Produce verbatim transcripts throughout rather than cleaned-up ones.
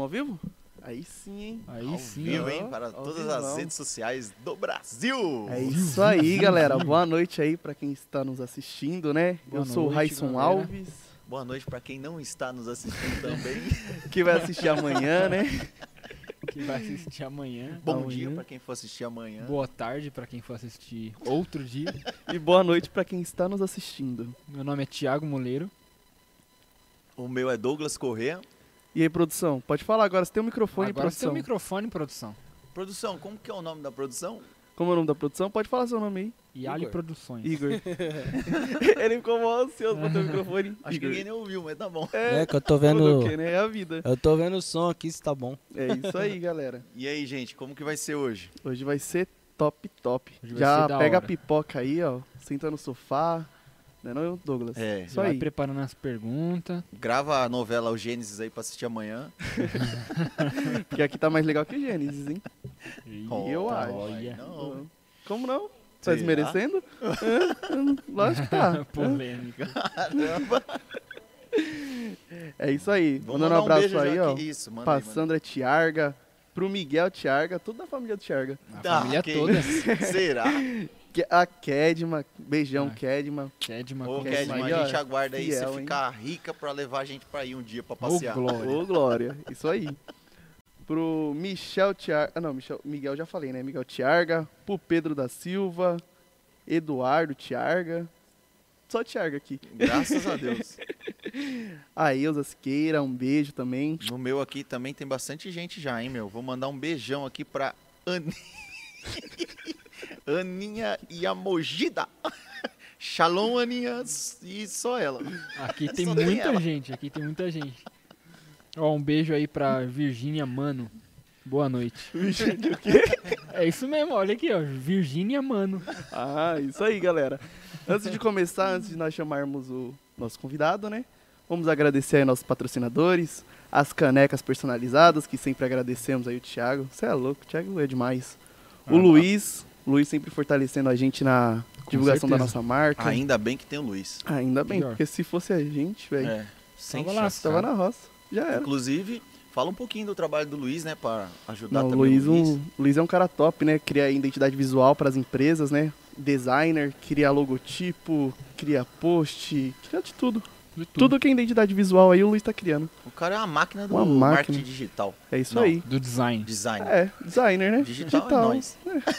Tamo ao vivo? Aí sim, hein? Aí ao sim, vivo, ó. hein? Para Ao todas vivão. as redes sociais do Brasil. É isso aí, galera. Boa noite aí pra quem está nos assistindo, né? Boa Eu sou o noite, Raison galera. Alves, Boa noite para quem não está nos assistindo também. que vai assistir amanhã, né? Que vai assistir amanhã. Bom Amanhã. dia para quem for assistir amanhã. Boa tarde pra quem for assistir outro dia. E boa noite pra quem está nos assistindo. Meu nome é Thiago Moleiro. O meu é Douglas Corrêa. E aí, produção? Pode falar agora, você tem o microfone, Agora você tem produção. o microfone, produção. Produção, como que é o nome da produção? Como é o nome da produção? Pode falar seu nome aí. Yali Igor. Produções. Igor. Ele ficou mó ansioso pra ter o microfone. Acho que Igor. ninguém nem ouviu, mas tá bom. É, É que eu tô fazer vendo. o quê, né? É a vida. Eu tô vendo o som aqui, se tá bom. É isso aí, galera. E aí, gente, como que vai ser hoje? Hoje vai ser top, top. Hoje vai Já ser da pega a hora. pipoca aí, ó. Senta no sofá. Não é não, Douglas? É, Isso Já vai aí. preparando as perguntas. grava a novela O Gênesis aí pra assistir amanhã. Porque aqui tá mais legal que Gênesis, hein? Eu Eita, acho. Olha. Não. Como não? Tá Será? desmerecendo? É, hum, lógico que tá. Polêmica. Caramba. É isso aí. Vamos Mandando um mandar abraço beijo aí, já ó. aqui. Isso, manda Pra aí, manda. Sandra Tiarga, pro Miguel Tiarga, tudo da família Tiarga. A Ah, família que toda. isso? Será? Que- A Kedma, beijão, Ah. Kedma. Kedma. Ô, Kedma Kedma, aí, a ó, gente aguarda aí fiel, você hein? ficar rica pra levar a gente pra ir um dia pra Ô, passear. glória. Ô, Glória. Isso aí. Pro Michel Tiarga. Ah, não, Michel, Miguel já falei, né? Miguel Tiarga. Pro Pedro da Silva. Eduardo Tiarga. Só Tiarga aqui. Graças a Deus. A Elza Siqueira, um beijo também. No meu aqui também tem bastante gente já, hein, meu? Vou mandar um beijão aqui pra Ani... Aninha Yamojida. Shalom, Aninha. E só ela. Aqui tem Só tem muita ela. gente, aqui tem muita gente. Ó, um beijo aí pra Virgínia Mano. Boa noite. É isso mesmo, olha aqui, ó. Virgínia Mano. Ah, isso aí, galera. Antes de começar, antes de nós chamarmos o nosso convidado, né? Vamos agradecer aí nossos patrocinadores, as canecas personalizadas, que sempre agradecemos aí o Thiago. Você é louco, o Thiago é demais. O Ah, Luiz, o Luiz sempre fortalecendo a gente na Com divulgação da certeza. nossa marca. Ainda bem que tem o Luiz. Ainda bem, Pior. porque se fosse a gente, velho, É, sem Tava lá, chance. tava na roça. Já era. Inclusive, fala um pouquinho do trabalho do Luiz, né? Pra ajudar Não, o também Luiz, o Luiz. um, o Luiz é um cara top, né? Cria identidade visual para as empresas, né? Designer, cria logotipo, cria post, cria de tudo. De Tudo que é identidade visual aí o Luiz tá criando. O cara é uma máquina do Uma máquina. marketing digital. É isso Não. aí. Do design. Design. É, designer, né? Digital, é nóis.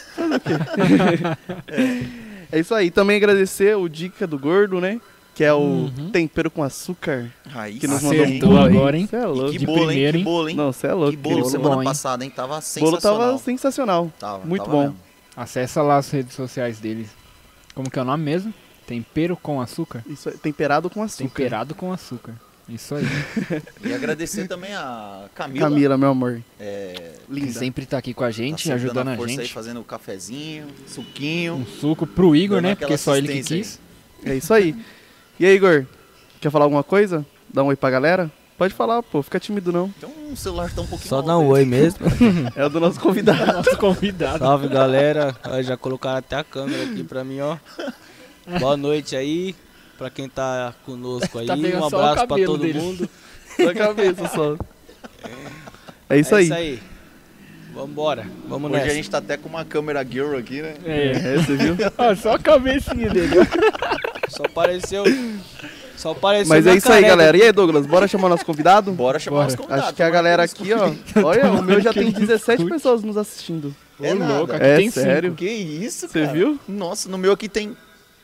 É isso aí. Também agradecer o Dica do Gordo, né? Que é o Uhum. tempero com açúcar. Aí Que nos sim, mandou um hein? Acertou bolo aí. agora, hein? Cê é E louco. que De bolo, hein? primeiro, Que hein? bolo, hein? Não, você é louco. Que bolo aquele semana bom, hein? passada, hein? Tava O bolo sensacional. tava sensacional. Tava, muito tava bom. mesmo. Acessa lá as redes sociais deles. Como que é o nome mesmo? Tempero com açúcar? Isso é temperado com açúcar. Temperado com açúcar. Isso aí. E agradecer também a Camila. Camila, meu amor. É, Que Linda. sempre tá aqui com a tá gente, sempre ajudando dando a força aí, gente. fazendo cafezinho, suquinho. Um suco pro Igor, Dando né? aquela Porque só ele que assistência quis. É isso aí. E aí, Igor? Quer falar alguma coisa? Dá um oi pra galera? Pode falar, pô. Fica tímido, não. Então o celular tá um pouquinho Só alto dá um aí. oi mesmo. É o do nosso convidado. Nosso convidado. Salve, galera. Ó, já colocaram até a câmera aqui pra mim, ó. Boa noite aí. Pra quem tá conosco aí. Tá pegando Um só o abraço pra cabelo todo dele. mundo. Na cabeça só. É isso é aí. isso aí. Vambora. Vamos Hoje nessa. a gente tá até com uma câmera girl aqui, né? É. É, você viu? Ó, só a cabecinha dele. Só apareceu. Só apareceu. Mas é minha isso aí, careca. galera. E aí, Douglas? Bora chamar nosso convidado? Bora chamar Bora. os convidados. Acho que a galera aqui, ó. Olha, o meu já tem dezessete pessoas nos assistindo. Ô, É nada. louco, aqui É tem sério? cinco. Que isso, Você cara? viu? Nossa, no meu aqui tem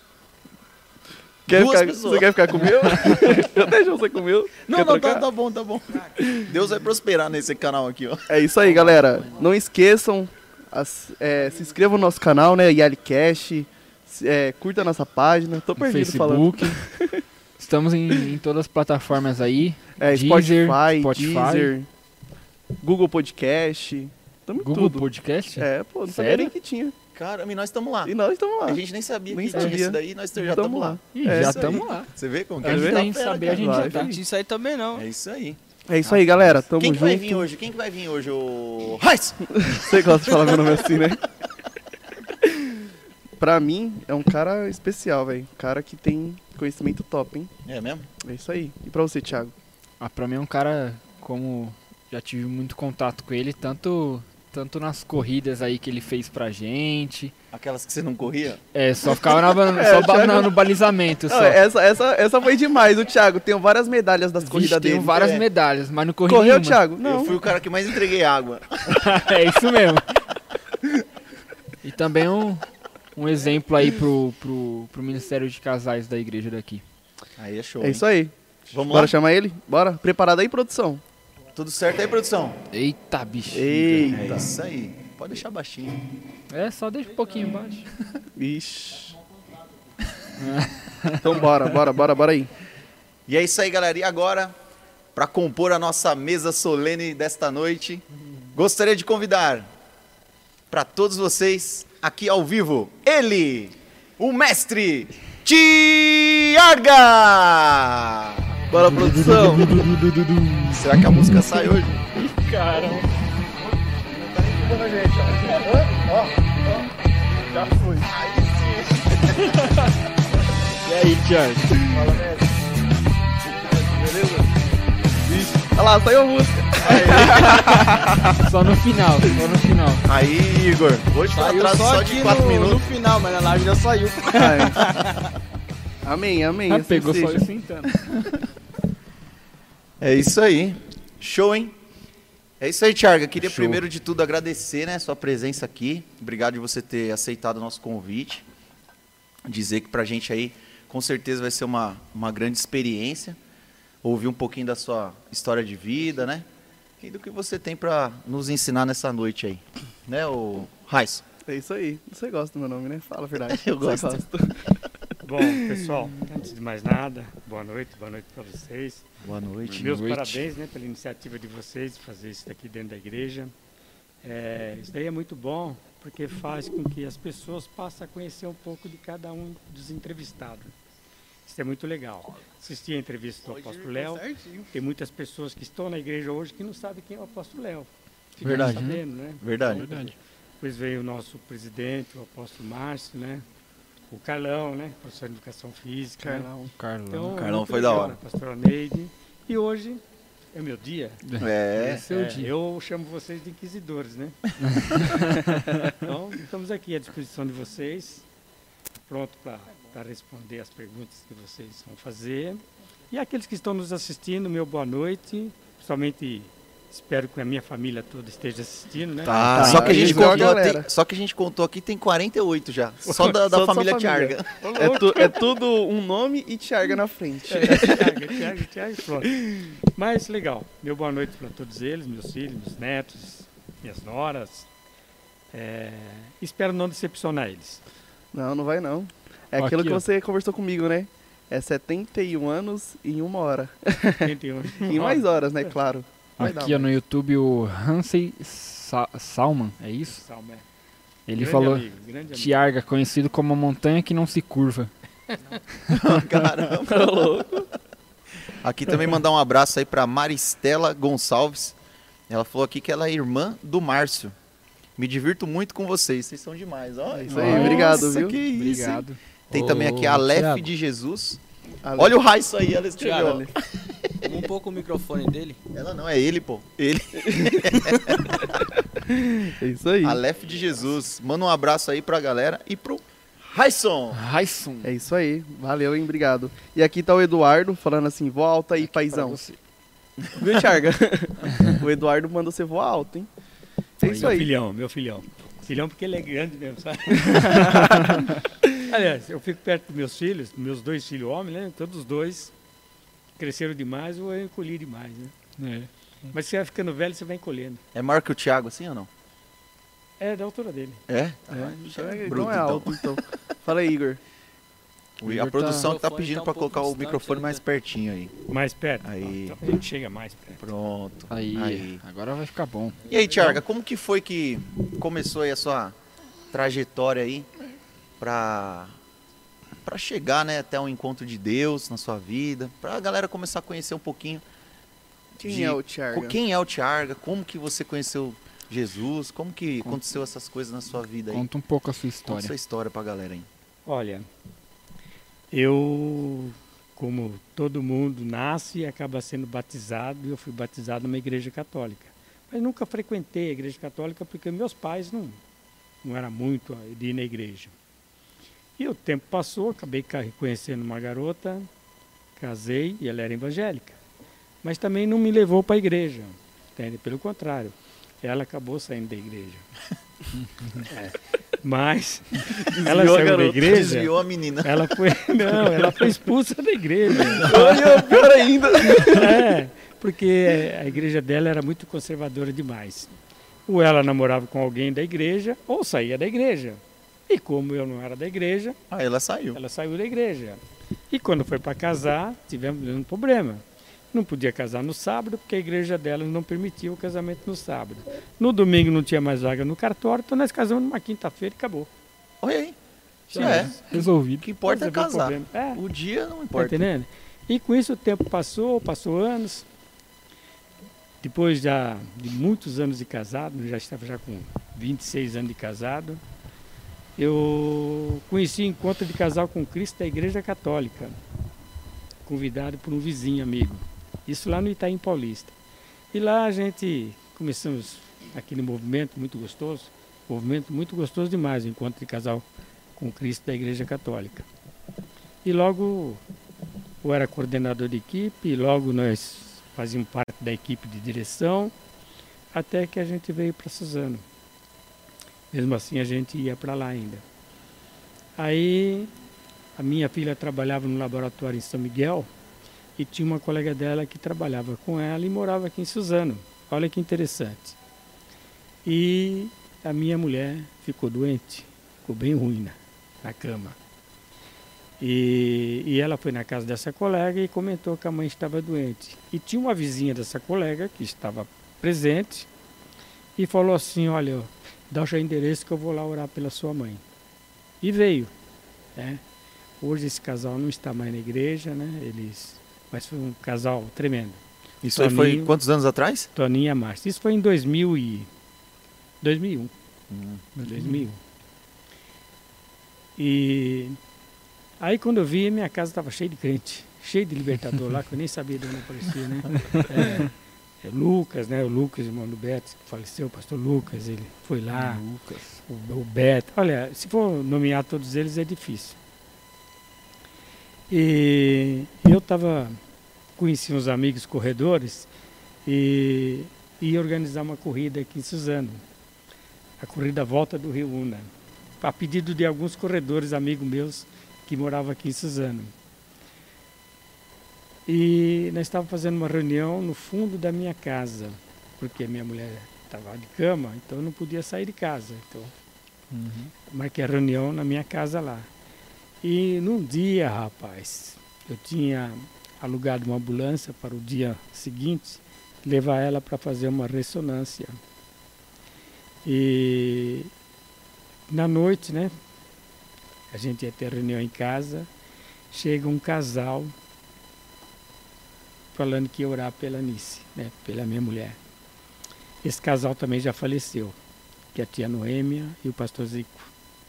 Quer duas ficar- pessoas. você quer ficar com o meu? Eu deixo você com o meu. Não, Quer não, trocar? tá, tá bom, tá bom. Deus vai prosperar nesse canal aqui, ó. É isso aí, galera. Não esqueçam, as- é, se inscrevam no nosso canal, né? YaliCast. É, curta a nossa página. Tô No perdido falando. Facebook. Estamos em, em todas as plataformas aí. É, Deezer, Spotify, Spotify. Deezer, Google Podcast. Tamo em Google tudo. Podcast. É, pô, não sabia Sério? nem que tinha. Caramba, e nós estamos lá. E nós estamos lá. A gente nem sabia Nem que tinha sabia. isso daí, nós já Tamo estamos lá. Ih, É já isso aí. estamos lá. Você vê como que Antes vê? da gente fera, saber, a cara. gente Vai, já tá. Não tinha isso aí também, não. É isso aí. É isso aí, galera. Tamo Quem que junto. vai vir hoje? Quem que vai vir hoje? O Raiz! Você gosta de falar meu nome assim, né? Pra mim, é um cara especial, velho. Cara que tem conhecimento top, hein? É mesmo? É isso aí. E pra você, Thiago? Ah, pra mim é um cara como já tive muito contato com ele, tanto, tanto nas corridas aí que ele fez pra gente. Aquelas que você não corria? É, só ficava na, É, só o Thiago- no, no balizamento. Não, Só. essa, essa, essa foi demais, o Thiago. Tenho várias medalhas das Vixe, corridas tenho dele. várias É. medalhas, mas não corri Correu, nenhuma. Thiago? Não. Eu fui o cara que mais entreguei água. É isso mesmo. E também um, um exemplo aí pro, pro, pro Ministério de Casais da igreja daqui. Aí é show, É hein? isso aí. Vamos Bora lá? chamar ele? Bora? Preparado aí, produção? Tudo certo aí, produção? Eita, bicho. É Eita. isso aí. Pode deixar baixinho. É, só deixa um pouquinho embaixo. Ixi. Então bora, bora, bora, bora aí. E é isso aí, galera. E agora, para compor a nossa mesa solene desta noite, gostaria de convidar para todos vocês, aqui ao vivo, ele, o mestre Tiarga! Bora, produção. Será que a música sai hoje? Caramba. Já foi. E aí, Thiago? Olha lá, saiu a música. Só no final, só no final. Aí, Igor, hoje tá Saiu atrás só só aqui de quatro no, minutos. no final, mas na live já saiu. Amém, amém. Ah, assim pegou só seja. eu sentando. É isso aí. Show, hein? É isso aí, Tiarga. Queria Show. primeiro de tudo agradecer, né, sua presença aqui. Obrigado de você ter aceitado o nosso convite. Dizer que pra gente aí, com certeza vai ser uma, uma grande experiência. Ouvir um pouquinho da sua história de vida, né? E do que você tem pra nos ensinar nessa noite aí. Né, o Raiz? É isso aí. Você gosta do meu nome, né? Fala a verdade. Eu Você gosto. gosta. Bom, pessoal, antes de mais nada, boa noite, boa noite para vocês. Boa noite. Meus noite. parabéns, né, pela iniciativa de vocês de fazer isso daqui dentro da igreja. É, isso daí é muito bom, porque faz com que as pessoas passem a conhecer um pouco de cada um dos entrevistados. Isso é muito legal. Assisti a entrevista do apóstolo Léo. Tem muitas pessoas que estão na igreja hoje que não sabem quem é o apóstolo Léo. Ficam Verdade. sabendo, né? Verdade. Verdade. Depois veio o nosso presidente, o apóstolo Márcio, né? O Carlão, né? Professor de Educação Física. né? Carlão, Carlão. Então, Carlão muito foi da legal, hora. né, Pastor Neide. E hoje é meu dia. É. Esse é o É, dia. eu chamo vocês de inquisidores, né? Então, estamos aqui à disposição de vocês, pronto para responder as perguntas que vocês vão fazer. E aqueles que estão nos assistindo, meu boa noite. Principalmente espero que a minha família toda esteja assistindo, né? Tá, Tá, só, que a gente isso é uma contou, galera. tem- só que a gente contou aqui tem quarenta e oito já. Só da, Só da da família sua família. Tiarga. É, tu- é tudo um nome e Tiarga na frente. É, Thiago, Thiago, Thiago, pronto. Mas legal. Meu boa noite para todos eles, meus filhos, meus netos, minhas noras. É, espero não decepcionar eles. Não, não vai não. É Ó, aquilo aqui, que ó. você conversou comigo, né? É setenta e um anos em uma hora. Tentei um- Em mais horas, né? Claro. Vai dar, Aqui ó, mano. no YouTube o Hansey Sa Salman, é isso? Salma, é. Ele Grande falou, amigo, grande amigo. Tiarga, conhecido como a montanha que não se curva. Caramba. Aqui também mandar um abraço aí pra Maristela Gonçalves. Ela falou aqui que ela é irmã do Márcio. Me divirto muito com vocês. Vocês são demais. Ó, É isso aí, obrigado, viu? Que isso, hein? Obrigado. Tem Ô, também aqui a Aleph Thiago. de Jesus. Ale- Olha o Raiz aí, ela escreveu. Thiago. Um pouco o microfone dele. Ela não, é ele, pô. Ele. É isso aí. Aleph de Jesus. Manda um abraço aí pra galera e pro Raisson. Raisson. É isso aí. Valeu, hein? Obrigado. E aqui tá o Eduardo falando assim, voa alto aí, paizão. Viu, Tiarga? O Eduardo mandou você voar alto, hein? É isso Meu aí. filhão, meu filhão. Filhão porque ele é grande mesmo, sabe? Aliás, eu fico perto dos meus filhos, meus dois filhos homens, né? Todos os dois cresceram demais ou eu encolhi demais, né? É. Mas você vai ficando velho, você vai encolhendo. É maior que o Thiago, assim ou não? É da altura dele. É? É, então é, Bruto, então é alto, então. Fala aí, Igor. O- Igor A produção tá- tá, o microfone pedindo tá um pra pouco colocar o distante microfone ainda. mais pertinho aí. Mais perto? Aí. Então, a gente chega mais perto. Pronto. Aí, Aí. agora vai ficar bom. E aí, Tiarga, como que foi que começou aí a sua trajetória aí pra, pra chegar, né, até um encontro de Deus na sua vida, pra galera começar a conhecer um pouquinho Quem de é o Tiarga? co- quem é o Tiarga, como que você conheceu Jesus, como que aconteceu essas coisas na sua vida aí? Conta um pouco a sua Conta história. sua história pra galera aí. Olha, eu como todo mundo nasce e acaba sendo batizado, eu fui batizado numa igreja católica. Mas nunca frequentei a igreja católica porque meus pais não, não eram muito de ir na igreja. E o tempo passou, acabei conhecendo uma garota, casei e ela era evangélica. Mas também não me levou para a igreja, entende? Pelo contrário, ela acabou saindo da igreja. É. Mas ela saiu da igreja. Desviou a menina. Ela foi, não, ela foi expulsa da igreja. Olha, pior ainda. É, porque a igreja dela era muito conservadora demais. Ou ela namorava com alguém da igreja, ou saía da igreja. E como eu não era da igreja, Ah, ela saiu. ela saiu da igreja. E quando foi para casar, tivemos um problema. Não podia casar no sábado, porque a igreja dela não permitia o casamento no sábado. No domingo não tinha mais vaga no cartório, então nós casamos numa quinta-feira e acabou. Olha aí. Sim, É. O Resolvido. que importa é Resolveu o casar. problema. É. O dia não Tá importa. entendendo? E com isso o tempo passou, passou anos. Depois já de muitos anos de casado, já estava já com vinte e seis anos de casado, eu conheci o encontro de casal com Cristo da Igreja Católica, convidado por um vizinho amigo. Isso lá no Itaim Paulista. E lá a gente começamos aquele movimento muito gostoso, movimento muito gostoso demais, o encontro de casal com Cristo da Igreja Católica. E logo eu era coordenador de equipe, e logo nós fazíamos parte da equipe de direção, até que a gente veio para Suzano. Mesmo assim a gente ia para lá ainda. Aí a minha filha trabalhava no laboratório em São Miguel, e tinha uma colega dela que trabalhava com ela e morava aqui em Suzano. Olha que interessante. E a minha mulher ficou doente, ficou bem ruim na, na cama. E, e ela foi na casa dessa colega e comentou que a mãe estava doente. E tinha uma vizinha dessa colega que estava presente e falou assim, olha, dá o seu endereço que eu vou lá orar pela sua mãe. E veio. Né? Hoje esse casal não está mais na igreja, né? Eles... Mas foi um casal tremendo. Isso aí foi quantos anos atrás? Toninho e a Márcia. Isso foi em dois mil e... dois mil e um. Hum. dois mil e um. E aí quando eu vi, minha casa estava cheia de crente. Cheia de libertador lá, que eu nem sabia de onde aparecia, né? É, é Lucas, né? O Lucas, irmão do Beto, que faleceu, o pastor Lucas, ele foi lá. Lucas. O, o Beto. Olha, se for nomear todos eles é difícil. E eu estava, conheci uns amigos corredores e ia organizar uma corrida aqui em Suzano, a corrida Volta do Rio Una, a pedido de alguns corredores, amigos meus, que moravam aqui em Suzano. E nós estávamos fazendo uma reunião no fundo da minha casa, porque minha mulher estava de cama, então eu não podia sair de casa. Então, uhum. marquei a reunião na minha casa lá. E num dia, rapaz, eu tinha alugado uma ambulância para o dia seguinte, levar ela para fazer uma ressonância. E na noite, né, a gente ia ter reunião em casa, chega um casal falando que ia orar pela Nice, né, pela minha mulher. Esse casal também já faleceu, que é a tia Noêmia e o pastor Zico.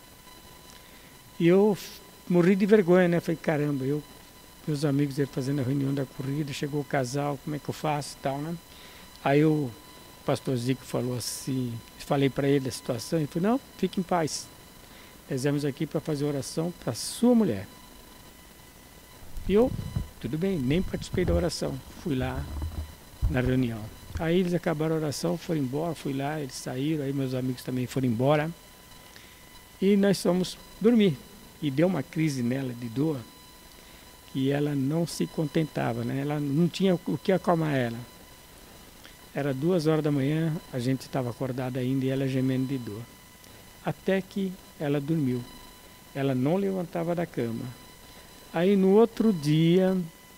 E eu morri de vergonha, né? Falei, caramba, eu, meus amigos iam fazendo a reunião da corrida, chegou o casal, como é que eu faço e tal, né? Aí o pastor Zico falou assim, falei para ele a situação, ele falou, não, fique em paz. Nós viemos aqui para fazer oração para sua mulher. E eu, tudo bem, nem participei da oração, fui lá na reunião. Aí eles acabaram a oração, foram embora, fui lá, eles saíram, aí meus amigos também foram embora. E nós fomos dormir. E deu uma crise nela de dor, que ela não se contentava, né? Ela não tinha o que acalmar ela. Era duas horas da manhã, a gente estava acordado ainda e ela gemendo de dor. Até que ela dormiu. Ela não levantava da cama. Aí no outro dia,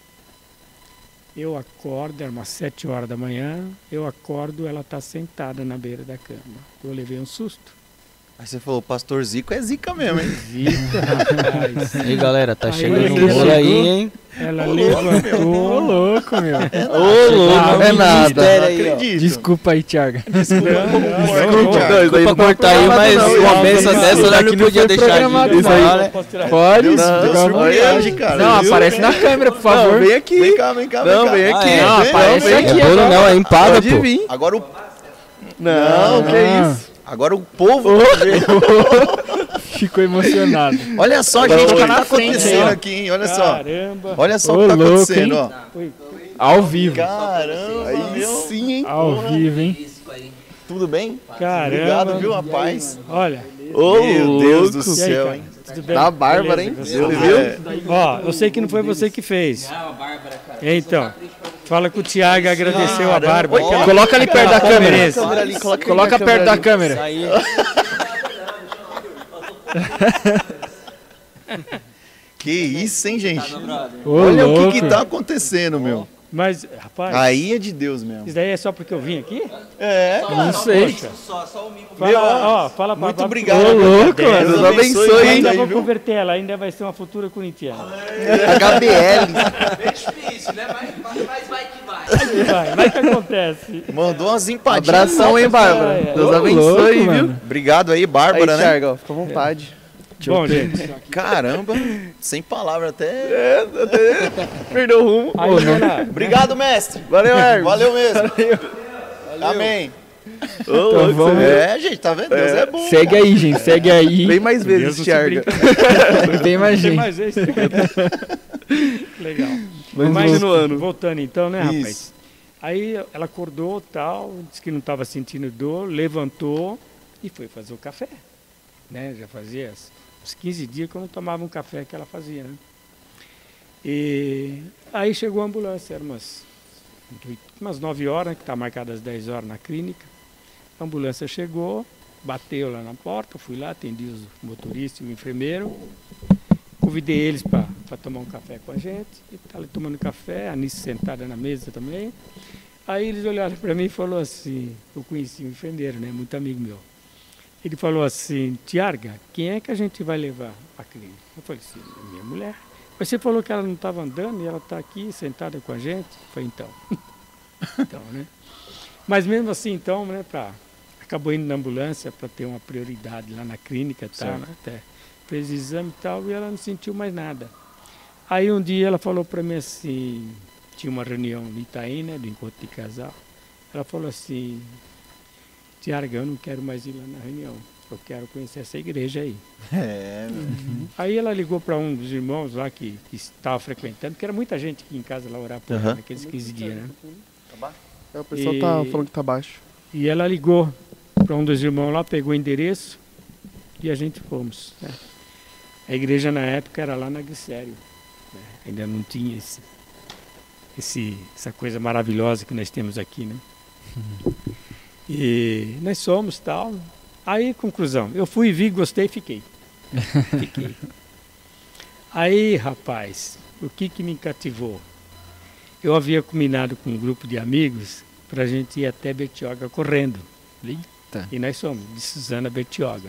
eu acordo, era umas sete horas da manhã, eu acordo, ela está sentada na beira da cama. Eu levei um susto. Aí você falou, pastor Zico é zica mesmo, hein? Zica, rapaz. E aí, galera, tá Aí chegando ele um bolo chegou. aí, hein? Ela Ô, levantou. louco, meu. Ô, louco, Ah, não é um nada. mistério Não aí, ó. acredito. Desculpa aí, Thiago. Desculpa, Não, não, Desculpa, não, Thiago. Não, isso aí não Desculpa foi cortar aí, mas programado, não. uma Isso benção aí dessa não nós não foi podia deixar de programado, de não. falar, né? Posso tirar? Pode? Deus, Não, Deus fica à surpreende, vontade. cara. Não, Viu? aparece na câmera, por Não, favor. vem aqui. Vem cá, vem cá, vem Não, cá. vem Ah, aqui. é. Não, Vem, aparece vem. aqui. É bolo não, é empada, Pode pô. vir. Agora o, Não, que Ah. isso. agora o povo... Ficou emocionado. Olha só, Não, gente, o que tá tá na frente, acontecendo ó. aqui, hein? Olha só. Caramba. Olha só Ô, o que tá louco, acontecendo, hein? ó. Oi. Ao vivo. Caramba, Aí meu. sim, hein? Ao vivo, hein? Tudo bem? Caramba. Obrigado, viu, rapaz? Olha, Ô, Meu Deus do louco. e aí, céu, cara? hein? Tudo bem? Da Bárbara, hein? Beleza, Você você- viu? É. Ó, eu sei que não foi você que fez. Então, fala com o Thiago e agradeceu a Bárbara. que ela- Coloca ali perto da ela câmera. merece. Câmera ali, coloca, Coloca a perto da ali. câmera. Aí, Que isso, hein, gente? Ô, Olha o louco. que que tá acontecendo, meu. Mas, rapaz, Aí é de Deus mesmo. isso daí é só porque eu vim aqui? É, Não sei. Fala, Meu, ó, fala pra muito Bárbara. obrigado. Ô, louco, Deus mano. Deus abençoe, mais hein? Ainda aí, vou viu? converter ela, ainda vai ser uma futura corintiana. H B L. É difícil, né? Mas, mas vai que vai. Vai, vai que acontece. Mandou umas empadinhas. Abração, hein, Bárbara? É, é. Deus Ô, abençoe, louco, viu? mano. Obrigado aí, Aí, Bárbara, né? Thiago, ó, fica à vontade. Bom, gente, Caramba, sem palavra até. É, até perdeu o rumo. aí ela, Obrigado, mestre. Valeu, Hermes. Valeu mesmo. Amém. Ô, louco, vamos- você É, gente, tá vendo? Deus é bom. Segue aí, gente. Segue vê. aí. Bem mais Deus vezes, não se Thiago. brinca. Bem mais Tem gente. mais esse. Legal. Mas Mas, continuando. voltando então, né, Isso. rapaz? Aí ela acordou, tal, disse que não estava sentindo dor, levantou e foi fazer o café. Né? Já fazia uns quinze dias que eu não tomava um café que ela fazia, né? E aí chegou a ambulância, eram umas, umas nove horas, né, que está marcada às dez horas na clínica. A ambulância chegou, bateu lá na porta, eu fui lá, atendi os motoristas e o enfermeiro. Convidei eles para tomar um café com a gente. E tá ali tomando café, a Anice sentada na mesa também. Aí eles olharam para mim e falaram assim, eu conheci um enfermeiro, né, muito amigo meu. Ele falou assim, Tiarga, quem é que a gente vai levar à clínica? Eu falei assim, minha mulher. Mas você falou que ela não estava andando e ela está aqui sentada com a gente? Eu falei, então. Então, né? Mas mesmo assim, então, né, pra, acabou indo na ambulância para ter uma prioridade lá na clínica, tá, Certo. né, até fez exame e tal, e ela não sentiu mais nada. Aí um dia ela falou para mim assim, tinha uma reunião no Itaim, né, do encontro de casal. Ela falou assim, Tiarga, eu não quero mais ir lá na reunião, eu quero conhecer essa igreja aí. É, meu. Aí ela ligou para um dos irmãos lá que, que estava frequentando, porque era muita gente aqui em casa lá orar por ela Aham. naqueles quinze dias, né? É, o pessoal tá E- falando que tá baixo. E ela ligou para um dos irmãos lá, pegou o endereço e a gente fomos. Né? A igreja na época era lá na Glicério. Né? Ainda não tinha esse, esse, essa coisa maravilhosa que nós temos aqui, né? E nós fomos tal. Aí, conclusão, eu fui, vi, gostei e fiquei. Fiquei. Aí, rapaz, o que que me cativou? Eu havia combinado com um grupo de amigos para a gente ir até Bertioga correndo. Eita. E nós somos, de Suzana Bertioga.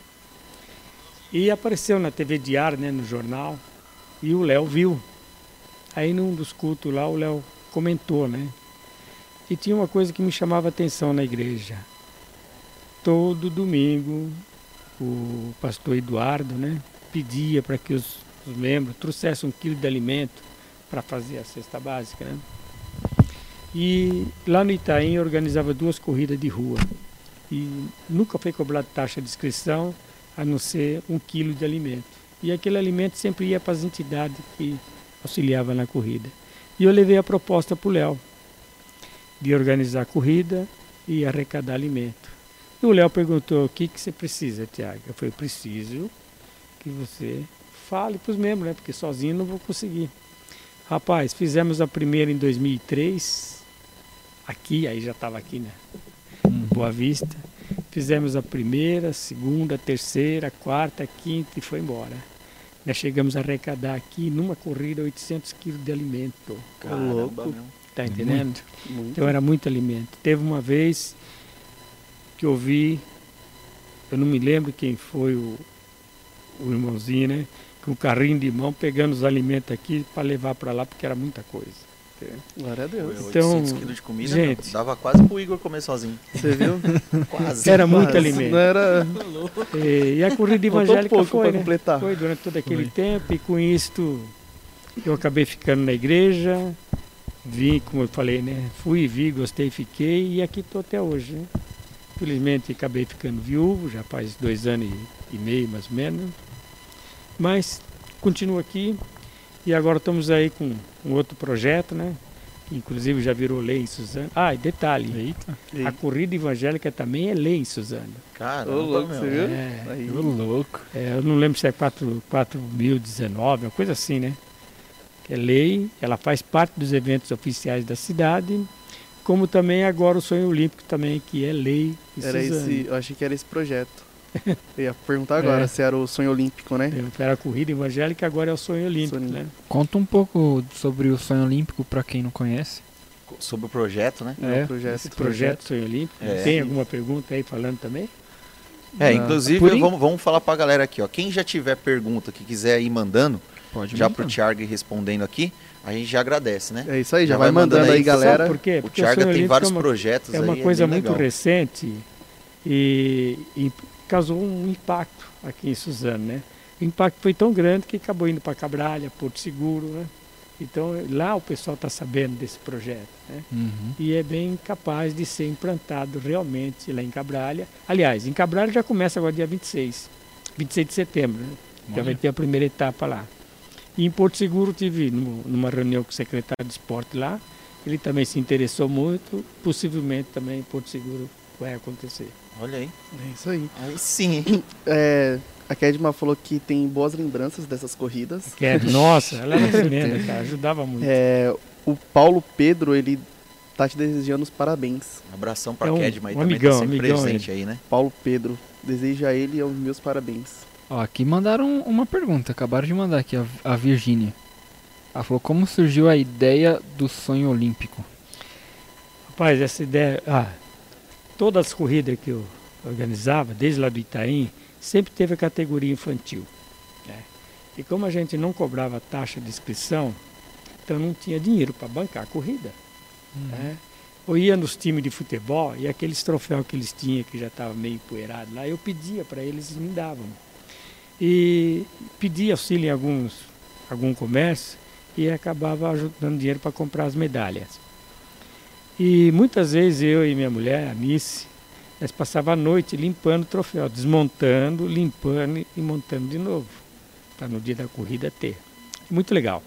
E apareceu na T V Diário, né, no jornal, e o Léo viu. Aí num dos cultos lá, o Léo comentou, né? E tinha uma coisa que me chamava a atenção na igreja. Todo domingo, o pastor Eduardo, né, pedia para que os, os membros trouxessem um quilo de alimento para fazer a cesta básica, né? E lá no Itaim organizava duas corridas de rua. E nunca foi cobrado taxa de inscrição, a não ser um quilo de alimento. E aquele alimento sempre ia para as entidades que auxiliavam na corrida. E eu levei a proposta para o Léo, de organizar a corrida e arrecadar alimento. E o Léo perguntou, o que, que você precisa, Tiago? Eu falei, preciso que você fale para os membros, né? Porque sozinho não vou conseguir. Rapaz, fizemos a primeira em dois mil e três, aqui, aí já estava aqui, né? Boa Vista. Fizemos a primeira, segunda, terceira, quarta, quinta e foi embora. Nós chegamos a arrecadar aqui, numa corrida, oitocentos quilos de alimento. Caramba, meu. Tá entendendo? Muito. Então era muito alimento. Teve uma vez que eu vi eu não me lembro quem foi o, o irmãozinho, né? Com o carrinho de mão pegando os alimentos aqui para levar para lá, porque era muita coisa. Glória a Deus. Então, oitocentos quilos de comida, gente, dava quase pro Igor comer sozinho. Você viu? Quase. era muito Mas alimento. Não era... E, e a corrida Faltou evangélica pouco foi, para né? completar. Foi durante todo aquele Foi. tempo, e com isso eu acabei ficando na igreja, vim, como eu falei, né? Fui, vi, gostei, fiquei, e aqui estou até hoje, né? Felizmente acabei ficando viúvo, já faz dois anos e, e meio, mais ou menos. Mas continuo aqui, e agora estamos aí com um outro projeto, né? Que inclusive já virou lei em Suzano. Ah, e detalhe, Eita. a corrida evangélica também é lei em Suzano. Caramba, Ô, louco, meu. você viu? É, Aí. Ô, louco. é, eu não lembro se é quatro mil e dezenove, uma coisa assim, né? Que é lei, ela faz parte dos eventos oficiais da cidade, como também agora o Sonho Olímpico também, que é lei em Era Suzano. esse, eu achei que era esse projeto. Eu ia perguntar agora É. se era o sonho olímpico, né? É, Era a corrida evangélica, agora é o Sonho Olímpico, Sonho né? Conta um pouco sobre o sonho olímpico pra quem não conhece. Sobre o projeto, né? É, É, o projeto. esse projeto Sonho Olímpico. É. Tem alguma pergunta aí falando também? É, Não. inclusive, Por in- vamos, vamos falar pra galera aqui, ó. Quem já tiver pergunta, que quiser ir mandando, Pode já mandar. pro Thiago ir respondendo aqui, a gente já agradece, né? É isso aí, já, Já vai vai mandando mandando aí, aí, galera. Sabe por quê? O Porque o Thiago Sonho tem Olímpico vários é uma, projetos é aí, uma coisa bem muito legal. recente e, e causou um impacto aqui em Suzano, né? O impacto foi tão grande que acabou indo para Cabralha, Porto Seguro, né? Então lá o pessoal está sabendo desse projeto, né? Uhum. E é bem capaz de ser implantado realmente lá em Cabralha. Aliás, em Cabralha já começa agora dia vinte e seis, vinte e seis de setembro, né? Já vai ter a primeira etapa lá. E em Porto Seguro tive num- numa reunião com o secretário de esporte lá, ele também se interessou muito, possivelmente também em Porto Seguro vai acontecer. Olha aí. É isso aí. Aí sim, hein? É, a Kedma falou que tem boas lembranças dessas corridas. Que é, nossa, ela era tremenda, cara, ajudava muito. É, o Paulo Pedro, ele tá te desejando os parabéns. Um abração pra É um- Kedma aí um também, amigão, tá sempre amigão presente aí, né? Paulo Pedro, deseja a ele os meus parabéns. Ó, aqui mandaram uma pergunta, acabaram de mandar aqui, a, a Virgínia. Ela falou, como surgiu a ideia do sonho olímpico? Rapaz, essa ideia. Ah, todas as corridas que eu organizava, desde lá do Itaim, sempre teve a categoria infantil, né? E como a gente não cobrava taxa de inscrição, então não tinha dinheiro para bancar a corrida, né? Eu ia nos times de futebol e aqueles troféus que eles tinham, que já estava meio empoeirado lá, eu pedia para eles e me davam. E pedia auxílio em alguns, algum comércio e acabava ajudando dinheiro para comprar as medalhas. E muitas vezes eu e minha mulher, a Nice, nós passava a noite limpando o troféu, desmontando, limpando e montando de novo, para no dia da corrida ter. Muito legal.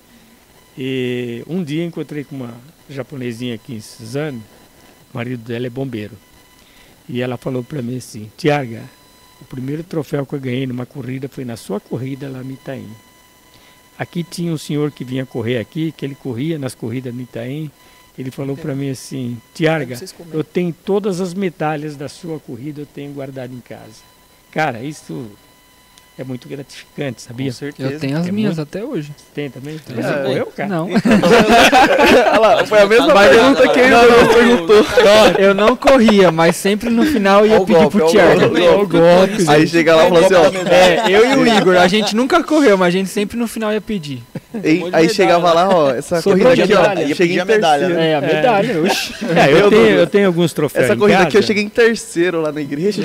E um dia encontrei com uma japonesinha aqui em Suzano, o marido dela é bombeiro. E ela falou para mim assim, Tiaga, o primeiro troféu que eu ganhei numa corrida foi na sua corrida lá no Itaim. Aqui tinha um senhor que vinha correr aqui, que ele corria nas corridas no Itaim. Ele falou para mim assim, Tiaga, Vocês comem. eu tenho todas as medalhas da sua corrida, eu tenho guardado em casa. Cara, isso é muito gratificante, sabia? Com certeza. Eu tenho as É minhas muito- até hoje. Tem também? Você É. correu, cara? Não, Olha lá, foi a mesma Mas pergunta eu- que ele não, não perguntou. eu não corria, mas sempre no final ia Ó o pedir golpe, ó pro o Thiago. golpe. Ó o golpe, Aí chega lá e fala assim, ó. É, eu e o Igor, a gente nunca correu, mas a gente sempre no final ia pedir. Hein, monte de aí medalha chegava lá, ó, essa Sorriso corrida de aqui, ó, medalha. Ia cheguei pedir em a medalha, terceiro. É, a medalha, oxi. É, eu, Eu, tenho, Douglas. eu tenho alguns troféus Essa em corrida casa. aqui eu cheguei em terceiro lá na igreja.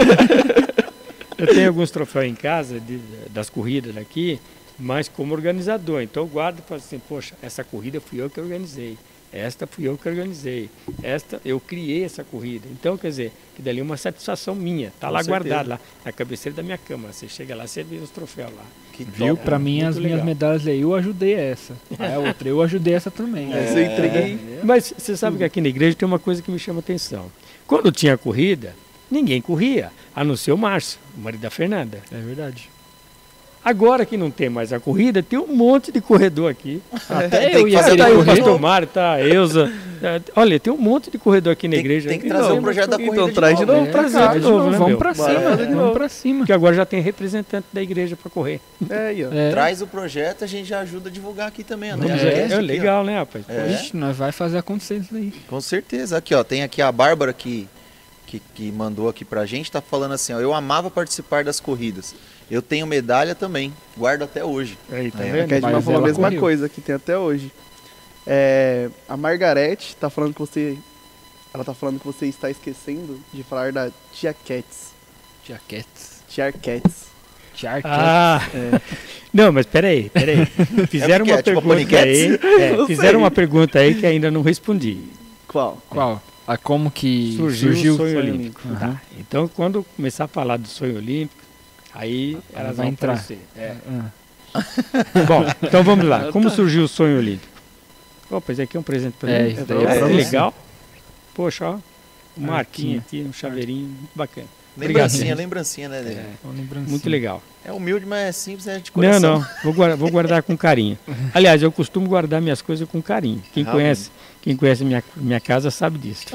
Eu tenho alguns troféus em casa de- das corridas daqui, mas como organizador. Então eu guardo e falo assim, poxa, essa corrida fui eu que organizei. Esta fui eu que organizei. Esta eu criei essa corrida. Então, quer dizer, que dali é uma satisfação minha. Tá Com lá certeza. guardado lá na cabeceira da minha cama. Você chega lá, você vê os troféus lá. Que Viu? top. Pra mim, muito as minhas legal. medalhas aí, eu ajudei essa. Aí a outra, eu ajudei essa também. Aí você entreguei. Mas você sabe que aqui na igreja tem uma coisa que me chama atenção. Quando tinha corrida, ninguém corria, a não ser o Márcio, o marido da Fernanda. É verdade. Agora que não tem mais a corrida, tem um monte de corredor aqui. Até Tem eu que ia fazer querer Tá aí o correr. correr. pastor Mário, tá a Eusa. é, Olha, tem um monte de corredor aqui na Tem- igreja. tem que E trazer não, o projeto da então corrida de traz de novo. novo É, pra trazer cá. de novo, né, vamos meu? pra Bora cima, fazer de vamos novo. pra cima. Porque agora já tem representante da igreja para correr. É aí, ó. É. Traz o projeto, a gente já ajuda a divulgar aqui também, André. Vamos É, ver. Esquece É aqui, ó. legal, né, rapaz? É. Ixi, nós vai fazer acontecer isso daí. Com certeza. Aqui, ó, tem aqui a Bárbara que que, que mandou aqui pra gente, tá falando assim, ó, eu amava participar das corridas. Eu tenho medalha também, guardo até hoje. Aí, tá É, vendo? A Kedma Mas falou a ela mesma correu. coisa que tem até hoje. É, a Margarete tá falando que você. Ela tá falando que você está esquecendo de falar da Tia Cats. Jaquetes. Tia Cats. Jaquetes. Ah, não, mas peraí, peraí. Fizeram porque uma é tipo a pergunta aí. Paniquetes? é, Não fizeram sei. uma pergunta aí que ainda não respondi. Qual? Qual? Ah, como que Surgiu, surgiu? o sonho Sonho olímpico. Aham. Tá. Então, quando começar a falar do sonho olímpico, aí Ela elas vai vão entrar. aparecer. É. Ah. Bom, então vamos Ah, lá. Como tá. surgiu o sonho olímpico? Opa, esse aqui é um presente para É, mim. isso daí é Olha pra que você. legal. Poxa, ó. Uma Arquinha. arquinha aqui, um chaveirinho, muito bacana. Lembrancinha, Obrigado. lembrancinha, né, dele? É, Uma lembrancinha. muito legal. É humilde, mas é simples, é de Não, coração. não, vou guardar, vou guardar com carinho. Aliás, eu costumo guardar minhas coisas com carinho. Quem Ah, conhece, quem conhece minha, minha casa sabe disso.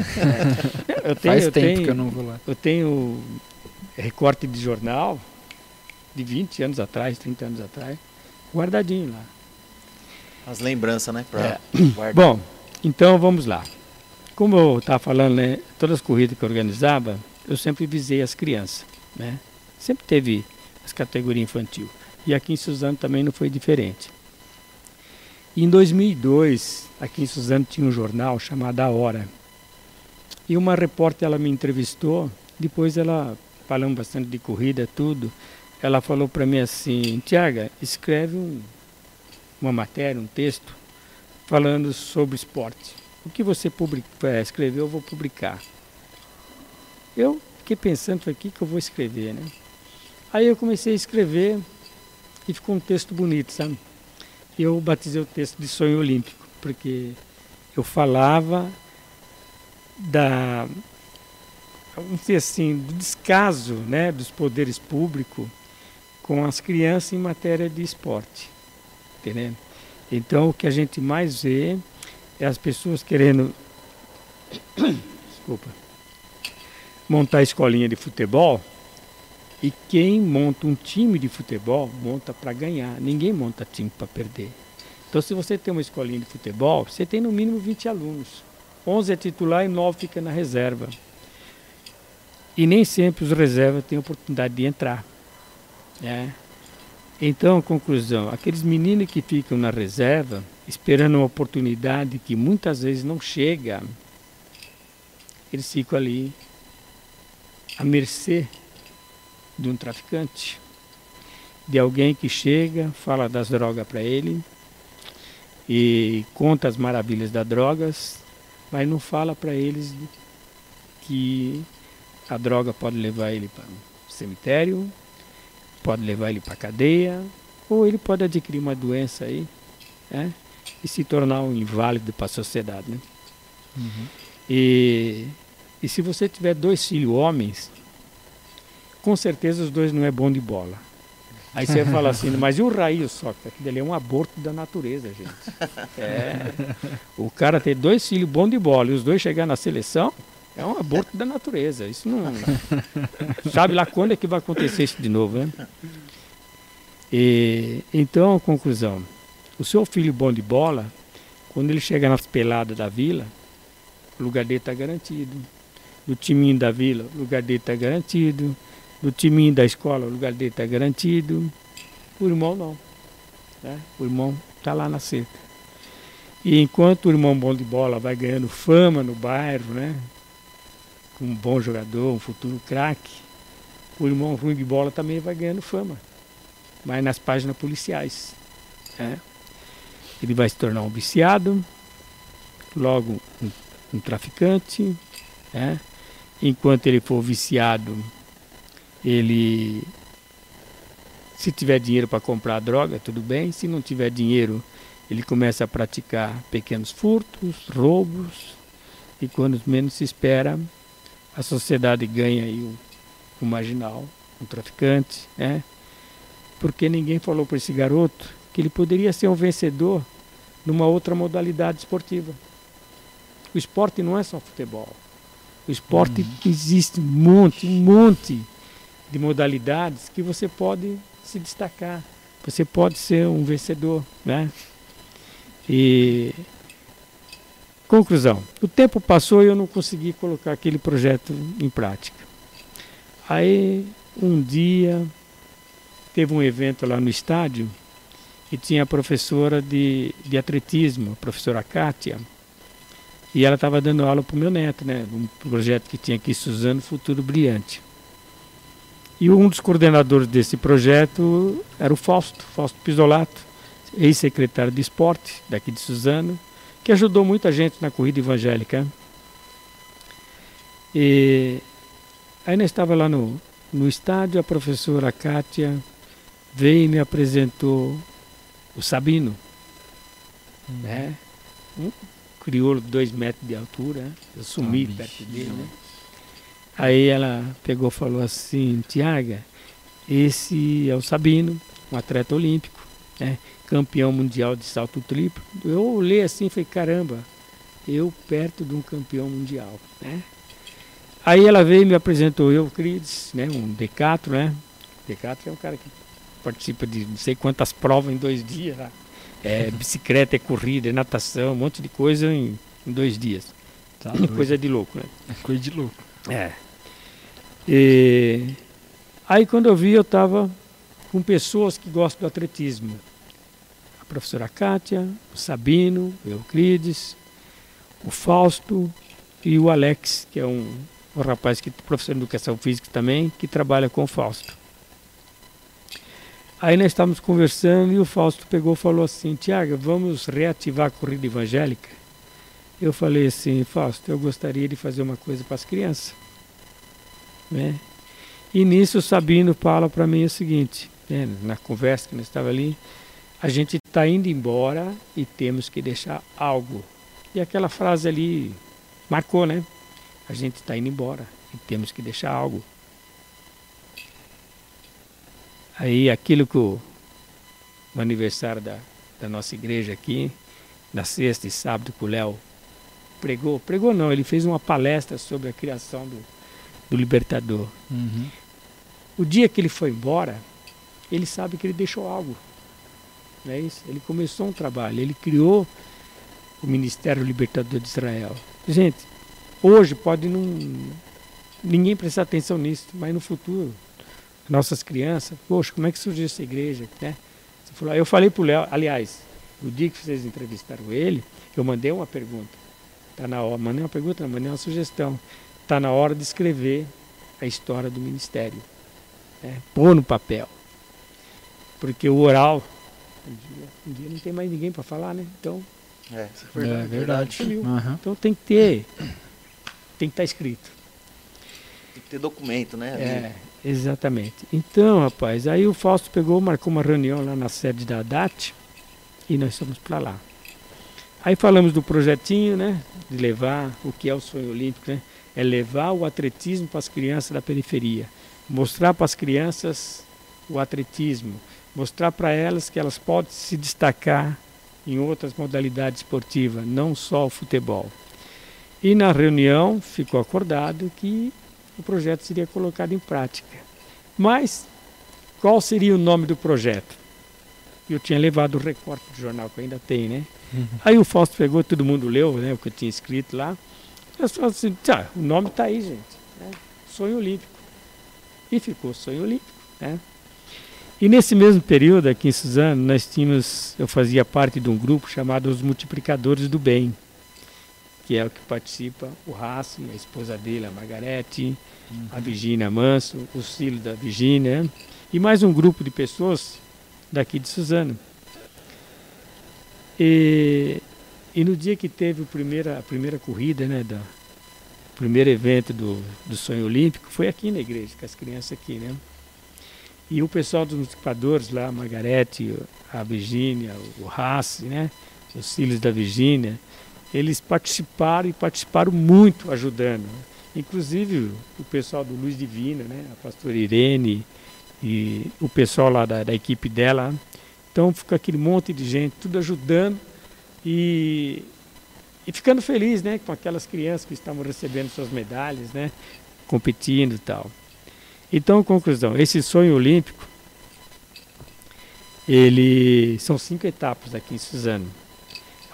Eu tenho, Faz eu tempo tenho, que eu não vou lá. eu tenho recorte de jornal de vinte anos atrás, trinta anos atrás, guardadinho lá. As lembranças, né? Pra É. guardar. Bom, então vamos lá. Como eu estava falando, né, todas as corridas que eu organizava, eu sempre visei as crianças, né? Sempre teve as categorias infantil. E aqui em Suzano também não foi diferente. E em dois mil e dois, aqui em Suzano tinha um jornal chamado A Hora. E uma repórter, ela me entrevistou, depois ela, falando bastante de corrida, tudo, ela falou para mim assim, Tiaga, escreve um, uma matéria, um texto, falando sobre esporte. O que você publica, é, escreveu, eu vou publicar. Eu fiquei pensando, falei, o que, que eu vou escrever, né? Aí eu comecei a escrever e ficou um texto bonito, sabe? Eu batizei o texto de Sonho Olímpico, porque eu falava da, vamos dizer assim, do descaso, né, dos poderes públicos com as crianças em matéria de esporte, entendeu? Então o que a gente mais vê é as pessoas querendo desculpa, montar escolinha de futebol, e quem monta um time de futebol monta para ganhar, ninguém monta time para perder. Então se você tem uma escolinha de futebol, você tem no mínimo vinte alunos, onze é titular e nove fica na reserva. E nem sempre os reservas têm oportunidade de entrar, né? Então, conclusão, aqueles meninos que ficam na reserva, esperando uma oportunidade que muitas vezes não chega, eles ficam ali à mercê de um traficante, de alguém que chega, fala das drogas para ele e conta as maravilhas das drogas, mas não fala para eles que a droga pode levar ele para um cemitério, pode levar ele para a cadeia, ou ele pode adquirir uma doença aí, né, e se tornar um inválido para a sociedade, né? Uhum. E, e se você tiver dois filhos homens, com certeza os dois não é bom de bola. Aí você vai falar assim, mas e o raio só? Aquilo ali é um aborto da natureza, gente. É. O cara ter dois filhos bons de bola e os dois chegar na seleção, é um aborto da natureza. Isso não... Sabe lá quando é que vai acontecer isso de novo, né? E, então, conclusão. O seu filho bom de bola, quando ele chega nas peladas da vila, o lugar dele está garantido. Do timinho da vila, o lugar dele está garantido. Do timinho da escola, o lugar dele está garantido. O irmão não, né? O irmão está lá na cerca. E enquanto o irmão bom de bola vai ganhando fama no bairro, né, como um bom jogador, um futuro craque, o irmão ruim de bola também vai ganhando fama, mas nas páginas policiais, né? Ele vai se tornar um viciado, logo um, um traficante, né? Enquanto ele for viciado, ele, se tiver dinheiro para comprar droga, tudo bem. Se não tiver dinheiro, ele começa a praticar pequenos furtos, roubos, e quando menos se espera, a sociedade ganha aí um, um marginal, um traficante, né? Porque ninguém falou para esse garoto que ele poderia ser um vencedor numa outra modalidade esportiva. O esporte não é só futebol. O esporte uhum. existe um monte, um monte de modalidades que você pode se destacar, você pode ser um vencedor, né? E Conclusão, o tempo passou e eu não consegui colocar aquele projeto em prática. Aí, um dia, teve um evento lá no estádio e tinha a professora de, de atletismo, a professora Kátia, e ela estava dando aula para o meu neto, né, um projeto que tinha aqui, Suzano Futuro Brilhante. E um dos coordenadores desse projeto era o Fausto, Fausto Pisolato, ex-secretário de esporte daqui de Suzano, que ajudou muita gente na corrida evangélica. E aí nós estávamos lá no, no estádio, a professora Kátia veio e me apresentou o Sabino, uhum. né? Um crioulo de dois metros de altura, né? Eu sumi ah, perto dele, né? Aí ela pegou e falou assim, Tiaga, esse é o Sabino, um atleta olímpico, né? Campeão mundial de salto triplo. Eu olhei assim e falei, caramba, eu perto de um campeão mundial, né? Aí ela veio e me apresentou Euclides, né? Um Decathlon, né? Decathlon é um cara que participa de não sei quantas provas em dois dias, né? É bicicleta, é corrida, é natação, um monte de coisa em, em dois dias. Tá coisa de louco, né? É coisa de louco. É. E aí quando eu vi, eu estava com pessoas que gostam do atletismo. A professora Kátia, o Sabino, o Euclides, o Fausto e o Alex, que é um, um rapaz que é professor de educação física também, que trabalha com o Fausto. Aí nós estávamos conversando e o Fausto pegou e falou assim, Tiago, vamos reativar a corrida evangélica? Eu falei assim, Fausto, eu gostaria de fazer uma coisa para as crianças. Né? E nisso o Sabino fala para mim o seguinte, né, na conversa que nós estávamos ali, a gente está indo embora e temos que deixar algo. E aquela frase ali marcou, né? A gente está indo embora e temos que deixar algo. Aí aquilo que o, o aniversário da, da nossa igreja aqui, na sexta e sábado que o Léo pregou, pregou não, ele fez uma palestra sobre a criação do, do Libertador. Uhum. O dia que ele foi embora, ele sabe que ele deixou algo. Não é isso? Ele começou um trabalho, ele criou o Ministério Libertador de Israel. Gente, hoje pode não ninguém prestar atenção nisso, mas no futuro, nossas crianças, poxa, como é que surgiu essa igreja? Né? Você falou, eu falei para o Léo, aliás, no dia que vocês entrevistaram ele, eu mandei uma pergunta. Tá na hora, mandei uma pergunta, não, mandei uma sugestão. Está na hora de escrever a história do ministério. Né? Pôr no papel. Porque o oral, um dia, um dia não tem mais ninguém para falar, né? Então, é, é verdade. É verdade. Uhum. Então tem que ter, tem que estar escrito. Tem que ter documento, né? É, exatamente. Então, rapaz, aí o Fausto pegou, marcou uma reunião lá na sede da A D A T e nós fomos para lá. Aí falamos do projetinho, né? De levar o que é o sonho olímpico, né? É levar o atletismo para as crianças da periferia. Mostrar para as crianças o atletismo. Mostrar para elas que elas podem se destacar em outras modalidades esportivas, não só o futebol. E na reunião ficou acordado que o projeto seria colocado em prática. Mas qual seria o nome do projeto? Eu tinha levado o recorte do jornal, que ainda tem, né? Uhum. Aí o Fausto pegou, todo mundo leu, né, o que eu tinha escrito lá. Eu falei assim, tá, o nome está aí, gente. Né? Sonho Olímpico. E ficou Sonho Olímpico. Né? E nesse mesmo período, aqui em Suzano, nós tínhamos, eu fazia parte de um grupo chamado Os Multiplicadores do Bem, que é o que participa o Raci, a esposa dele, a Margarete, uhum. a Virgínia Manso, os filhos da Virgínia, e mais um grupo de pessoas daqui de Suzano. E, e no dia que teve a primeira, a primeira corrida, né, da, o primeiro evento do, do Sonho Olímpico, foi aqui na igreja, com as crianças aqui, né? E o pessoal dos multiplicadores lá, a Margarete, a Virgínia, o Raci, né, os filhos da Virgínia, eles participaram e participaram muito ajudando. Né? Inclusive o pessoal do Luz Divina, né, a pastora Irene e o pessoal lá da, da equipe dela. Então fica aquele monte de gente, tudo ajudando e, e ficando feliz, né, com aquelas crianças que estavam recebendo suas medalhas, né, competindo e tal. Então, conclusão, esse sonho olímpico, ele são cinco etapas aqui em Suzano.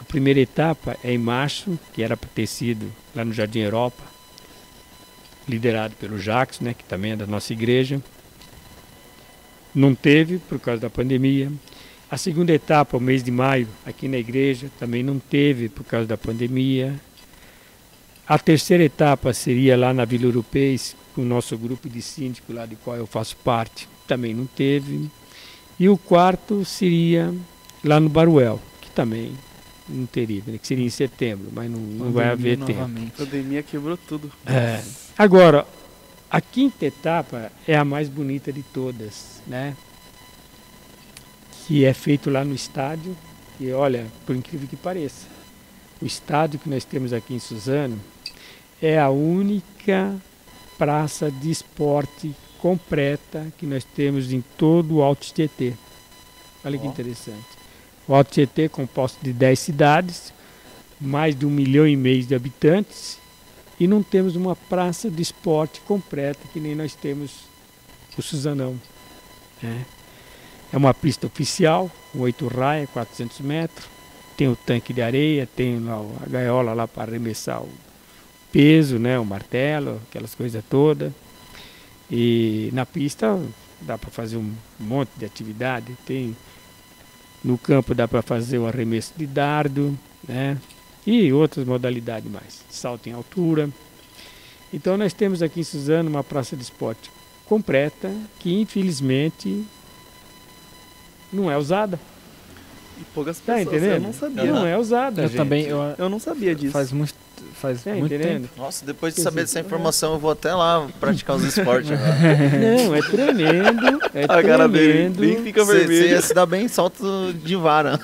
A primeira etapa é em março, que era para ter sido lá no Jardim Europa, liderado pelo Jacques, né, que também é da nossa igreja. Não teve por causa da pandemia. A segunda etapa, o mês de maio, aqui na igreja, também não teve por causa da pandemia. A terceira etapa seria lá na Vila Europeis, com o nosso grupo de síndico lá de qual eu faço parte, também não teve. E o quarto seria lá no Baruel, que também não teria, né, que seria em setembro, mas não, não vai haver novamente. A pandemia quebrou tudo. tempo. É. Agora, a quinta etapa é a mais bonita de todas, né? Que é feito lá no estádio. E olha, por incrível que pareça, o estádio que nós temos aqui em Suzano é a única praça de esporte completa que nós temos em todo o Alto Tietê. Olha que interessante. O Alto Tietê é composto de dez cidades, mais de um milhão e meio de habitantes, e não temos uma praça de esporte completa que nem nós temos o Suzanão. Né? É uma pista oficial, com oito raias, quatrocentos metros, tem o tanque de areia, tem lá a gaiola lá para arremessar o peso, né, o martelo, aquelas coisas todas. E na pista dá para fazer um monte de atividade. Tem, no campo dá para fazer o arremesso de dardo, né, e outras modalidades mais, salto em altura. Então nós temos aqui em Suzano uma praça de esporte completa que infelizmente não é usada. E poucas Tá pessoas, entendendo? eu não sabia. Não é usada, Eu gente. também, eu, Eu não sabia disso. faz muito, faz Tá muito entendendo? tempo. Nossa, depois de saber dessa informação, eu vou até lá praticar os esportes agora. Não, é tremendo, é A cara dele tremendo. nem fica Você você vermelho. ia se dar bem em salto de vara.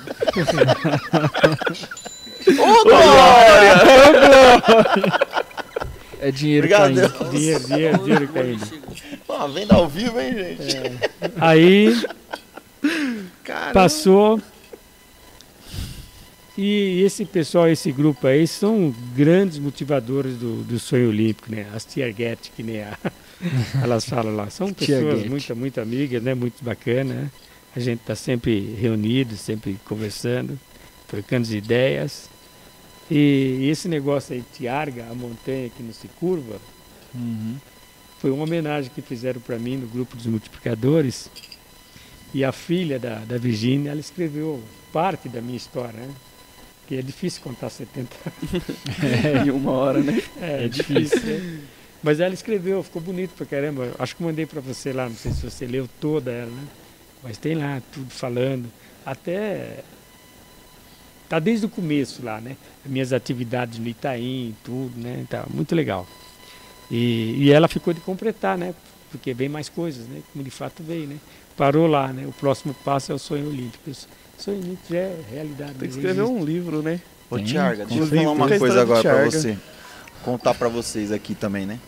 É dinheiro Obrigado. caindo. Dinheiro, dinheiro, dinheiro caindo. Pô, vendo ao vivo, hein, gente? Aí Caramba. passou. E esse pessoal, esse grupo aí, são grandes motivadores do, do sonho olímpico, né? As Tierguete, que nem a, elas falam lá. São pessoas Tierguete. muito, muito amigas, né? Muito bacana, né? A gente está sempre reunido, sempre conversando, trocando ideias. E esse negócio aí, Tiarga, a montanha que não se curva, Uhum. foi uma homenagem que fizeram para mim no grupo dos multiplicadores. E a filha da, da Virgínia, ela escreveu parte da minha história, né? Que é difícil contar setenta É, em uma hora, né? É, é difícil. né? Mas ela escreveu, ficou bonito pra caramba. Acho que mandei pra você lá, não sei se você leu toda ela, né? Mas tem lá tudo falando. Até. Tá desde o começo lá, né? As minhas atividades no Itaim, tudo, né? Tá muito legal. E, e ela ficou de completar, né? Porque vem mais coisas, né? Como de fato veio, né? Parou lá, né? O próximo passo é o sonho olímpico. O sonho olímpico já é realidade. Tem que mas escrever existe. um livro, né? Ô, Tem, Tiarga, deixa eu inclusive, falar uma tem a coisa história do agora pra Tiarga. você. Contar pra vocês aqui também, né?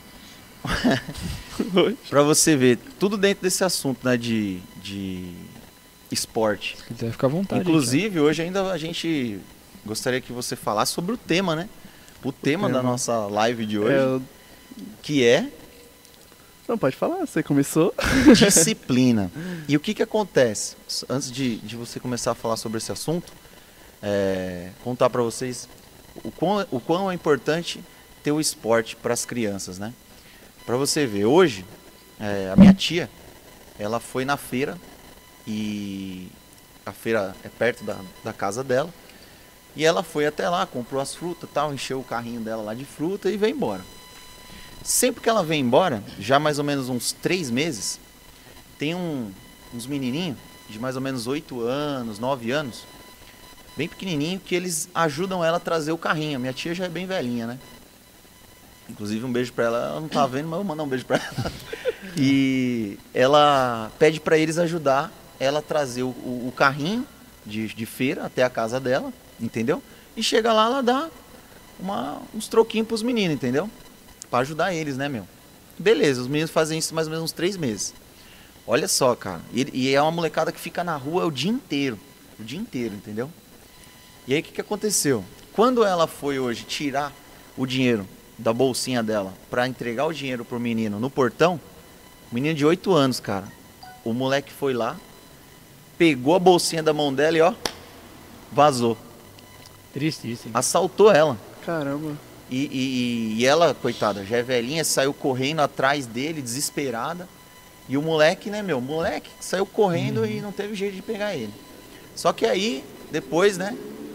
Pra você ver, tudo dentro desse assunto, né, de, de esporte. Se quiser ficar à vontade. Inclusive, hoje ainda a gente gostaria que você falasse sobre o tema, né? O tema da tema. nossa live de hoje, É, eu- que é Não, pode falar, você começou. disciplina. E o que que acontece? Antes de, de você começar a falar sobre esse assunto, é, contar pra vocês o quão, o quão é importante ter o esporte para as crianças, né? Pra você ver, hoje, é, a minha tia, ela foi na feira, e a feira é perto da, da casa dela, e ela foi até lá, comprou as frutas, tal, encheu o carrinho dela lá de fruta e veio embora. Sempre que ela vem embora, já mais ou menos uns três meses, tem um, uns menininhos de mais ou menos oito anos, nove anos, bem pequenininho, que eles ajudam ela a trazer o carrinho. A minha tia já é bem velhinha, né? Inclusive um beijo pra ela, ela não tá vendo, mas eu vou mandar um beijo pra ela. E ela pede pra eles ajudar ela a trazer o, o, o carrinho de, de feira até a casa dela, entendeu? E chega lá, ela dá uma, uns troquinhos pros meninos, entendeu? Pra ajudar eles, né, meu? Beleza, os meninos fazem isso mais ou menos uns três meses. Olha só, cara. E, e é uma molecada que fica na rua o dia inteiro. O dia inteiro, entendeu? E aí o que, que aconteceu? Quando ela foi hoje tirar o dinheiro da bolsinha dela pra entregar o dinheiro pro menino no portão, menino de oito anos, cara. O moleque foi lá, pegou a bolsinha da mão dela e ó, vazou. Tristíssimo. Assaltou ela. Caramba. E, e, e ela, coitada, já é velhinha, saiu correndo atrás dele, desesperada. E o moleque, né, meu? O moleque saiu correndo e não teve jeito de pegar ele. Só que aí, depois, né?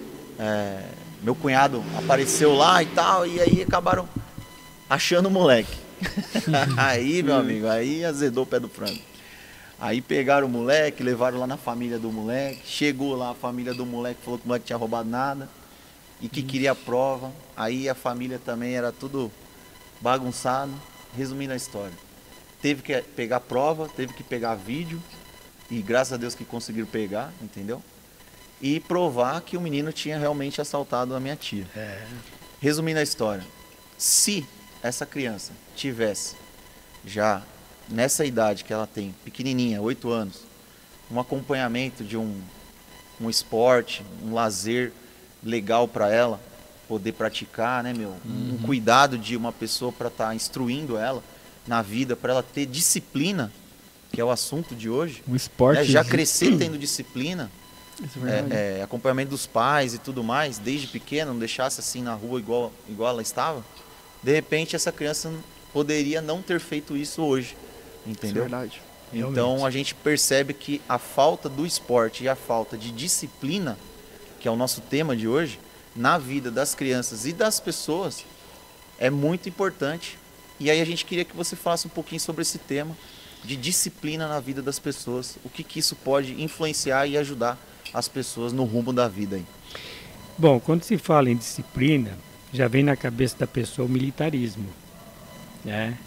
É, meu cunhado apareceu lá e tal, e aí acabaram achando o moleque. Aí, meu amigo, aí azedou o pé do frango. Aí pegaram o moleque, levaram lá na família do moleque. Chegou lá, a família do moleque falou que o moleque tinha roubado nada e que queria a prova. Aí a família também era tudo bagunçado. Resumindo a história, teve que pegar prova, teve que pegar vídeo, e graças a Deus que conseguiram pegar, entendeu? E provar que o menino tinha realmente assaltado a minha tia. É. Resumindo a história, se essa criança tivesse já nessa idade que ela tem, pequenininha, oito anos, um acompanhamento de um, um esporte, um lazer legal para ela poder praticar, né, meu? Um Uhum. cuidado de uma pessoa para estar tá instruindo ela na vida, para ela ter disciplina, que é o assunto de hoje. Um esporte. Né? Já crescer tendo disciplina, Isso é verdade. é, é, acompanhamento dos pais e tudo mais, desde pequena, não deixasse assim na rua igual, igual ela estava, de repente essa criança poderia não ter feito isso hoje, Isso é entendeu? verdade. Então Realmente. a gente percebe que a falta do esporte e a falta de disciplina, que é o nosso tema de hoje, na vida das crianças e das pessoas, é muito importante. E aí a gente queria que você falasse um pouquinho sobre esse tema de disciplina na vida das pessoas, o que, que isso pode influenciar e ajudar as pessoas no rumo da vida aí. Bom, quando se fala em disciplina, já vem na cabeça da pessoa o militarismo, né?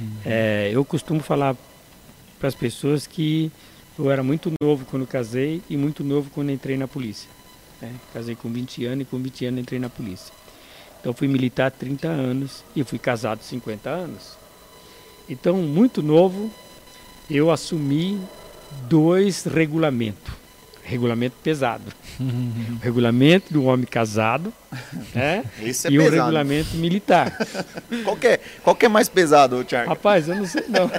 É, eu costumo falar para as pessoas que eu era muito novo quando casei e muito novo quando entrei na polícia. Né? Casei com vinte anos e com vinte anos entrei na polícia. Então fui militar trinta anos e fui casado cinquenta anos. Então, muito novo, eu assumi dois regulamentos. Regulamento pesado. O regulamento do homem casado, né? Esse é e o pesado. regulamento militar. Qual que é, qual que é mais pesado, Thiago? Rapaz, eu não sei não.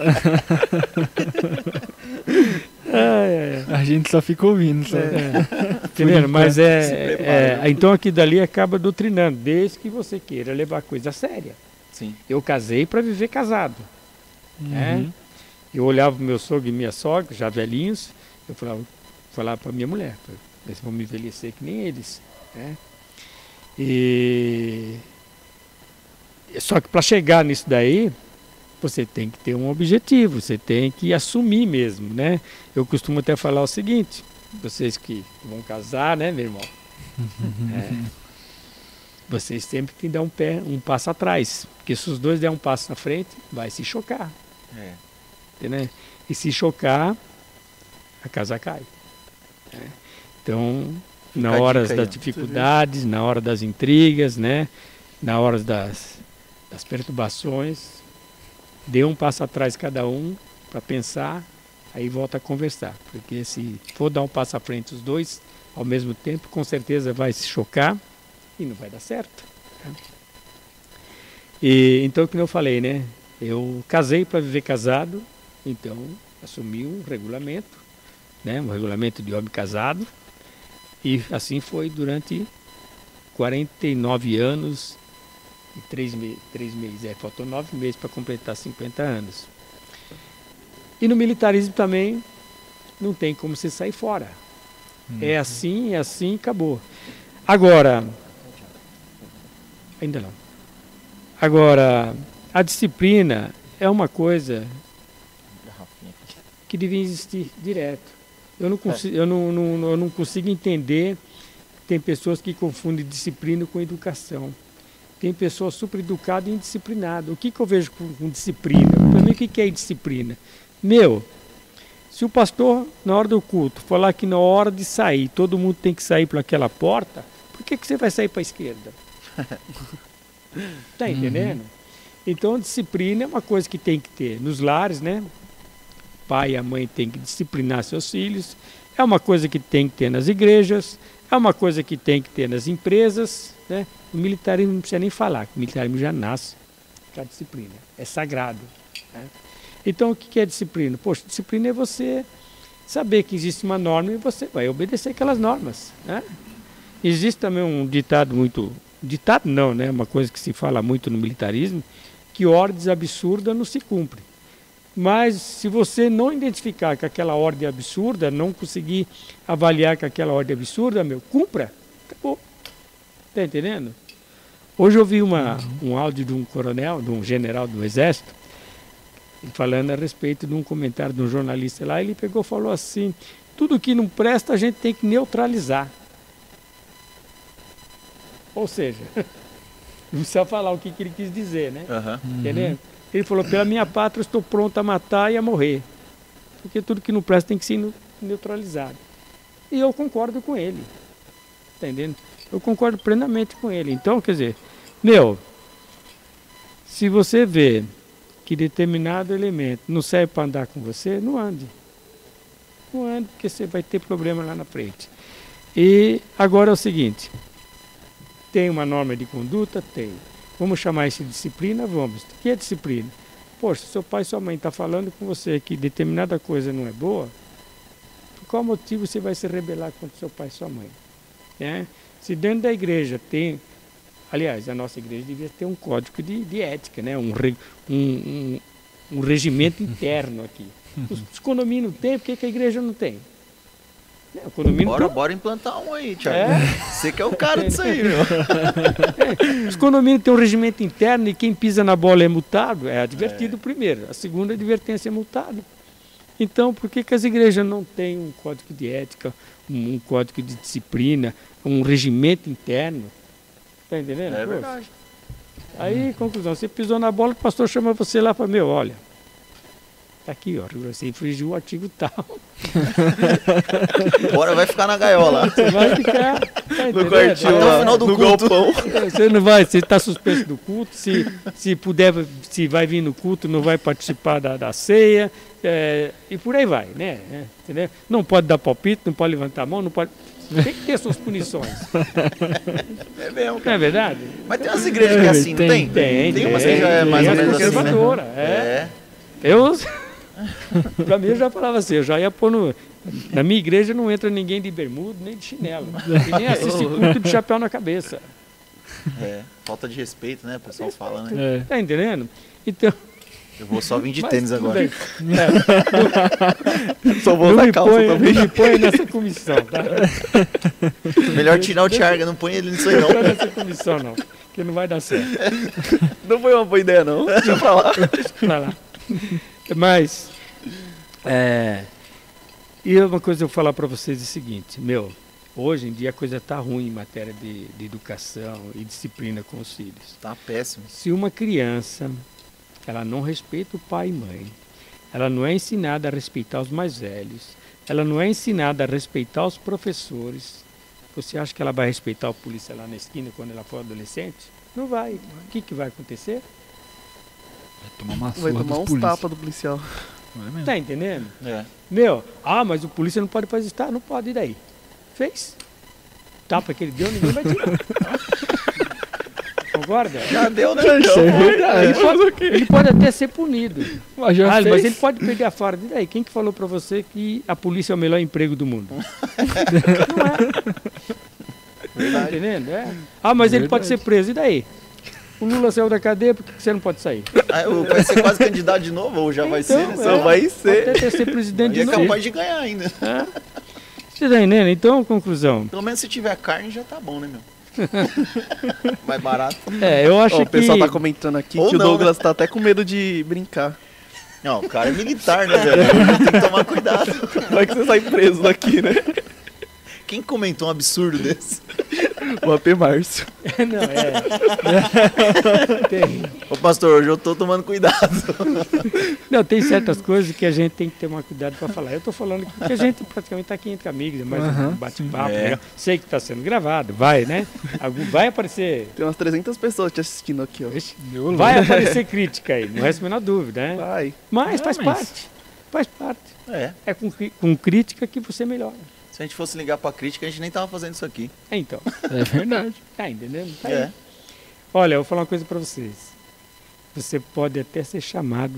Ai, ai, ai. A gente só fica ouvindo. Só. Entendendo? Mas Se é, prepara, é, né? então aqui dali acaba doutrinando, desde que você queira levar a coisa a séria. Sim. Eu casei para viver casado. Né? Uhum. Eu olhava pro meu sogro e minha sogra, já velhinhos, eu falava, falava para minha mulher, eles vão me envelhecer que nem eles. Né? E... Só que para chegar nisso daí, você tem que ter um objetivo, você tem que assumir mesmo, né? Eu costumo até falar o seguinte, vocês que vão casar, né, meu irmão? É, vocês sempre têm que dar um pé, um passo atrás, porque se os dois der um passo na frente, vai se chocar, É. entendeu? E se chocar, a casa cai. Né? Então, na a hora dica aí, das ó. dificuldades, na hora das intrigas, né? Na hora das, das perturbações, dê um passo atrás cada um para pensar, aí volta a conversar. Porque se for dar um passo à frente os dois ao mesmo tempo, com certeza vai se chocar e não vai dar certo. Né? E, então, como eu falei, né? Eu casei para viver casado, então assumi um regulamento, né? Um regulamento de homem casado. E assim foi durante quarenta e nove anos e três, me três meses. É, faltou nove meses para completar cinquenta anos. E no militarismo também não tem como você sair fora. Uhum. É assim, é assim, acabou. Agora, ainda não. Agora, a disciplina é uma coisa que devia existir direto. Eu não consigo, eu não, não, eu não consigo entender. Tem pessoas que confundem disciplina com educação. Tem pessoas super educadas e indisciplinadas. O que, que eu vejo com, com disciplina? Para mim, o que, que é disciplina? Meu, se o pastor, na hora do culto, falar que na hora de sair, todo mundo tem que sair por aquela porta, por que, que você vai sair para a esquerda? Tá entendendo? Então, disciplina é uma coisa que tem que ter nos lares, né? O pai e a mãe têm que disciplinar seus filhos. É uma coisa que tem que ter nas igrejas. É uma coisa que tem que ter nas empresas, né? O militarismo não precisa nem falar, o militarismo já nasce com a disciplina, é sagrado. Né? Então, o que é disciplina? Poxa, disciplina é você saber que existe uma norma e você vai obedecer aquelas normas. Né? Existe também um ditado muito... Ditado não, né? Uma coisa que se fala muito no militarismo, que ordens absurdas não se cumprem. Mas se você não identificar que aquela ordem é absurda, não conseguir avaliar que aquela ordem é absurda, meu, cumpra. Acabou. Está entendendo? Hoje eu vi uma, um áudio de um coronel, de um general do Exército, falando a respeito de um comentário de um jornalista lá. Ele pegou e falou assim: tudo que não presta a gente tem que neutralizar. Ou seja, não precisa falar o que, que ele quis dizer, né? Uhum. Entendeu? Ele falou: pela minha pátria eu estou pronto a matar e a morrer. Porque tudo que não presta tem que ser neutralizado. E eu concordo com ele. Entendendo? Eu concordo plenamente com ele. Então, quer dizer, meu, se você vê que determinado elemento não serve para andar com você, não ande. Não ande, porque você vai ter problema lá na frente. E agora é o seguinte, tem uma norma de conduta? Tem. Vamos chamar isso de disciplina? Vamos. O que é disciplina? Poxa, seu pai e sua mãe estão falando com você que determinada coisa não é boa, por qual motivo você vai se rebelar contra seu pai e sua mãe? Né? Se dentro da igreja tem... Aliás, a nossa igreja devia ter um código de, de ética, né? um, re, um, um, um regimento interno aqui. Os, os condomínios não tem, por que, que a igreja não tem? O condomínio Bora, tem... bora implantar um aí, Thiago. É? Você que é o cara disso aí, meu. É, os condomínios têm um regimento interno e quem pisa na bola é multado, é advertido é. primeiro. A segunda advertência é multado. Então, por que, que as igrejas não têm um código de ética, um, um código de disciplina, um regimento interno? Está entendendo? É verdade. Aí, conclusão, você pisou na bola, o pastor chama você lá para, meu, olha, tá aqui, ó, você infringiu o artigo tal. Bora, vai ficar na gaiola. Você vai ficar, tá no quartinho, até o final do no culto. galpão. Você não vai, você está suspenso do culto, se, se puder, se vai vir no culto, não vai participar da, da ceia, é, e por aí vai, né? É, entendeu? Não pode dar palpite, não pode levantar a mão, não pode... Tem que ter suas punições. É mesmo, cara. Não é verdade? Mas tem umas igrejas que é assim, não tem? Tem, Tem umas que já é mais ou menos assim, né? Conservadora, é. É. Eu, pra mim, eu já falava assim, eu já ia pôr no... Na minha igreja não entra ninguém de bermuda, nem de chinelo. E nem assiste culto de chapéu na cabeça. É, falta de respeito, né? O pessoal fala, né? É. Tá entendendo? Então... Eu vou só vir de Mas tênis tudo agora. bem. É. Só vou Não usar me, calça põe, também. não me põe nessa comissão, tá? Melhor tirar o Thiago, não põe ele nisso aí Não não. põe nessa comissão, não. Que não vai dar certo. Não foi uma boa ideia, não. Deixa eu falar. Vai lá. Mas, é, e uma coisa eu vou falar para vocês é o seguinte, meu, hoje em dia a coisa tá ruim em matéria de, de educação e disciplina com os filhos. Tá péssimo. Se uma criança, ela não respeita o pai e mãe, ela não é ensinada a respeitar os mais velhos, ela não é ensinada a respeitar os professores, você acha que ela vai respeitar o polícia lá na esquina quando ela for adolescente? Não vai. O que, que vai acontecer? Vai tomar uma Vai surra tomar dos uns polícia. tapas do policial. Não é mesmo? Tá entendendo? É. Meu, ah, mas o polícia não pode fazer isso. Tá, não pode, e daí? Fez. Tapa que ele deu, ninguém vai tirar. Concorda? Já deu, né? Isso é verdade. Ele pode, ele pode até ser punido. Mas já Ah, fez. mas ele pode perder a farda. E daí? Quem que falou pra você que a polícia é o melhor emprego do mundo? Não é. Tá entendendo? É. Ah, mas ele pode ser preso. E daí? O Lula saiu da cadeia, por que você não pode sair? Ah, vai ser quase candidato de novo, ou já vai ser, né? Então, Só é, vai Pode ser. até ser presidente E de é novo. capaz de ganhar ainda. É. Você tá entendendo? Então, conclusão. Pelo menos se tiver carne já tá bom, né, meu? Mais barato. É, eu acho Ó, o que... pessoal tá comentando aqui Ou que o não, Douglas tá até com medo de brincar. Não, o cara é militar, né, velho? Tem que tomar cuidado. Vai que você sai preso daqui, né? Quem comentou um absurdo desse? O A P Márcio. Não, é. Tem. Ô, pastor, hoje eu tô tomando cuidado. Não, tem certas coisas que a gente tem que ter mais cuidado para falar. Eu tô falando que porque a gente praticamente tá aqui entre amigos, é mais Aham, um bate-papo. É. Legal. Sei que tá sendo gravado, vai, né? Algum- Vai aparecer... Tem umas trezentas pessoas te assistindo aqui, ó. Ixi, Meu vai louco. aparecer crítica aí, não resta a menor dúvida, né? Vai. Mas Ah, faz mas- parte, faz parte. É, É com, cri- com crítica que você melhora. se a gente fosse ligar pra crítica, a gente nem tava fazendo isso aqui. É, então, É verdade. tá entendendo? Tá aí. É. Olha, eu vou falar uma coisa para vocês. Você pode até ser chamado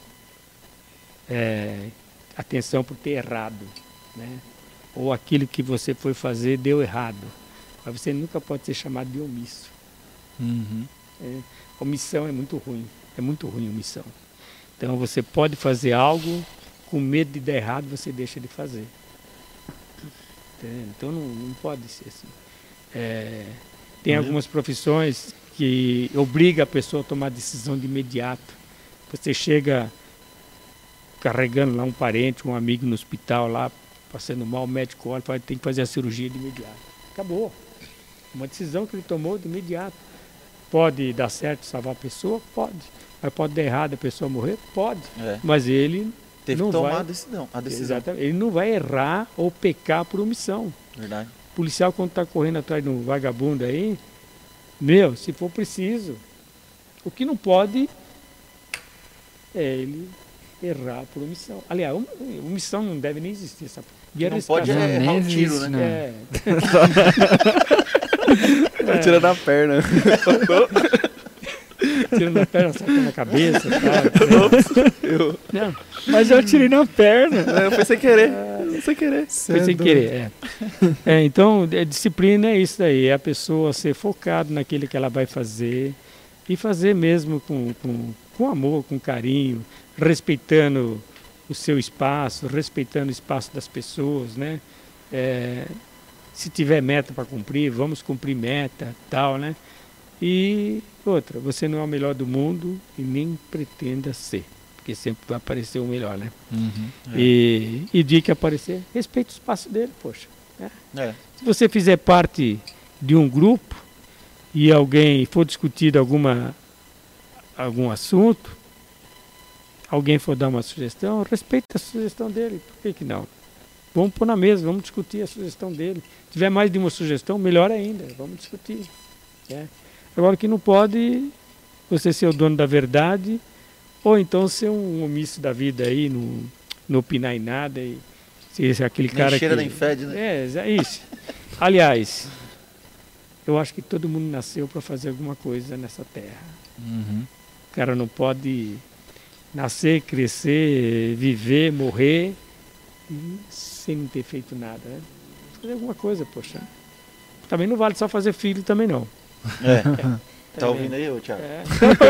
é, atenção por ter errado, né? Ou aquilo que você foi fazer deu errado. mas você nunca pode ser chamado de omisso. Uhum. É, omissão é muito ruim, é muito ruim omissão. Então você pode fazer algo, com medo de dar errado, você deixa de fazer. Entendeu? Então não, não pode ser assim. É, tem algumas profissões que obriga a pessoa a tomar decisão de imediato. Você chega carregando lá um parente, um amigo no hospital lá, passando mal, o médico olha e fala, tem que fazer a cirurgia de imediato. Acabou. Uma decisão que ele tomou de imediato. Pode dar certo, salvar a pessoa? Pode. Mas pode dar errado, a pessoa morrer? Pode. É. Mas ele Teve não que tomar vai, a decisão. A decisão. Exatamente. Ele não vai errar ou pecar por omissão. Verdade. O policial, quando está correndo atrás de um vagabundo aí, meu, se for preciso, o que não pode é ele errar por omissão. Aliás, om- omissão não deve nem existir. Sabe? Que não pode Já é errar nem o tiro, existe, né? né? É, Tá tirando a perna. tirando a perna, sacando a cabeça. Tal, Eu, não, mas eu tirei na perna. é, foi sem querer. Sem querer. Foi sem querer, é. É, então, a disciplina é isso daí, é a pessoa ser focada naquilo que ela vai fazer e fazer mesmo com, com, com amor, com carinho, respeitando o seu espaço, respeitando o espaço das pessoas, né? É, se tiver meta para cumprir, vamos cumprir meta, tal, né? E outra, você não é o melhor do mundo e nem pretenda ser, porque sempre vai aparecer o melhor, né? Uhum. E, e dia que aparecer, respeite o espaço dele, poxa. Né? É. Se você fizer parte de um grupo e alguém for discutir alguma, algum assunto, alguém for dar uma sugestão, respeite a sugestão dele. Por que que não? Vamos pôr na mesa, vamos discutir a sugestão dele. Se tiver mais de uma sugestão, melhor ainda, vamos discutir. Né? Agora, o que não pode você ser o dono da verdade ou então ser um omisso da vida aí, não, não opinar em nada e ser aquele Nem cara cheira que... nem fede, né? É, é isso. Aliás, eu acho que todo mundo nasceu para fazer alguma coisa nessa terra. Uhum. O cara não pode nascer, crescer, viver, morrer e sem não ter feito nada. Né? Fazer alguma coisa, poxa. Também não vale só fazer filho também não. É. Tá ouvindo aí, ô Thiago? É.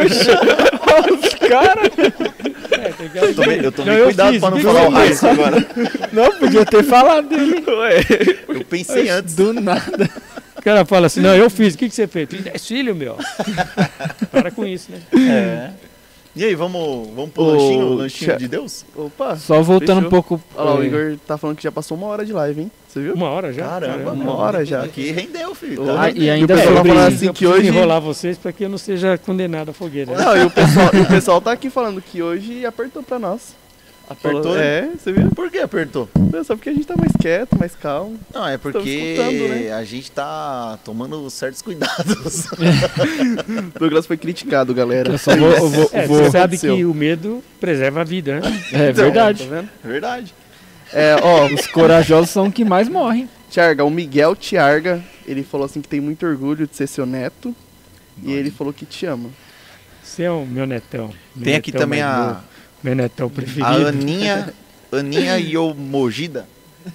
Os caras. É, tem que- Eu tomei, eu tomei Não, eu cuidado fiz, pra não viu? falar o Raíssa agora. Não, podia ter falado dele. Eu pensei antes. Do nada. O cara fala assim, não, eu fiz, o que, que você fez? É filho, meu. Para com isso, né? É. E aí, vamos, vamos pro Ô, lanchinho, o lanchinho Tia- de Deus? Opa. Só voltando Fechou. um pouco. Olha lá, o eh, Igor tá falando que já passou uma hora de live, hein? Você viu? Uma hora já? Caramba, uma hora já. Aqui rendeu, filho. Ô, Tá? Ah, e E o ainda pessoal sobre... falando assim assim eu que preciso hoje- enrolar vocês para que eu não seja condenado à fogueira. né? Não, e o pessoal, e o pessoal tá aqui falando que hoje apertou pra nós. Apertou? Falou- né? É, você viu? Por que apertou? É só porque a gente tá mais quieto, mais calmo. Não, é porque escutando, né? a gente tá tomando certos cuidados. O Douglas foi criticado, galera. Eu só vou. Eu vou, É, vou- você sabe aconteceu. que o medo preserva a vida, né? É Então, verdade. Tá vendo? Verdade. É, ó, Os corajosos são os que mais morrem. Tiarga, o Miguel Tiarga, ele falou assim que tem muito orgulho de ser seu neto. E ele falou que te ama. Você é o meu netão. Meu Tem aqui netão também mais a, novo, meu netão preferido. a Aninha, Aninha Yomojida.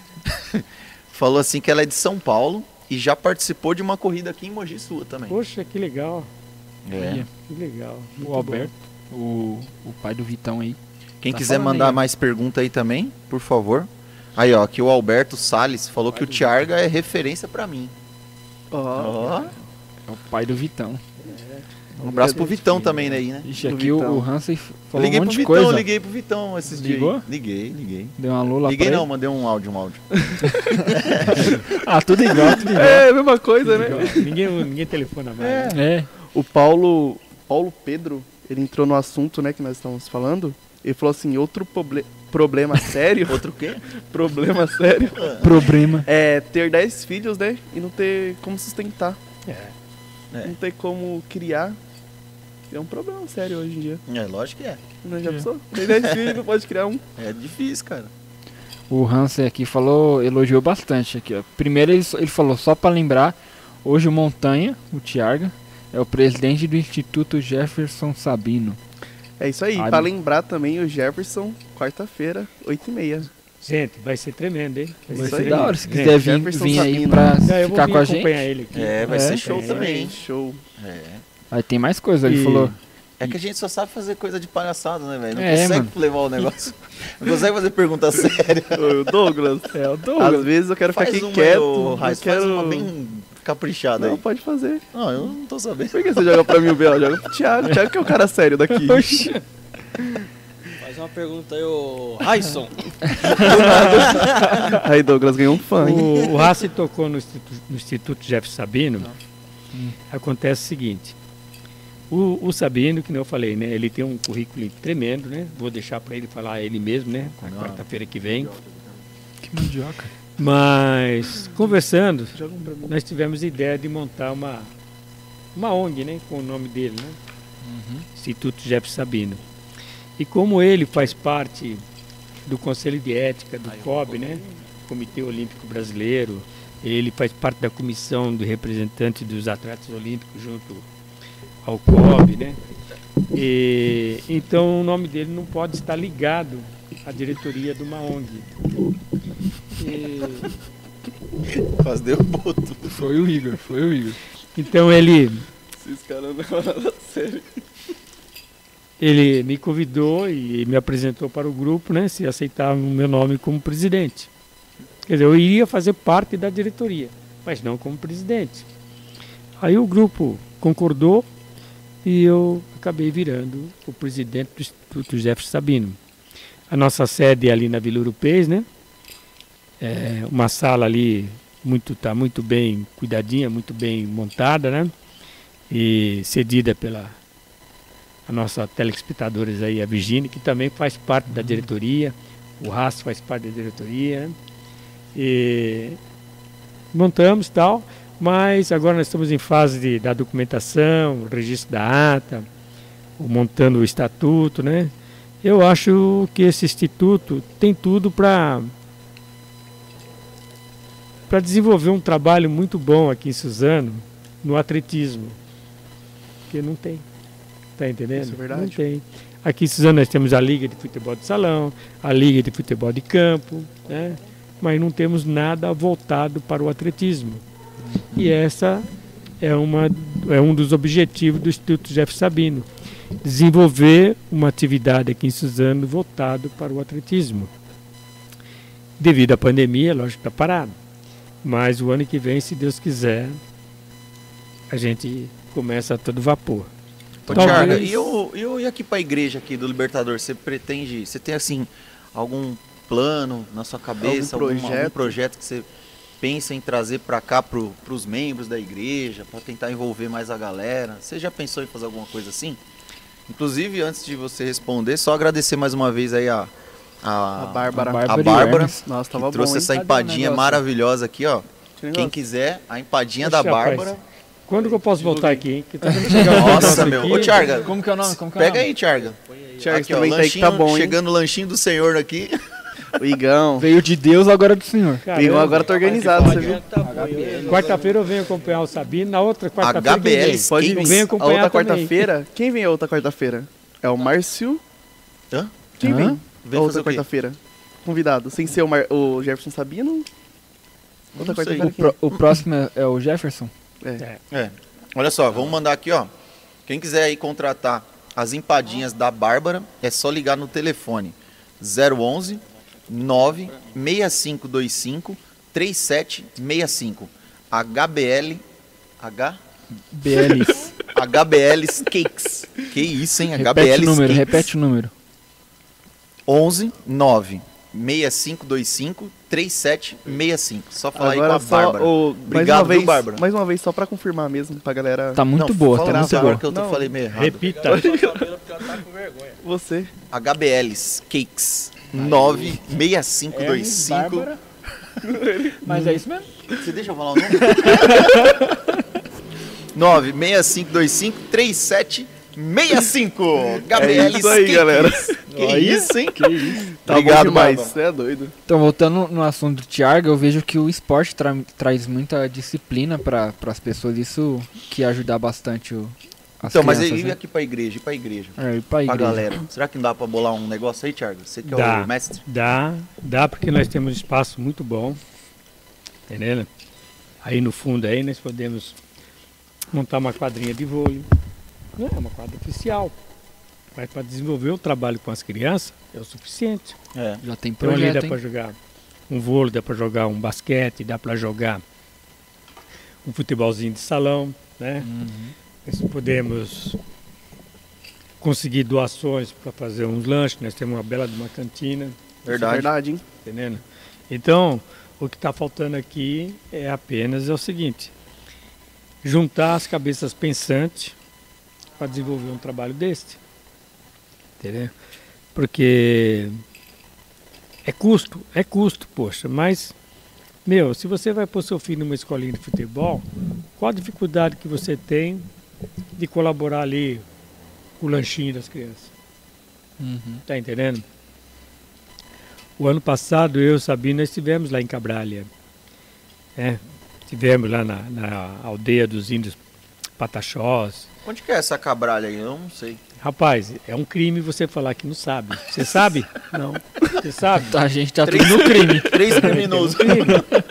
Falou assim que ela é de São Paulo e já participou de uma corrida aqui em Mogi sua também. Poxa, que legal. É. Que legal. muito O Alberto, o, o pai do Vitão aí. Quem Tá quiser falando mandar aí, ó. mais pergunta aí também, por favor. Aí, ó, aqui o Alberto Salles falou que o Tiarga é referência pra mim. Ó, Ó. É o pai do Vitão. Um abraço pro Vitão também, né? aí, né? Ixi, Do aqui o, Vitão. o Hansen falou liguei um pro monte de Vitão, coisa. liguei pro Vitão esses Ligou? dias. aí. Liguei, liguei. Deu uma lula Liguei pra não, ele. mandei um áudio, um áudio. Ah, tudo igual, tudo igual. é a mesma coisa, né? ninguém, ninguém telefona mais. né? É. O Paulo, Paulo Pedro, ele entrou no assunto, né, que nós estávamos falando. Ele falou assim, outro proble- problema sério, Outro quê? problema sério, Problema. é ter dez filhos, né, e não ter como sustentar. É. É. Não ter como criar. É um problema sério hoje em dia. É, lógico que é. Não já É. pensou? Tem dez filhos e não pode criar um. É difícil, cara. O Hansen aqui falou, elogiou bastante aqui, ó. Primeiro ele, ele falou, só pra lembrar, hoje o Montanha, o Tiarga, é o presidente do Instituto Jefferson Sabino. É isso aí. Ai, Pra meu. lembrar também o Jefferson, quarta-feira, oito e meia. Gente, vai ser tremendo, hein? Vai Isso ser aí. da hora. Se Gente, quiser vir, Jefferson vir aí Sabino. pra É, eu vou ficar vir com a gente. acompanhar ele aqui. É, vai É, ser show é, também. Show. É. Aí tem mais coisa, ele E- falou. É que a gente só sabe fazer coisa de palhaçada, né, velho? Não É, consegue mano. levar o negócio. Não consegue fazer pergunta séria. Ô, Douglas, É, o às Douglas. vezes eu quero ficar Faz aqui uma, quieto. ô, eu Raiz, quero... faz uma bem caprichada Não, aí. pode fazer. Não, eu não tô sabendo. Por que você joga pra mim o B O? Joga pro Thiago. O Thiago que é o cara sério daqui. Faz uma pergunta aí, ô Raisson. Aí Douglas ganhou um fã, hein? O, o Rassi tocou no Instituto, no Instituto Jeff Sabino. Acontece o seguinte. O, o Sabino, que não eu falei, né? Ele tem um currículo tremendo, né? Vou deixar para ele falar ele mesmo, né? Na Não. quarta-feira que vem. Que mandioca. Mas, conversando, nós tivemos a ideia de montar uma, uma O N G, né? Com o nome dele, né? Instituto Jeff Sabino. E como ele faz parte do Conselho de Ética do C O B, né? Comitê Olímpico Brasileiro, ele faz parte da comissão do representante dos atletas olímpicos junto ao C O B, né? E, então o nome dele não pode estar ligado à diretoria de uma O N G. E, Quase derrubou tudo. Foi o Igor, foi o Igor. então ele Esses caras não falam nada sério. ele me convidou e me apresentou para o grupo, né, se aceitava o meu nome como presidente. Quer dizer, eu iria fazer parte da diretoria, mas não como presidente. Aí o grupo concordou e eu acabei virando o presidente do Instituto Jeff Sabino. A nossa sede é ali na Vila Europeia, né? É uma sala ali muito tá muito bem cuidadinha, muito bem montada, né? E cedida pela a nossa telespectadores aí, a Virgínia, que também faz parte da diretoria, o Raço faz parte da diretoria, né? E montamos tal, mas agora nós estamos em fase de, da documentação, o registro da ata, o montando o estatuto, né? Eu acho que esse instituto tem tudo para para desenvolver um trabalho muito bom aqui em Suzano no atletismo, que não tem. Tá entendendo? Isso é verdade. Não tem. Aqui em Suzano nós temos a Liga de Futebol de Salão, a Liga de Futebol de Campo, né? Mas não temos nada voltado para o atletismo. E essa é, uma, é um dos objetivos do Instituto Jeff Sabino, desenvolver uma atividade aqui em Suzano voltado para o atletismo. Devido à pandemia, lógico que está parado. Mas o ano que vem, se Deus quiser, a gente começa a todo vapor. Ô, Talvez- Thiago, e, eu, e eu e aqui pra igreja aqui do Libertador, você pretende, você tem assim, algum plano na sua cabeça, Algum algum, projeto? algum projeto que você pensa em trazer pra cá pro, pros membros da igreja, pra tentar envolver mais a galera? Você já pensou em fazer alguma coisa assim? Inclusive, antes de você responder, só agradecer mais uma vez aí a, a, A Bárbara. A a Bárbara Bárbara, Hermes. Nossa, que tava trouxe bom, hein? essa Cadê o empadinha negócio? maravilhosa aqui, ó. Tinha Quem negócio. quiser, a empadinha Poxa, da rapaz. Bárbara. Quando que eu posso voltar aqui, hein? Que tá vendo chegar um Nossa, negócio meu. aqui. Ô, Tiarga, Como que é o nome? Como que é o pega nome? aí, Tiarga. Thiago, Aqui, ó, experimenta aí que lanchinho, tá bom, hein? chegando o lanchinho do senhor aqui. O Igão. Veio de Deus, agora do Senhor. Caramba. O Igão agora tá organizado, você viu? Quarta-feira eu venho acompanhar o Sabino, na outra quarta-feira H B L quem vem? Pode Eu vir. venho A acompanhar outra também. quarta-feira, quem vem a outra quarta-feira? É o Márcio. Hã? Quem Hã? vem? Vem a fazer outra o quê? quarta-feira. Convidado. Sem ser o, Mar... o Jefferson Sabino. Outra Não sei. quarta-feira. O, pro- o próximo é, é o Jefferson. quem? É. É. Olha só, vamos mandar aqui, ó. Quem quiser aí contratar as empadinhas da Bárbara, é só ligar no telefone zero onze nove seis cinco dois cinco três sete seis cinco. H B L H B Ls. H B L Cakes. Que isso, hein? H B Repete L o número, Cakes. repete o número. onze nove seis cinco dois cinco três sete seis cinco. Só falar aí Agora com a só Bárbara. o... mais Obrigado, uma vez, viu, Bárbara? mais uma vez só pra confirmar mesmo, pra galera. Tá muito Não, boa, fala tá na muito Bárbara boa. que eu tô Não. falei meio errado. Repita. Você. H B Ls Cakes nove seis cinco dois cinco. Mas é isso mesmo? Você deixa eu falar o nome? nove seis cinco dois cinco três sete seis cinco. H B Ls É isso aí, Cakes. galera. Que isso, hein? Que isso. Tá Obrigado, bom demais. Bárbara. Você é doido. Então, voltando no assunto do Thiago, eu vejo que o esporte tra- traz muita disciplina para as pessoas. Isso que ia ajudar bastante o, as Então, mas crianças, e né? aqui pra igreja? E pra igreja? É, e pra Pra igreja. galera. Será que não dá pra bolar um negócio aí, Thiago? Você que é Dá. o mestre? Dá, dá porque nós temos um espaço muito bom, entendeu? Aí no fundo aí nós podemos montar uma quadrinha de vôlei. Não é uma quadra oficial, mas para desenvolver o trabalho com as crianças é o suficiente. É. Já tem Então ali projeto, dá hein? para jogar um vôlei, dá para jogar um basquete, dá para jogar um futebolzinho de salão, né? Uhum. Nós podemos conseguir doações para fazer uns lanches, nós temos uma bela de uma cantina. Isso é Verdade. verdade, hein? Entendendo? Então, o que está faltando aqui é apenas é o seguinte: juntar as cabeças pensantes para desenvolver um trabalho deste. Entendeu? Porque é custo, é custo, poxa, mas, meu, se você vai pôr seu filho numa escolinha de futebol, qual a dificuldade que você tem de colaborar ali com o lanchinho das crianças? Uhum. Tá entendendo? O ano passado, eu e o Sabino, nós estivemos lá em Cabralha. É, estivemos lá na, na aldeia dos índios Pataxós. Onde que é essa cabralha aí? Eu não sei. Rapaz, é um crime você falar que não sabe. Você sabe? Não. Você sabe? Tá, a gente tá tudo no crime. Três É um criminosos. crime.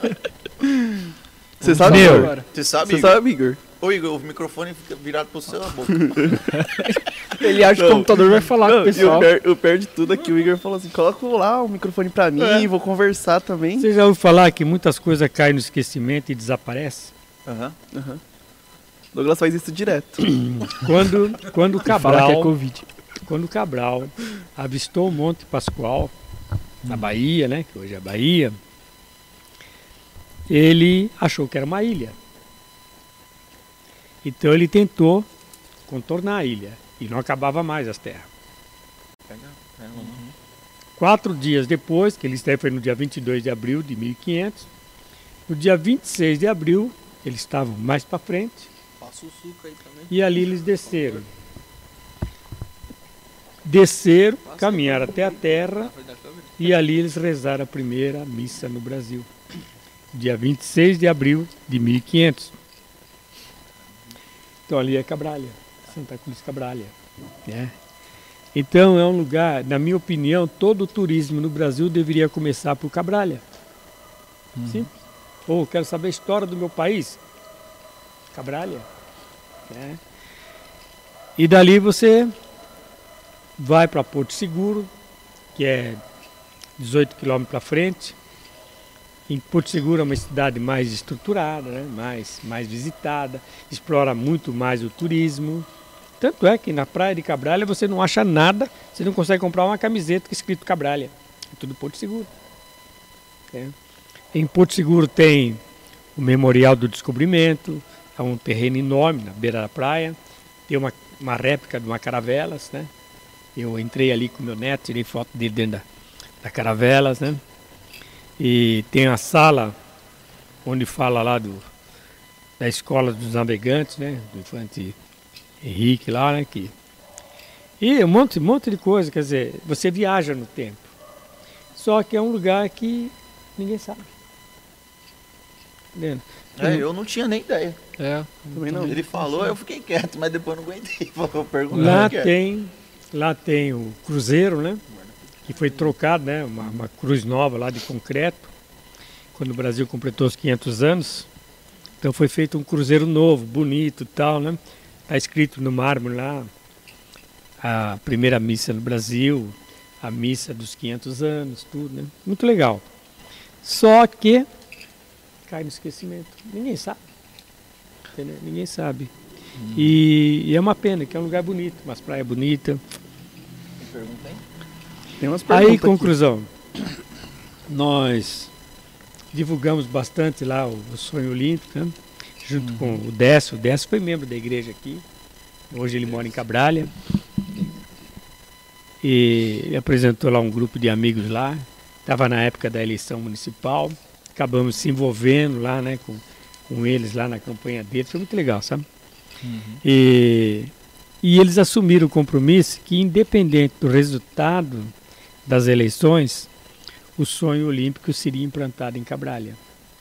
Você sabe, Meu. Igor? Você sabe, Você Igor? sabe, Igor? Ô, Igor, o microfone fica virado pro seu boca. Ele acha que o Não. computador vai falar Não, com o e o pessoal. pior, o pior de tudo é que o Igor falou assim, coloca lá o microfone pra mim, É. vou conversar também. Você já ouviu falar que muitas coisas caem no esquecimento e desaparecem? Aham. Aham. Douglas faz isso direto. Quando, quando o Fala que é Cabral, Covid. quando o Cabral avistou o Monte Pascoal, na Bahia, né, que hoje é a Bahia, ele achou que era uma ilha. Então ele tentou contornar a ilha e não acabava mais as terras. Quatro dias depois, que ele esteve foi no dia vinte e dois de abril de mil e quinhentos, no dia vinte e seis de abril, eles estavam mais para frente Passa o suco aí também. e ali eles desceram. Desceram, caminharam até a terra Foi da câmera? e ali eles rezaram a primeira missa no Brasil. Dia vinte e seis de abril de mil e quinhentos. Então ali é Cabralha, Santa Cruz Cabralha. Né? Então é um lugar, na minha opinião, todo o turismo no Brasil deveria começar por Cabralha. Sim. Ou quero saber a história do meu país? Cabralha. Né? E dali você vai para Porto Seguro, que é dezoito quilômetros para frente. Em Porto Seguro é uma cidade mais estruturada, né? mais, mais visitada, explora muito mais o turismo. Tanto é que na praia de Cabralha você não acha nada, você não consegue comprar uma camiseta escrito Cabralha. É tudo Porto Seguro. É. Em Porto Seguro tem o Memorial do Descobrimento, é um terreno enorme na beira da praia. Tem uma, uma réplica de uma Caravelas, né? Eu entrei ali com meu neto, tirei foto dele dentro da, da Caravelas, né? E tem a sala onde fala lá do, da escola dos navegantes, né? Do Infante Henrique lá, né? Que, e um monte, um monte de coisa, quer dizer, você viaja no tempo. Só que é um lugar que ninguém sabe. Entendendo? É, eu não tinha nem ideia. É. Também não. Ele falou, eu fiquei quieto, mas depois não aguentei. Falou, pergunta Lá o que é. tem, lá tem o cruzeiro, né? Que foi trocado, né? Uma, uma cruz nova lá de concreto, quando o Brasil completou os quinhentos anos. Então foi feito um cruzeiro novo, bonito e tal, né? Está escrito no mármore lá a primeira missa no Brasil, a missa dos quinhentos anos, tudo, né? Muito legal. Só que cai no esquecimento. Ninguém sabe. Entendeu? Ninguém sabe. E, e é uma pena, que é um lugar bonito, umas praias bonitas. Pergunta aí. Tem umas perguntas Aí, aqui. conclusão. Nós divulgamos bastante lá o, o Sonho Olímpico, né? Junto com o Décio. O Décio foi membro da igreja aqui. Hoje ele mora em Cabralha. E ele apresentou lá um grupo de amigos lá. Estava na época da eleição municipal. Acabamos se envolvendo lá, né, com, com eles lá na campanha deles. Foi muito legal, sabe? E, e eles assumiram o compromisso que, independente do resultado das eleições, o sonho olímpico seria implantado em Cabralha.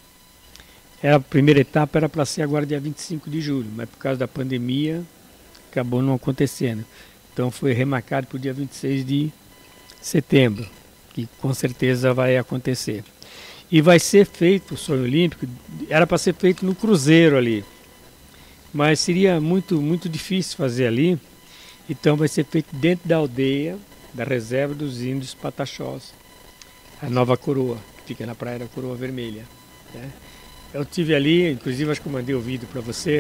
Era, a primeira etapa era para ser agora dia vinte e cinco de julho, mas por causa da pandemia acabou não acontecendo. Então foi remarcado para o dia vinte e seis de setembro, que com certeza vai acontecer. E vai ser feito o sonho olímpico, era para ser feito no Cruzeiro ali, mas seria muito, muito difícil fazer ali, então vai ser feito dentro da aldeia, da reserva dos índios Pataxós, a Nova Coroa, que fica na Praia da Coroa Vermelha, né? Eu tive ali, inclusive acho que eu mandei o vídeo para você,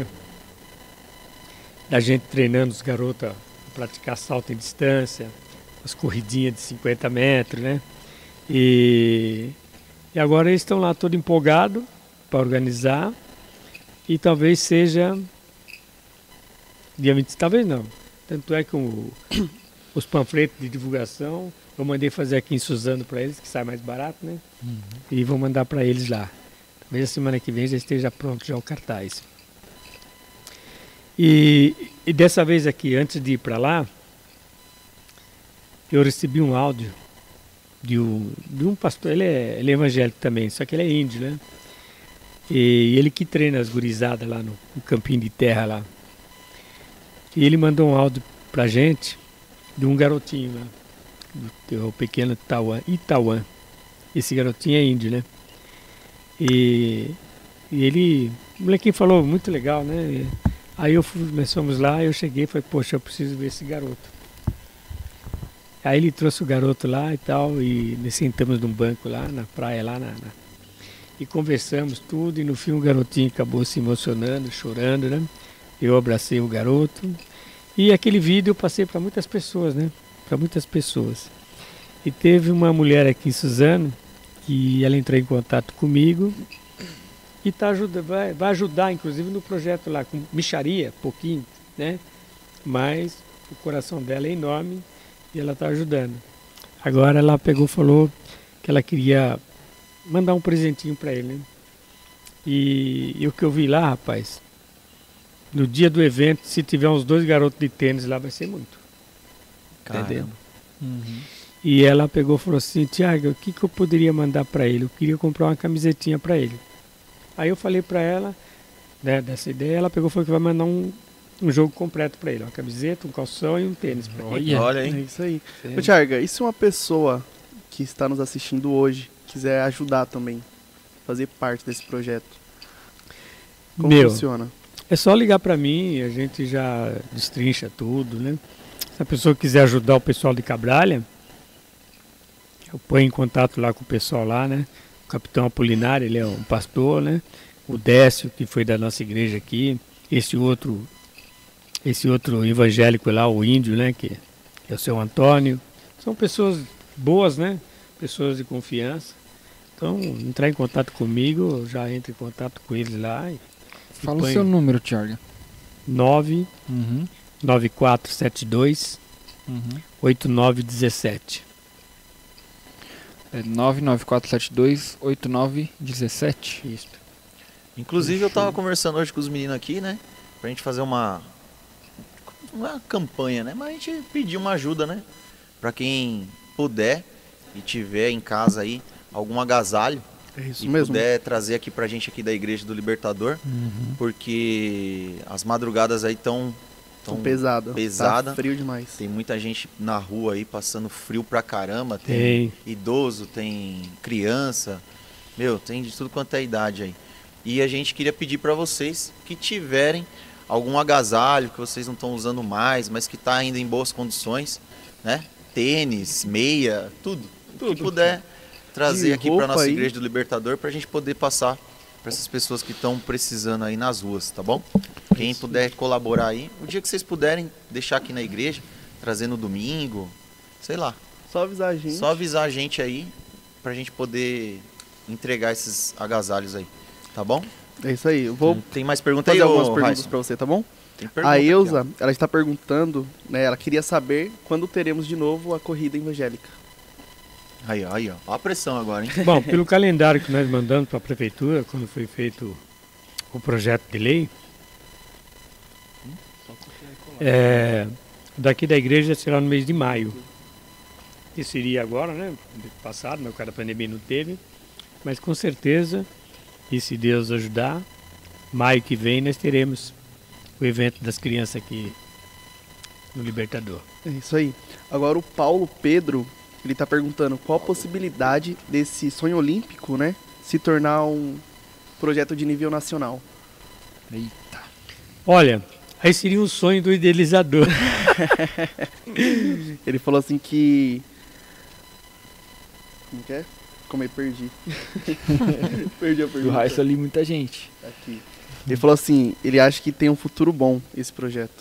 da gente treinando os garotos a praticar salto em distância, as corridinhas de cinquenta metros, né? E, e agora eles estão lá todo empolgados para organizar e talvez seja dia vinte, talvez não. Tanto é que o, os panfletos de divulgação eu mandei fazer aqui em Suzano para eles, que sai mais barato, né? Uhum. E vou mandar para eles lá. Talvez a semana que vem já esteja pronto já o cartaz. E, e dessa vez aqui, antes de ir para lá, eu recebi um áudio de um, de um pastor, ele é, ele é evangélico também, só que ele é índio, né? E ele que treina as gurizadas lá no, no campinho de terra lá. E ele mandou um áudio pra gente de um garotinho lá, do, do pequeno Itauã, Itauã. Esse garotinho é índio, né? E, e ele, o molequinho falou muito legal, né? E, aí eu fui, nós fomos lá, eu cheguei e falei, poxa, eu preciso ver esse garoto. Aí ele trouxe o garoto lá e tal, e nós sentamos num banco lá na praia, lá na, na, e conversamos tudo, e no fim o garotinho acabou se emocionando, chorando, né? Eu abracei o garoto, e aquele vídeo eu passei para muitas pessoas, né? Para muitas pessoas. E teve uma mulher aqui em Suzano, que ela entrou em contato comigo, e tá ajuda, vai, vai ajudar, inclusive, no projeto lá, com mixaria, pouquinho, né? Mas o coração dela é enorme e ela está ajudando. Agora ela pegou e falou que ela queria mandar um presentinho para ele, né? E, e o que eu vi lá, rapaz, no dia do evento, se tiver uns dois garotos de tênis lá, vai ser muito. Entendeu? Uhum. E ela pegou e falou assim, Tiago, o que, que eu poderia mandar para ele? Eu queria comprar uma camisetinha para ele. Aí eu falei para ela, né, dessa ideia, ela pegou e falou que vai mandar um, um jogo completo para ele, uma camiseta, um calção e um tênis para ele. Olha, olha, hein? É isso aí. Ô, Tiago, e se uma pessoa que está nos assistindo hoje quiser ajudar também, fazer parte desse projeto? Como Meu, funciona? É só ligar para mim, a gente já destrincha tudo, né? Se a pessoa quiser ajudar o pessoal de Cabralha, eu ponho em contato lá com o pessoal lá, né? O capitão Apolinário, ele é um pastor, né? O Décio, que foi da nossa igreja aqui, esse outro, esse outro evangélico lá, o índio, né? Que é o seu Antônio. São pessoas boas, né? Pessoas de confiança. Então, entrar em contato comigo, eu já entro em contato com eles lá. E Fala o seu número, Tiago. nove Uhum. nove quatro sete dois Uhum. oito nove um sete. É nove nove quatro sete dois oito nove um sete. Isso. Inclusive eu tava conversando hoje com os meninos aqui, né? Pra gente fazer uma, uma campanha, né? Mas a gente pedir uma ajuda, né? Pra quem puder e tiver em casa aí algum agasalho. É isso e mesmo. puder trazer aqui pra gente aqui da Igreja do Libertador. Uhum. Porque as madrugadas aí estão Tão pesada. pesada. Tá frio demais. Tem muita gente na rua aí passando frio pra caramba. Tem, Tem. idoso, tem criança. Meu, tem de tudo quanto é idade aí. E a gente queria pedir pra vocês que tiverem algum agasalho que vocês não estão usando mais, mas que tá ainda em boas condições, né? Tênis, meia, tudo. Tudo que puder trazer De aqui pra roupa nossa aí. Igreja do Libertador pra gente poder passar pra essas pessoas que estão precisando aí nas ruas, tá bom? Quem puder colaborar aí, o dia que vocês puderem deixar aqui na igreja, trazer no domingo, sei lá. Só avisar a gente. Só avisar a gente aí pra gente poder entregar esses agasalhos aí, tá bom? É isso aí. Eu vou Tem mais pergunta fazer aí, algumas ô, perguntas Raíssa? pra você, tá bom? Tem pergunta A aqui, Elza, ela está perguntando, né? Ela queria saber quando teremos de novo a corrida evangélica. ó. Aí, ó, aí, ó. Ó a pressão agora, hein? Bom, pelo calendário que nós mandamos para a prefeitura, quando foi feito o projeto de lei, é, daqui da igreja será no mês de maio. Que seria agora, né? Passado, mas o cara da pandemia não teve. Mas com certeza, e se Deus ajudar, maio que vem nós teremos o evento das crianças aqui no Libertador. É isso aí. Agora o Paulo Pedro, ele tá perguntando qual a possibilidade desse sonho olímpico, né, se tornar um projeto de nível nacional. Eita. Olha, aí seria um sonho do idealizador. Ele falou assim que... Como que é? Como eu perdi. Perdi a Do pergunta. Raíssa ali muita gente. Aqui. Ele falou assim, ele acha que tem um futuro bom esse projeto.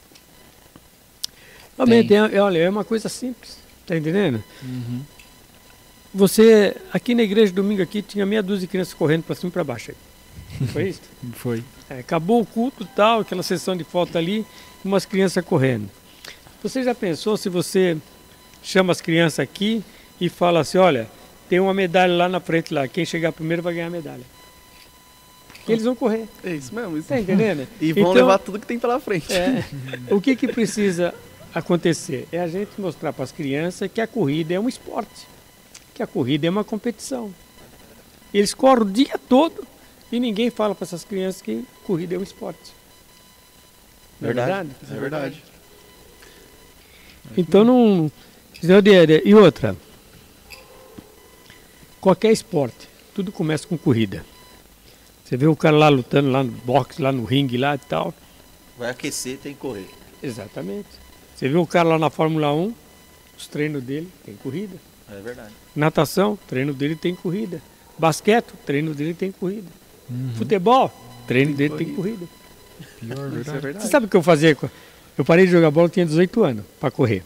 Também Tem. tem, olha, é uma coisa simples, tá entendendo? Uhum. Você, aqui na igreja, domingo aqui, tinha meia dúzia de crianças correndo pra cima e pra baixo. Aí. Não foi isso? Foi. É, acabou o culto e tal, aquela sessão de foto ali, umas crianças correndo. Você já pensou se você chama as crianças aqui e fala assim, olha, tem uma medalha lá na frente lá, quem chegar primeiro vai ganhar a medalha. Porque eles vão correr, É isso mesmo. Isso. tá entendendo? E vão Então, levar tudo que tem pela frente. É, o que que precisa acontecer? É a gente mostrar para as crianças que a corrida é um esporte, que a corrida é uma competição. Eles correm o dia todo e ninguém fala para essas crianças que corrida é um esporte. Não é Verdade. Isso é verdade. Então não... E outra, qualquer esporte, tudo começa com corrida. Você vê o cara lá lutando lá no boxe, lá no ringue lá e tal. Vai aquecer, tem que correr. Exatamente. Você vê o cara lá na Fórmula um, os treinos dele tem corrida. É verdade. Natação, o treino dele tem corrida. Basquete, o treino dele tem corrida. Uhum. Futebol, o treino Tem dele tem corrida. Pior, Isso é verdade. verdade. Você sabe o que eu fazia? com- Eu parei de jogar bola, eu tinha dezoito anos, para correr.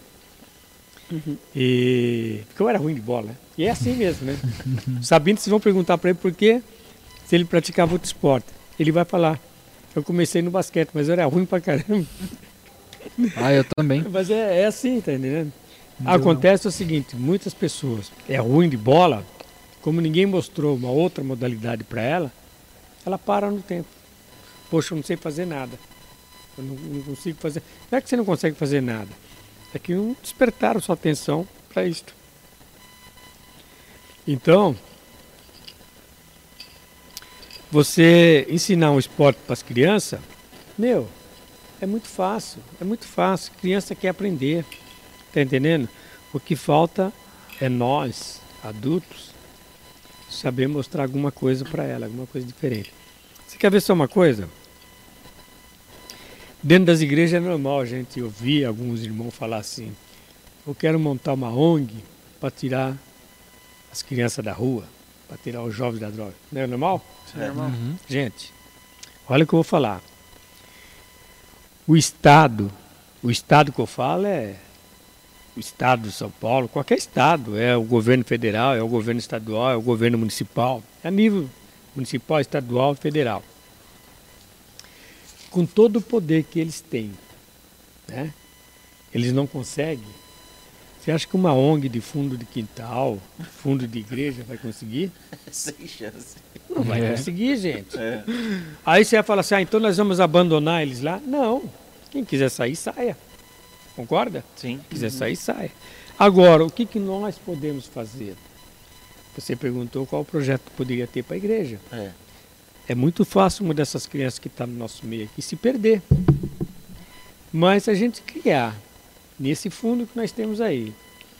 E... Porque eu era ruim de bola, né? E é assim mesmo, né? Sabendo, vocês vão perguntar para ele por quê, se ele praticava outro esporte. Ele vai falar, eu comecei no basquete, mas eu era ruim pra caramba. Ah, eu também. Mas é, é assim, tá entendendo? Não Acontece o seguinte, muitas pessoas é ruim de bola, como ninguém mostrou uma outra modalidade para ela, ela para no tempo. Poxa, eu não sei fazer nada. Eu não, não consigo fazer. Não é que você não consegue fazer nada. É que não despertaram sua atenção para isto. Então, você ensinar um esporte para as crianças, meu, é muito fácil. É muito fácil. Criança quer aprender. Tá entendendo? O que falta é nós, adultos, saber mostrar alguma coisa para ela, alguma coisa diferente. Você quer ver só uma coisa? Dentro das igrejas é normal a gente ouvir alguns irmãos falar assim, eu quero montar uma O N G para tirar as crianças da rua, para tirar os jovens da droga. Não é normal? Isso é normal. Uhum. Gente, olha o que eu vou falar. O Estado, o Estado que eu falo é o Estado de São Paulo, qualquer Estado, é o governo federal, é o governo estadual, é o governo municipal, é a nível municipal, estadual e federal. Com todo o poder que eles têm, né? Eles não conseguem. Você acha que uma O N G de fundo de quintal, fundo de igreja vai conseguir? Sem chance. Não vai É. conseguir, gente. É. Aí você vai falar assim, ah, então nós vamos abandonar eles lá? Não. Quem quiser sair, saia. Concorda? Sim. Quem quiser sair, saia. Agora, o que, que nós podemos fazer? Você perguntou qual projeto poderia ter para a igreja. É. É muito fácil uma dessas crianças que está no nosso meio aqui se perder. Mas se a gente criar, nesse fundo que nós temos aí,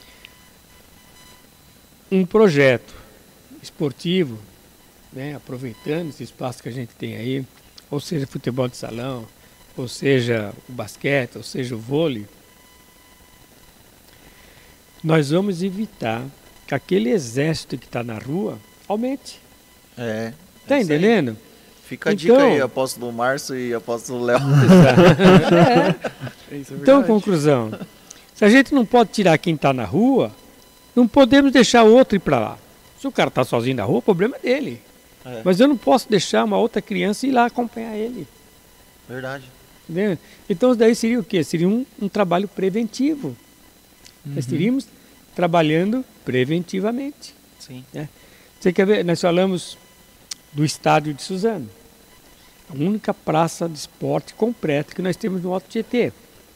um projeto esportivo, né, aproveitando esse espaço que a gente tem aí, ou seja, futebol de salão, ou seja, o basquete, ou seja, o vôlei, nós vamos evitar que aquele exército que está na rua aumente. É. Tá é isso aí. entendendo? Fica a Então- dica aí, apóstolo Márcio e apóstolo Léo. É. É, isso é Então, verdade. conclusão. Se a gente não pode tirar quem está na rua, não podemos deixar outro ir para lá. Se o cara está sozinho na rua, o problema é dele. É. Mas eu não posso deixar uma outra criança ir lá acompanhar ele. Verdade. Entendeu? Então, isso daí seria o quê? Seria um, um trabalho preventivo. Nós estaríamos trabalhando preventivamente. Sim. Você quer ver? Nós falamos do estádio de Suzano. A única praça de esporte completa que nós temos no Alto Tietê.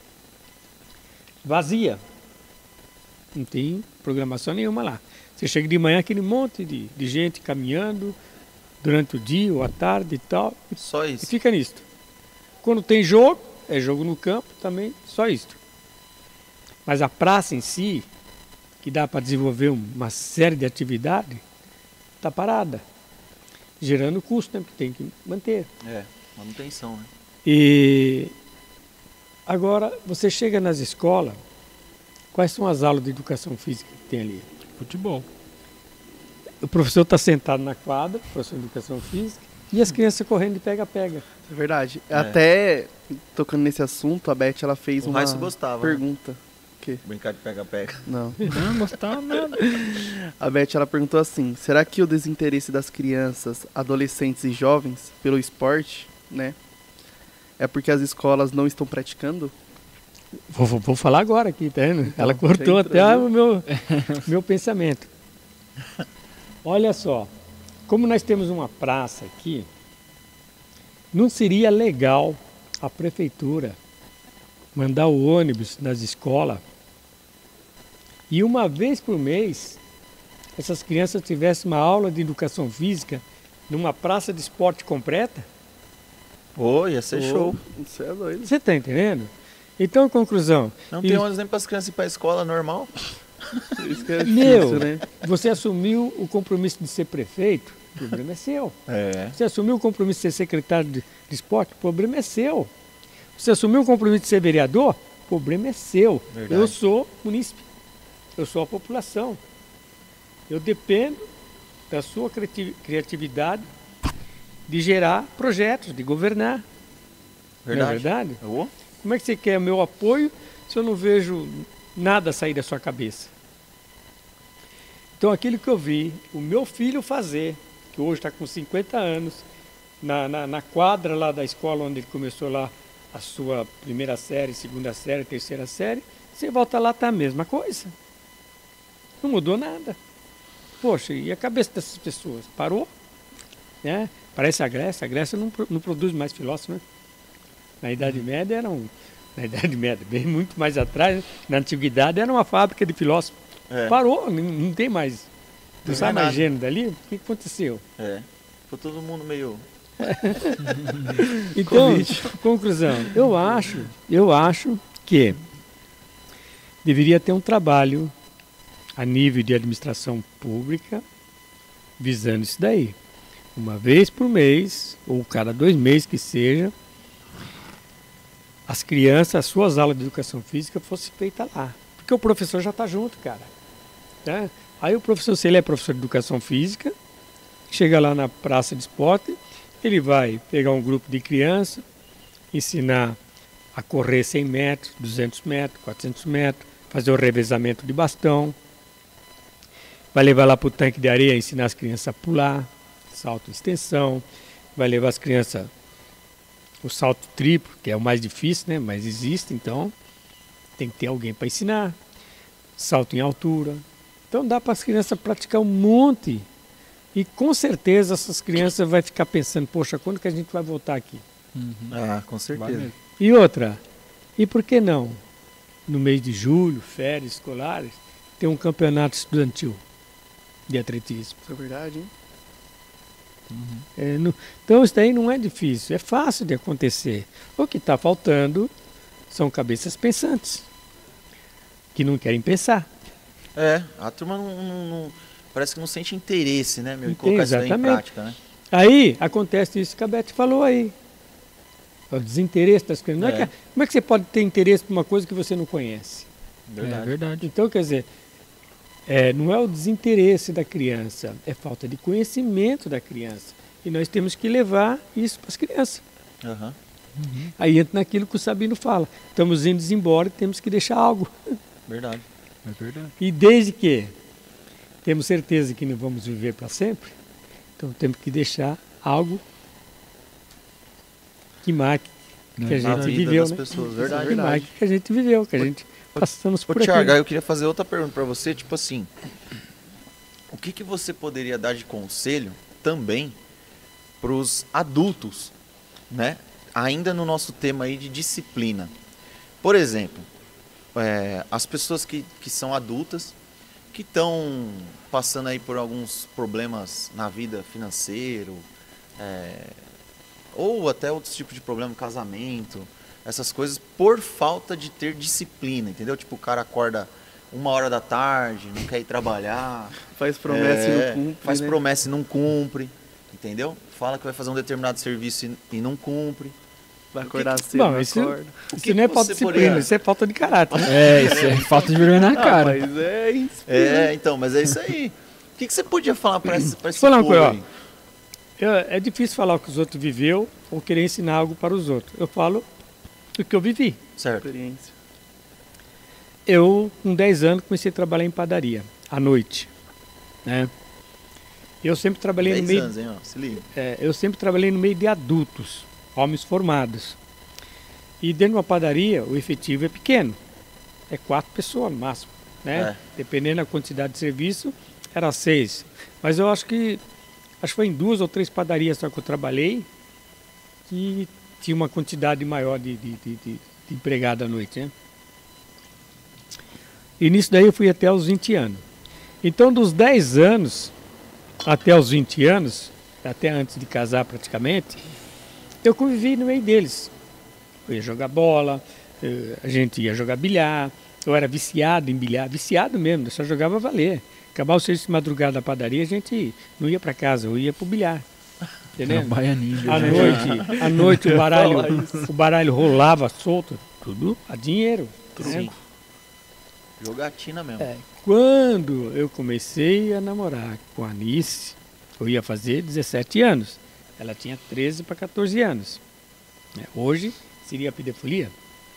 Vazia. Não tem programação nenhuma lá. Você chega de manhã, aquele monte de, de gente caminhando durante o dia ou à tarde e tal. Só E isso. fica nisto. Quando tem jogo, é jogo no campo também, só isto. Mas a praça em si, que dá para desenvolver uma série de atividades, está parada, gerando custo, né? Porque tem que manter. É, manutenção, né? E agora, você chega nas escolas, quais são as aulas de educação física que tem ali? Futebol. O professor está sentado na quadra, professor de educação física, e as crianças correndo de pega-pega. É verdade. É. Até tocando nesse assunto, a Beth ela fez O uma Raíssa gostava, né? pergunta. Que? Brincar de pega-pega. Não. Não gostava nada. A Beth ela perguntou assim: será que o desinteresse das crianças, adolescentes e jovens pelo esporte, né, é porque as escolas não estão praticando? Vou, vou, vou falar agora aqui, tá vendo? Então, Ela cortou entra, até viu? o meu, meu pensamento. Olha só, como nós temos uma praça aqui, não seria legal a prefeitura mandar o ônibus nas escolas e uma vez por mês essas crianças tivessem uma aula de educação física numa praça de esporte completa? Pô, ia ser show. Isso é doido. Você está entendendo? Então, conclusão. Não e- tem ônibus nem para as crianças ir para a escola normal? Isso que é Meu, difícil, né? você assumiu o compromisso de ser prefeito, o problema é seu. É. Você assumiu o compromisso de ser secretário de, de esporte, o problema é seu. Você assumiu o compromisso de ser vereador, o problema é seu. Verdade. Eu sou munícipe, eu sou a população. Eu dependo da sua criati- criatividade de gerar projetos, de governar. Não é verdade? Ô, Como é que você quer meu apoio se eu não vejo nada sair da sua cabeça? Então aquilo que eu vi o meu filho fazer, que hoje está com cinquenta anos, na, na, na quadra lá da escola onde ele começou lá a sua primeira série, segunda série, terceira série, você volta lá, tá a mesma coisa. Não mudou nada. Poxa, e a cabeça dessas pessoas? Parou? Né? Parece a Grécia, a Grécia não, pro- não produz mais filósofo, né? Na Idade Média era um. Na Idade Média, bem muito mais atrás, né? Na Antiguidade era uma fábrica de filósofos. é. Parou, não, não tem mais. Não Tem sai mais mais nada. gênio dali? O que aconteceu? É. Ficou todo mundo meio... Então, conclusão, eu acho, eu acho que deveria ter um trabalho a nível de administração pública visando isso daí. Uma vez por mês, ou cada dois meses que seja, as crianças, as suas aulas de educação física fossem feitas lá. Porque o professor já está junto, cara. Né? Aí o professor, se ele é professor de educação física, chega lá na praça de esporte, ele vai pegar um grupo de crianças, ensinar a correr cem metros, duzentos metros, quatrocentos metros, fazer o revezamento de bastão, vai levar lá para o tanque de areia, ensinar as crianças a pular, salto e extensão, vai levar as crianças o salto triplo, que é o mais difícil, né? Mas existe, então tem que ter alguém para ensinar, salto em altura. Então dá para as crianças praticar um monte. E com certeza essas crianças vão ficar pensando, poxa, quando que a gente vai voltar aqui? Ah, com Vai certeza. mesmo. E outra, e por que não, no mês de julho, férias escolares, ter um campeonato estudantil de atletismo? Isso é verdade, hein? É, não- então isso daí não é difícil, é fácil de acontecer. O que está faltando são cabeças pensantes, que não querem pensar. É, a turma não, não- não- parece que não sente interesse, né, meu, em Não tem, colocar isso daí em exatamente. prática, né? Aí acontece isso que a Beth falou aí. O desinteresse das crianças. Não é É. que- como é que você pode ter interesse por uma coisa que você não conhece? É verdade. Então, quer dizer, é, não é o desinteresse da criança, é falta de conhecimento da criança. E nós temos que levar isso para as crianças. Aham. Aí entra naquilo que o Sabino fala. Estamos indo embora e temos que deixar algo. Verdade. É verdade. E desde que temos certeza que não vamos viver para sempre, então temos que deixar algo que marque que a É, Na gente vida viveu, das né? pessoas, Que verdade. marque que a gente viveu, que a Ô, gente passamos Ô, por Thiago, aqui. aí eu queria fazer outra pergunta pra você, tipo assim, o que, que você poderia dar de conselho também pros adultos, né? Ainda no nosso tema aí de disciplina. Por exemplo, é, as pessoas que, que são adultas, que estão passando aí por alguns problemas na vida financeiro, é, ou até outros tipos de problema, casamento, essas coisas por falta de ter disciplina, entendeu? Tipo, o cara acorda uma hora da tarde, não quer ir trabalhar. Faz promessa é, e não cumpre. Faz né? promessa e não cumpre, entendeu? Fala que vai fazer um determinado serviço e, e não cumpre. Vai acordar cedo, Bom, não isso- acorda. O Isso não é falta de você disciplina, poderia- isso é falta de caráter. É, isso é falta de vergonha na Ah, cara. mas é isso. É, então, mas é isso aí. O que, que você podia falar pra esse, pra esse Falar uma povo coisa, ó. aí? Eu- é difícil falar o que os outros viveu ou querer ensinar algo para os outros. Eu falo o que eu vivi. Certo. Experiência. Eu, com dez anos, comecei a trabalhar em padaria, à noite. Né? Eu sempre trabalhei no dez meio... anos, hein, ó. Se liga. É, eu sempre trabalhei no meio de adultos, homens formados. E dentro de uma padaria, o efetivo é pequeno. É quatro pessoas no máximo. Né? É. Dependendo da quantidade de serviço, era seis. Mas eu acho que acho que foi em duas ou três padarias só que eu trabalhei que tinha uma quantidade maior de, de, de, de, de empregado à noite. Né? E nisso daí eu fui até os vinte anos. Então, dos dez anos até os vinte anos, até antes de casar praticamente, eu convivi no meio deles. Eu ia jogar bola, eh, a gente ia jogar bilhar, eu era viciado em bilhar, viciado mesmo, eu só jogava valer. Acabar o serviço de madrugada da padaria, a gente não ia para casa, eu ia pro bilhar. Entendeu? Era baianinho. À noite, à noite o baralho, o baralho rolava solto, tudo a dinheiro. né? Sim. Jogatina mesmo. É, quando eu comecei a namorar com a Anice, eu ia fazer dezessete anos. Ela tinha treze para quatorze anos. né? Hoje seria pedofilia.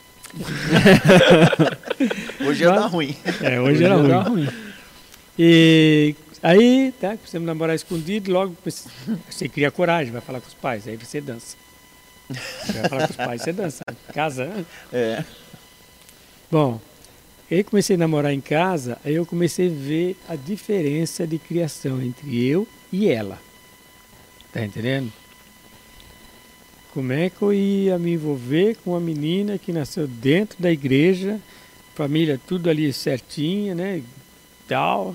Hoje ia Mas- dar ruim. É, hoje era ruim. ruim. E aí, tá, começamos a namorar escondido, logo comecei- você cria coragem, vai falar com os pais, aí você dança. Você vai falar com os pais, você dança. Casa, né? É. Bom, aí comecei a namorar em casa, aí eu comecei a ver a diferença de criação entre eu e ela. Tá entendendo? Como é que eu ia me envolver com uma menina que nasceu dentro da igreja, família tudo ali certinha, né? Tal.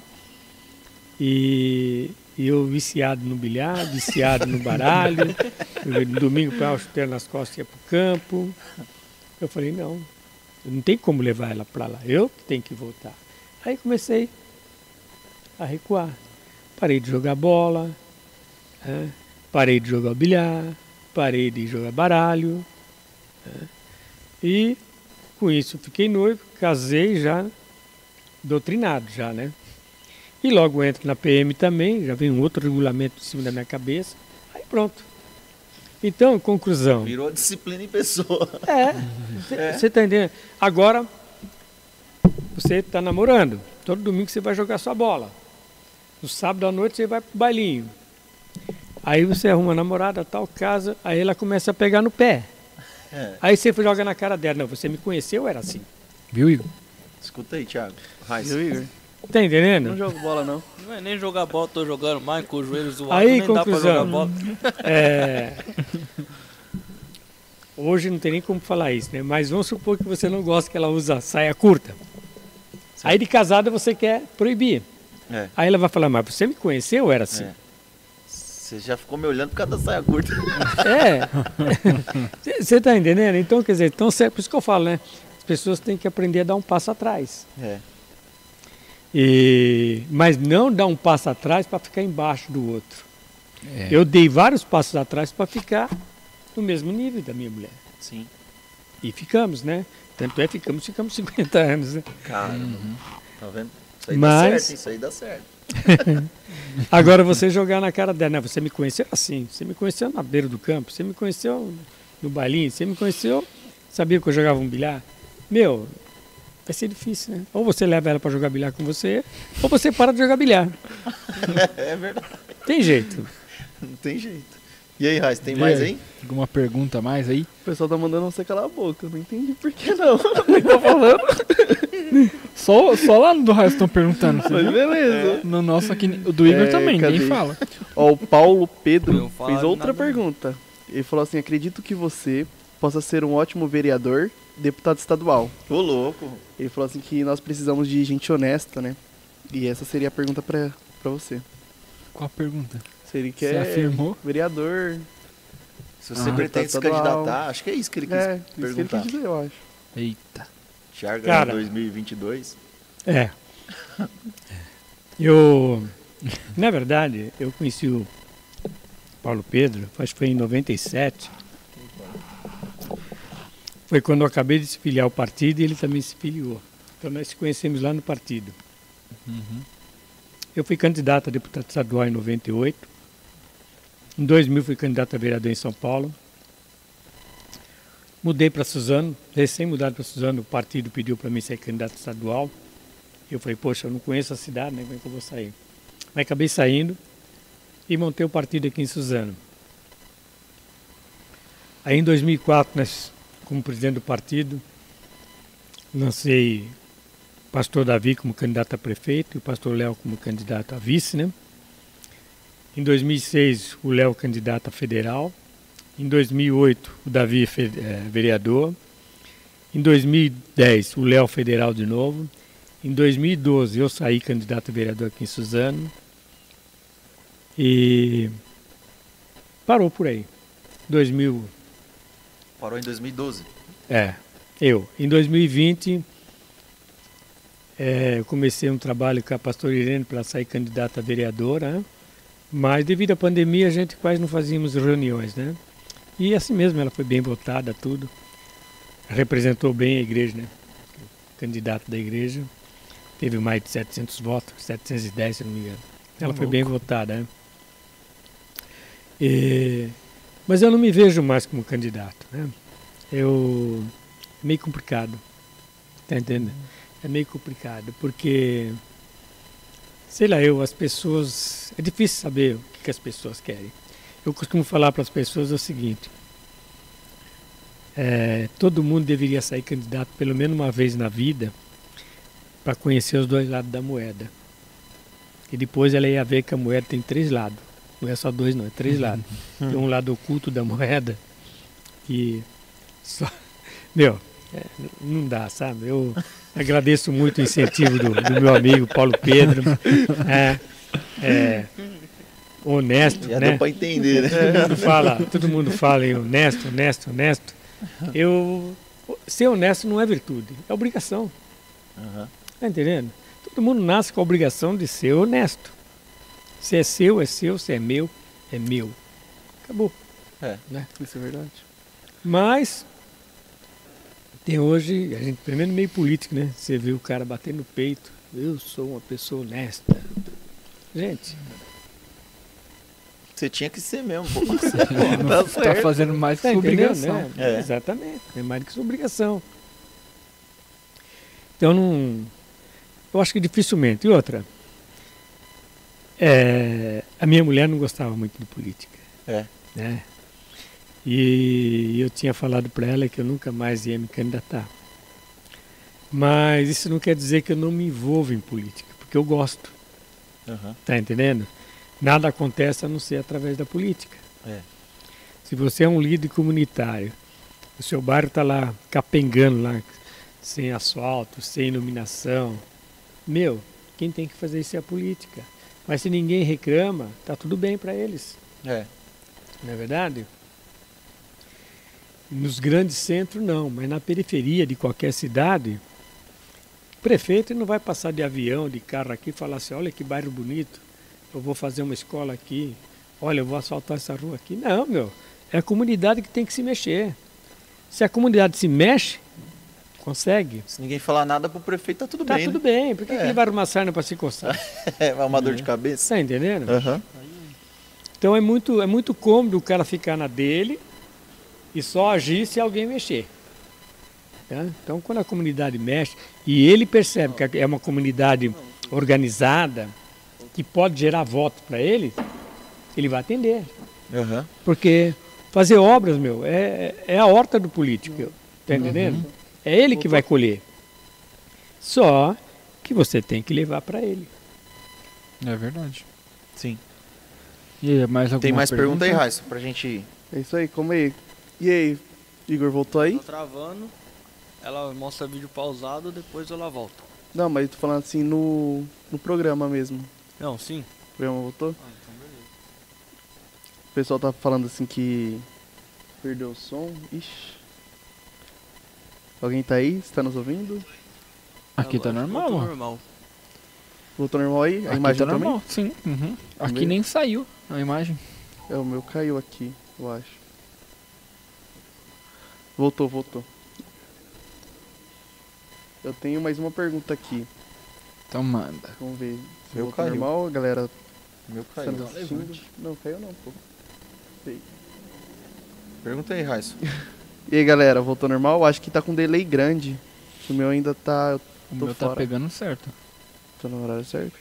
E, e eu viciado no bilhar, viciado no baralho. Eu, no domingo para o chuteiro nas costas ia pro campo. Eu falei, não, não tem como levar ela para lá, eu que tenho que voltar. Aí comecei a recuar. Parei de jogar bola, né? Parei de jogar bilhar, parei de jogar baralho. né? E com isso fiquei noivo, casei já, doutrinado já, né? E logo entro na P M também, já vem um outro regulamento em cima da minha cabeça. Aí pronto. Então, conclusão. Virou disciplina em pessoa. É, você tá entendendo? Agora, você está namorando. Todo domingo você vai jogar sua bola. No sábado à noite você vai pro bailinho. Aí você arruma uma namorada, tal, casa, aí ela começa a pegar no pé. É. Aí você joga na cara dela. Não, você me conheceu, era assim. Viu, Igor? Escuta aí, Thiago. Raiz. Viu, Igor? Tá Não entendendo? jogo bola, não. Não é nem jogar bola, tô jogando mais com o joelho zoado, Aí, nem dá pra conclusão. jogar bola. É... Hoje não tem nem como falar isso, né? Mas vamos supor que você não gosta que ela usa saia curta. Aí de casada você quer proibir. É. Aí ela vai falar, mas você me conheceu ou era assim? É. Você já ficou me olhando por causa da saia curta. É. Você tá entendendo? Então, quer dizer, então, cê- por isso que eu falo, né? As pessoas têm que aprender a dar um passo atrás. É. E... Mas não dar um passo atrás para ficar embaixo do outro. É. Eu dei vários passos atrás para ficar no mesmo nível da minha mulher. Sim. E ficamos, né? Tanto é, ficamos, ficamos cinquenta anos, né? Cara, tá vendo? Isso aí Mas- dá certo, hein? Isso aí dá certo. Agora você jogar na cara dela, né? Você me conheceu assim, você me conheceu na beira do campo, você me conheceu no bailinho, você me conheceu, sabia que eu jogava um bilhar? Meu, vai ser difícil, né? Ou você leva ela para jogar bilhar com você, ou você para de jogar bilhar. É verdade. Tem jeito. Não tem jeito. E aí, Raiz, tem E mais aí? aí? Alguma pergunta a mais aí? O pessoal tá mandando você calar a boca. Eu não entendi por que não. Nem tô falando. Só, só lá no do Raio estão perguntando. Você Mas viu? beleza. No nosso aqui, o do Igor É, também, cadê? ninguém fala. Ó, o Paulo Eu Pedro falo fez outra nada. pergunta. Ele falou assim: acredito que você possa ser um ótimo vereador, deputado estadual. Ô, louco. Ele falou assim que nós precisamos de gente honesta, né? E essa seria a pergunta pra, pra você. Qual a pergunta? Se ele Você quer afirmou? vereador. Se você Ah, pretende se estadual. candidatar, acho que é isso que ele quis É, isso que ele perguntar. quis dizer, eu acho. Eita. Tiago Cara. dois mil e vinte e dois. É. Eu, na verdade, eu conheci o Paulo Pedro, acho que foi em noventa e sete. Foi quando eu acabei de se filiar ao partido e ele também se filiou. Então nós se conhecemos lá no partido. Eu fui candidato a deputado estadual em noventa e oito. Em dois mil fui candidato a vereador em São Paulo. Mudei para Suzano, recém-mudado para Suzano, o partido pediu para mim ser candidato estadual. Eu falei, poxa, eu não conheço a cidade, né? Como é que eu vou sair? Mas acabei saindo e montei o partido aqui em Suzano. Aí em dois mil e quatro, nós, como presidente do partido, lancei o pastor Davi como candidato a prefeito e o pastor Léo como candidato a vice, né? Em dois mil e seis, o Léo candidato a federal. Em dois mil e oito, o Davi fe- eh, vereador. Em dois mil e dez, o Léo federal de novo. Em dois mil e doze, eu saí candidato a vereador aqui em Suzano. E parou por aí. dois mil, Parou em dois mil e doze. é, eu. Em dois mil e vinte, é, eu comecei um trabalho com a pastora Irene para sair candidata a vereadora, né? Mas devido à pandemia a gente quase não fazíamos reuniões, né? E assim mesmo, ela foi bem votada, tudo. Representou bem a igreja, né? O candidato da igreja teve mais de setecentos votos, setecentos e dez, se não me engano. Ela foi bem votada, né? E, mas eu não me vejo mais como candidato, né? Eu é meio complicado, tá entendendo? É meio complicado porque, sei lá, eu as pessoas é difícil saber o que, que as pessoas querem. Eu costumo falar para as pessoas o seguinte: é, todo mundo deveria sair candidato pelo menos uma vez na vida para conhecer os dois lados da moeda. E depois ela ia ver que a moeda tem três lados. Não é só dois, não, é três lados. Tem um lado oculto da moeda que só. Meu, é, não dá, sabe? Eu agradeço muito o incentivo do, do meu amigo Paulo Pedro. É, é, honesto, Já né? deu pra entender, né? Todo mundo fala, todo mundo fala em honesto, honesto, honesto. Eu, ser honesto não é virtude, é obrigação. Aham. Tá entendendo? Todo mundo nasce com a obrigação de ser honesto. Se é seu, é seu. Se é meu, é meu. Acabou. É. Né? Isso é verdade. Mas tem hoje, a gente, primeiro meio político, né? Você vê o cara bater no peito. Eu sou uma pessoa honesta. Gente, Você tinha que ser mesmo, pô. Não tá fazendo mais que tá sua entendendo, obrigação. né? É. Exatamente. É mais do que sua obrigação. Então não. Eu acho que dificilmente. E outra. É, a minha mulher não gostava muito de política. É. Né? E eu tinha falado para ela que eu nunca mais ia me candidatar. Mas isso não quer dizer que eu não me envolvo em política, porque eu gosto. Aham. Tá entendendo? Nada acontece a não ser através da política. É. Se você é um líder comunitário, o seu bairro está lá capengando lá, sem asfalto, sem iluminação, meu, quem tem que fazer isso é a política. Mas se ninguém reclama, tá tudo bem para eles, É. não é verdade? Nos grandes centros não, mas na periferia de qualquer cidade, o prefeito não vai passar de avião, de carro aqui e falar assim, olha que bairro bonito, eu vou fazer uma escola aqui, olha, eu vou asfaltar essa rua aqui. Não, meu, é a comunidade que tem que se mexer. Se a comunidade se mexe, consegue, Se ninguém falar nada pro prefeito, tá tudo tá bem, tudo né? bem. Por que, É. que ele vai arrumar sarna para se coçar? É, vai uma dor de cabeça. Tá entendendo? Aham. Então é muito, é muito cômodo o cara ficar na dele e só agir se alguém mexer. Tá? Então quando a comunidade mexe e ele percebe que é uma comunidade organizada que pode gerar voto para ele, ele vai atender. Aham. Porque fazer obras, meu, é, é a horta do político. Tá entendendo? É ele que vai colher. Só que você tem que levar para ele. É verdade. Sim. E aí, mais alguma Tem mais pergunta, aí, Raíssa, pra gente... É isso aí, como aí? E aí, Igor, voltou aí? Tá travando, ela mostra vídeo pausado, depois ela volta. Não, mas tô falando assim no, no programa mesmo. Não, sim. O programa voltou? Ah, então beleza. O pessoal tá falando assim que Perdeu o som. Ixi. Alguém tá aí? Você tá nos ouvindo? Aqui tá normal, Voltou ó. normal. Voltou normal aí? A Aqui imagem tá também? normal, sim. Uhum. Aqui ver. nem saiu a imagem. É, o meu caiu aqui, eu acho. Voltou, voltou. Eu tenho mais uma pergunta aqui. Então manda. Vamos ver se Meu voltou caiu. normal, galera. Meu Tá caiu. nos assistindo? Não, caiu não, pô. Sei. Pergunta aí, Raiz. E aí, galera, voltou normal? Acho que tá com delay grande. O meu ainda tá... O Tô meu tá fora. pegando certo. Tô no horário certo?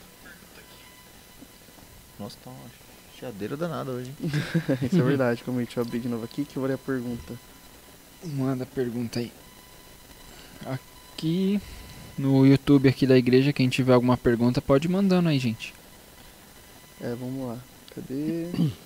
Nossa, tá uma chiadeira danada hoje. hein? Isso é verdade. Como deixa eu abrir de novo aqui que eu vou ler a pergunta. Manda pergunta aí. Aqui no YouTube aqui da igreja, quem tiver alguma pergunta pode ir mandando aí, gente. É, vamos lá. Cadê?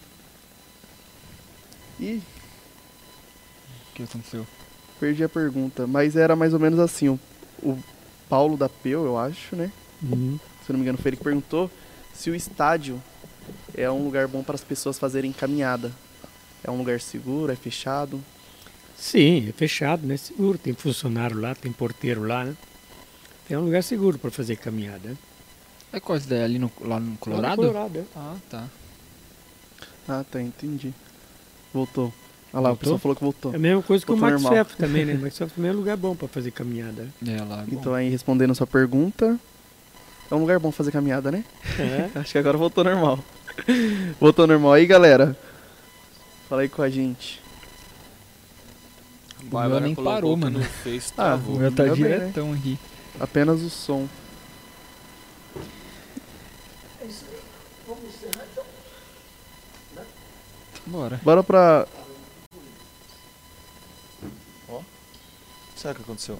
Ih, O que aconteceu? perdi a pergunta. Mas era mais ou menos assim. O, o Paulo da Peu, eu acho, né? Uhum. Se eu não me engano, foi ele que perguntou se o estádio é um lugar bom para as pessoas fazerem caminhada. É um lugar seguro, é fechado. Sim, é fechado, né? Seguro. Tem funcionário lá, tem porteiro lá, né? É um lugar seguro para fazer caminhada. Né? É qual essa ideia? Ali no, lá no Colorado? Lá no Colorado, é. Ah, tá. Ah, tá, entendi. Voltou. Olha lá, o Voltou? pessoal falou que voltou. É a mesma coisa que o Voltou Max normal. Pfeffer também, né? O Max Pfeffer também é um lugar bom para fazer caminhada. Né? É lá. é bom. Então aí, respondendo a sua pergunta, é um lugar bom fazer caminhada, né? É. Acho que agora voltou normal. Voltou normal aí, galera? Fala aí com a gente. O meu nem colocou parou, que mano. No Face Ah, travou. O meu tá Ainda bem, né? diretão aqui. Apenas o som. Bora. Bora pra... O que será que aconteceu?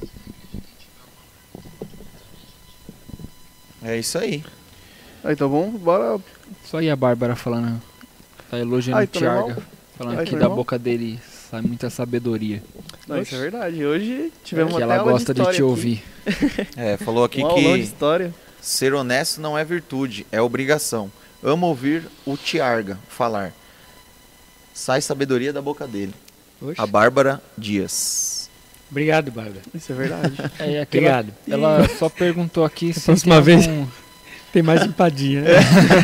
É isso aí. Aí, tá bom? Bora... Só aí a Bárbara falando. Tá elogiando Ai, o tá Tiago. normal? Falando Ai, que tá da normal? boca dele sai muita sabedoria. Não, isso é verdade. Hoje tivemos que até ela aula gosta de, história te aqui. ouvir. É, falou aqui Um aulão de que história. ser honesto não é virtude, é obrigação. Amo ouvir o Tiarga falar. Sai sabedoria da boca dele. Oxe. A Bárbara Dias. Obrigado, Bárbara. Isso é verdade. É, aquela, Obrigado. ela só perguntou aqui se próxima tem vez- algum- Tem mais empadinha, né?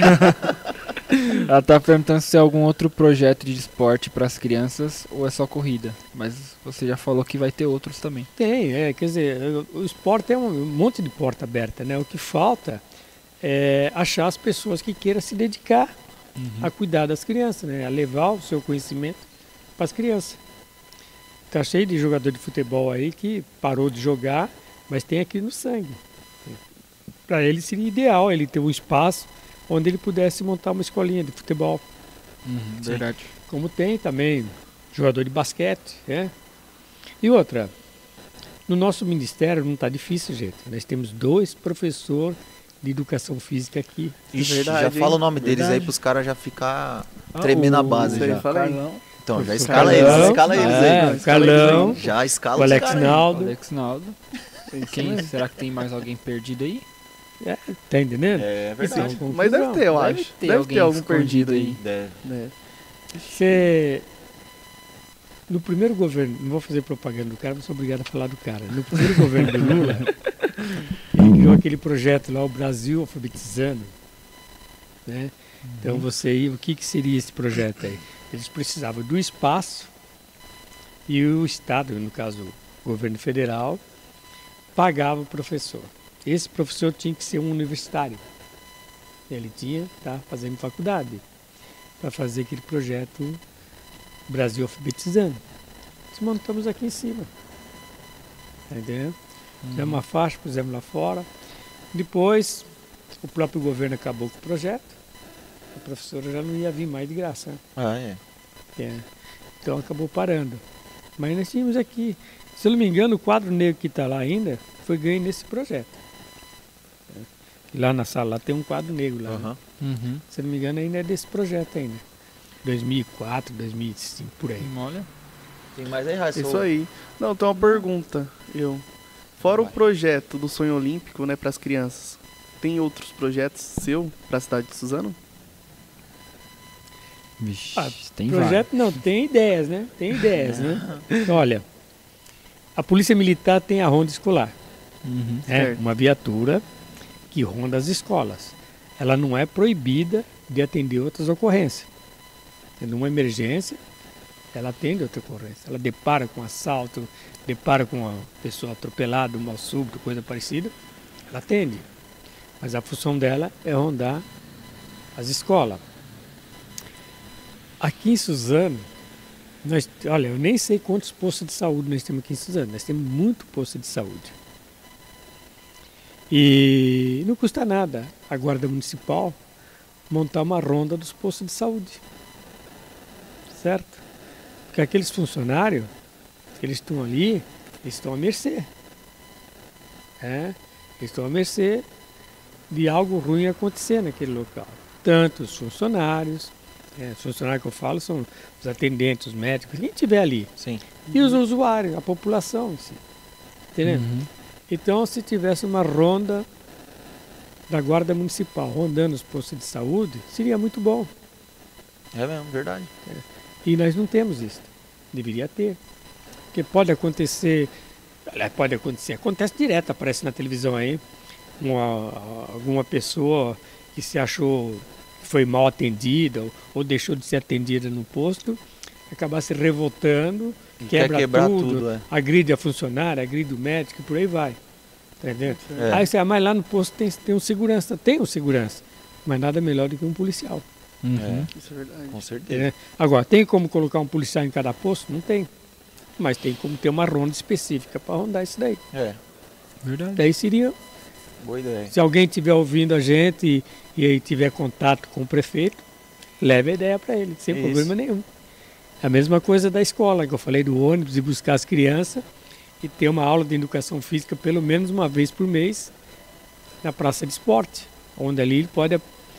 Ela tá perguntando se tem algum outro projeto de esporte pras crianças ou é só corrida. Mas você já falou que vai ter outros também. Tem, é, quer dizer, o, o esporte é um, um monte de porta aberta, né? O que falta é achar as pessoas que queiram se dedicar a cuidar das crianças, né? A levar o seu conhecimento para as crianças. Tá cheio de jogador de futebol aí que parou de jogar, mas tem aquilo no sangue. Para ele seria ideal ele ter um espaço onde ele pudesse montar uma escolinha de futebol. Uhum, verdade. Como tem também jogador de basquete, né? E outra, no nosso ministério não está difícil, gente. Nós temos dois professores de educação física aqui. Ixi, verdade, já hein? fala o nome deles aí Verdade. pros caras já ficar tremendo a base isso aí, já. fala aí. Carlão, Então, já O escala Carlão, eles, escala eles é, aí. o Carlão, Já escala o os Alex caras aí. Naldo. Alex Naldo. É isso Quem, mesmo. será que tem mais alguém perdido aí? É, tá entendendo? É verdade. Então, Mas deve ter, eu Deve acho. ter Deve alguém ter algum escondido perdido aí. aí. Deve. Né? Você, no primeiro governo, não vou fazer propaganda do cara, mas sou obrigado a falar do cara. No primeiro governo do Lula, ele criou aquele projeto lá, o Brasil Alfabetizando. Né? Então você aí, o que, que seria esse projeto aí? Eles precisavam do espaço e o Estado, no caso o governo federal, pagava o professor. Esse professor tinha que ser um universitário. Ele tinha que estar fazendo faculdade para fazer aquele projeto Brasil Alfabetizando. Desmontamos aqui em cima. Tá entendendo? Fizemos uma faixa, pusemos lá fora. Depois, o próprio governo acabou com o projeto. A professora já não ia vir mais de graça. Né? Ah, é. É. Então acabou parando. Mas nós tínhamos aqui, se eu não me engano, o quadro negro que está lá ainda foi ganho nesse projeto. É. E lá na sala lá tem um quadro negro lá. né? Aham. Uhum. Se eu não me engano, ainda é desse projeto ainda. dois mil e quatro, dois mil e cinco, por aí. Olha. Tem mais aí, Raíssa? Isso aí. Não, tem uma pergunta. Eu. Fora o projeto do sonho olímpico, né, para as crianças, tem outros projetos seu para a cidade de Suzano? Vixe, Ah, tem vários. projeto não, tem ideias, né? Tem ideias, né? Olha, a Polícia Militar tem a ronda escolar. Uhum. É Certo. uma viatura que ronda as escolas. Ela não é proibida de atender outras ocorrências. Tendo uma emergência, ela atende outra ocorrência. Ela depara com assalto, depara com uma pessoa atropelada, um mal súbito, coisa parecida, ela atende. Mas a função dela é rondar as escolas. Aqui em Suzano, nós, olha, eu nem sei quantos postos de saúde nós temos aqui em Suzano. Nós temos muito posto de saúde. E não custa nada a Guarda Municipal montar uma ronda dos postos de saúde. Certo? Porque aqueles funcionários, eles estão ali, eles estão à mercê. É, eles estão à mercê de algo ruim acontecer naquele local. Tanto os funcionários, é, os funcionários que eu falo são os atendentes, os médicos, quem estiver ali. Sim. E os usuários, a população em si. Entendeu? Uhum. Então, se tivesse uma ronda da Guarda Municipal rondando os postos de saúde, seria muito bom. É mesmo, verdade. E nós não temos isso. Deveria ter. Porque pode acontecer, aliás, pode acontecer, acontece direto, aparece na televisão aí, uma, alguma pessoa que se achou que foi mal atendida ou, ou deixou de ser atendida no posto, acabar se revoltando, E quer quebra quebrar tudo, tudo, é. agride a funcionária, agride o médico e por aí vai. Entendeu? É. Aí você, ah, mas lá no posto tem, tem um segurança, tem um segurança, mas nada melhor do que um policial. Uhum. É, Isso é verdade. com certeza. Entendeu? Agora, tem como colocar um policial em cada posto? Não tem. Mas tem como ter uma ronda específica para rondar isso daí. É, Verdade. Daí seria, boa ideia. se alguém estiver ouvindo a gente e, e aí tiver contato com o prefeito, leve a ideia para ele, sem Isso. problema nenhum. A mesma coisa da escola, que eu falei do ônibus, de buscar as crianças e ter uma aula de educação física pelo menos uma vez por mês na praça de esporte, onde ali ele pode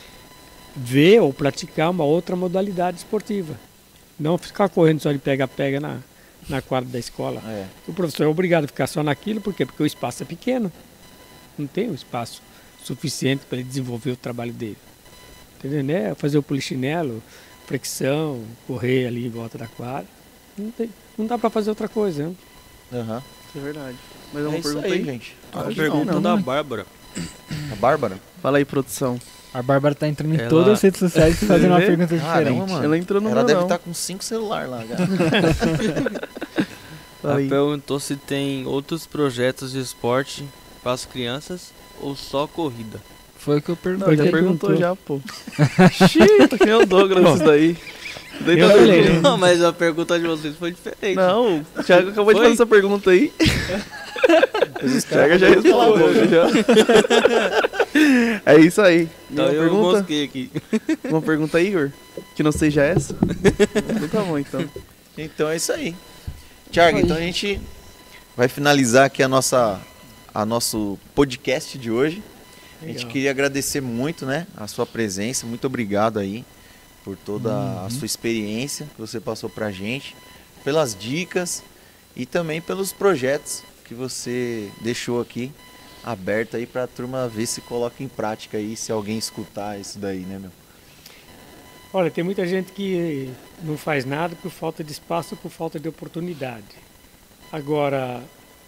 ver ou praticar uma outra modalidade esportiva. Não ficar correndo só de pega-pega na, na quadra da escola. É, O professor é obrigado a ficar só naquilo, por quê? Porque o espaço é pequeno. Não tem um espaço suficiente para ele desenvolver o trabalho dele. Entendeu? Né? Fazer o polichinelo, flexão, correr ali em volta da quadra. Não, tem, não dá para fazer outra coisa. Né? aham. Isso é verdade. Mas é É uma isso pergunta aí, aí? gente. A Acho que pergunta não, da né? Bárbara. A Bárbara? Fala aí, produção. A Bárbara tá entrando em Ela- todas as redes sociais fazendo uma vê? pergunta Caramba, diferente. mano. Ela entrou no Ela meu deve não. estar com cinco celulares lá, cara. Fala Ela aí. perguntou se tem outros projetos de esporte para as crianças ou só corrida. Foi o que eu Não, perguntei. já Ele perguntou já, pô. Xiii, tá que nem o Douglas isso daí. Daí Eu tá falei, dormindo. né? Não, mas a pergunta de vocês foi diferente. Não, o Thiago acabou de Foi? fazer essa pergunta aí. Os O Thiago já respondeu já. É isso aí. Então Uma eu pergunta? mosquei aqui. Uma pergunta aí, Igor? Que não seja essa? Então tá bom, então. Então é isso aí. Thiago, então a gente vai finalizar aqui a nossa, a nosso podcast de hoje. A gente Legal. queria agradecer muito, né, a sua presença. Muito obrigado aí por toda a sua experiência que você passou pra gente, pelas dicas e também pelos projetos que você deixou aqui aberto aí pra turma ver se coloca em prática aí, se alguém escutar isso daí, né, meu? Olha, tem muita gente que não faz nada por falta de espaço, por falta de oportunidade. Agora,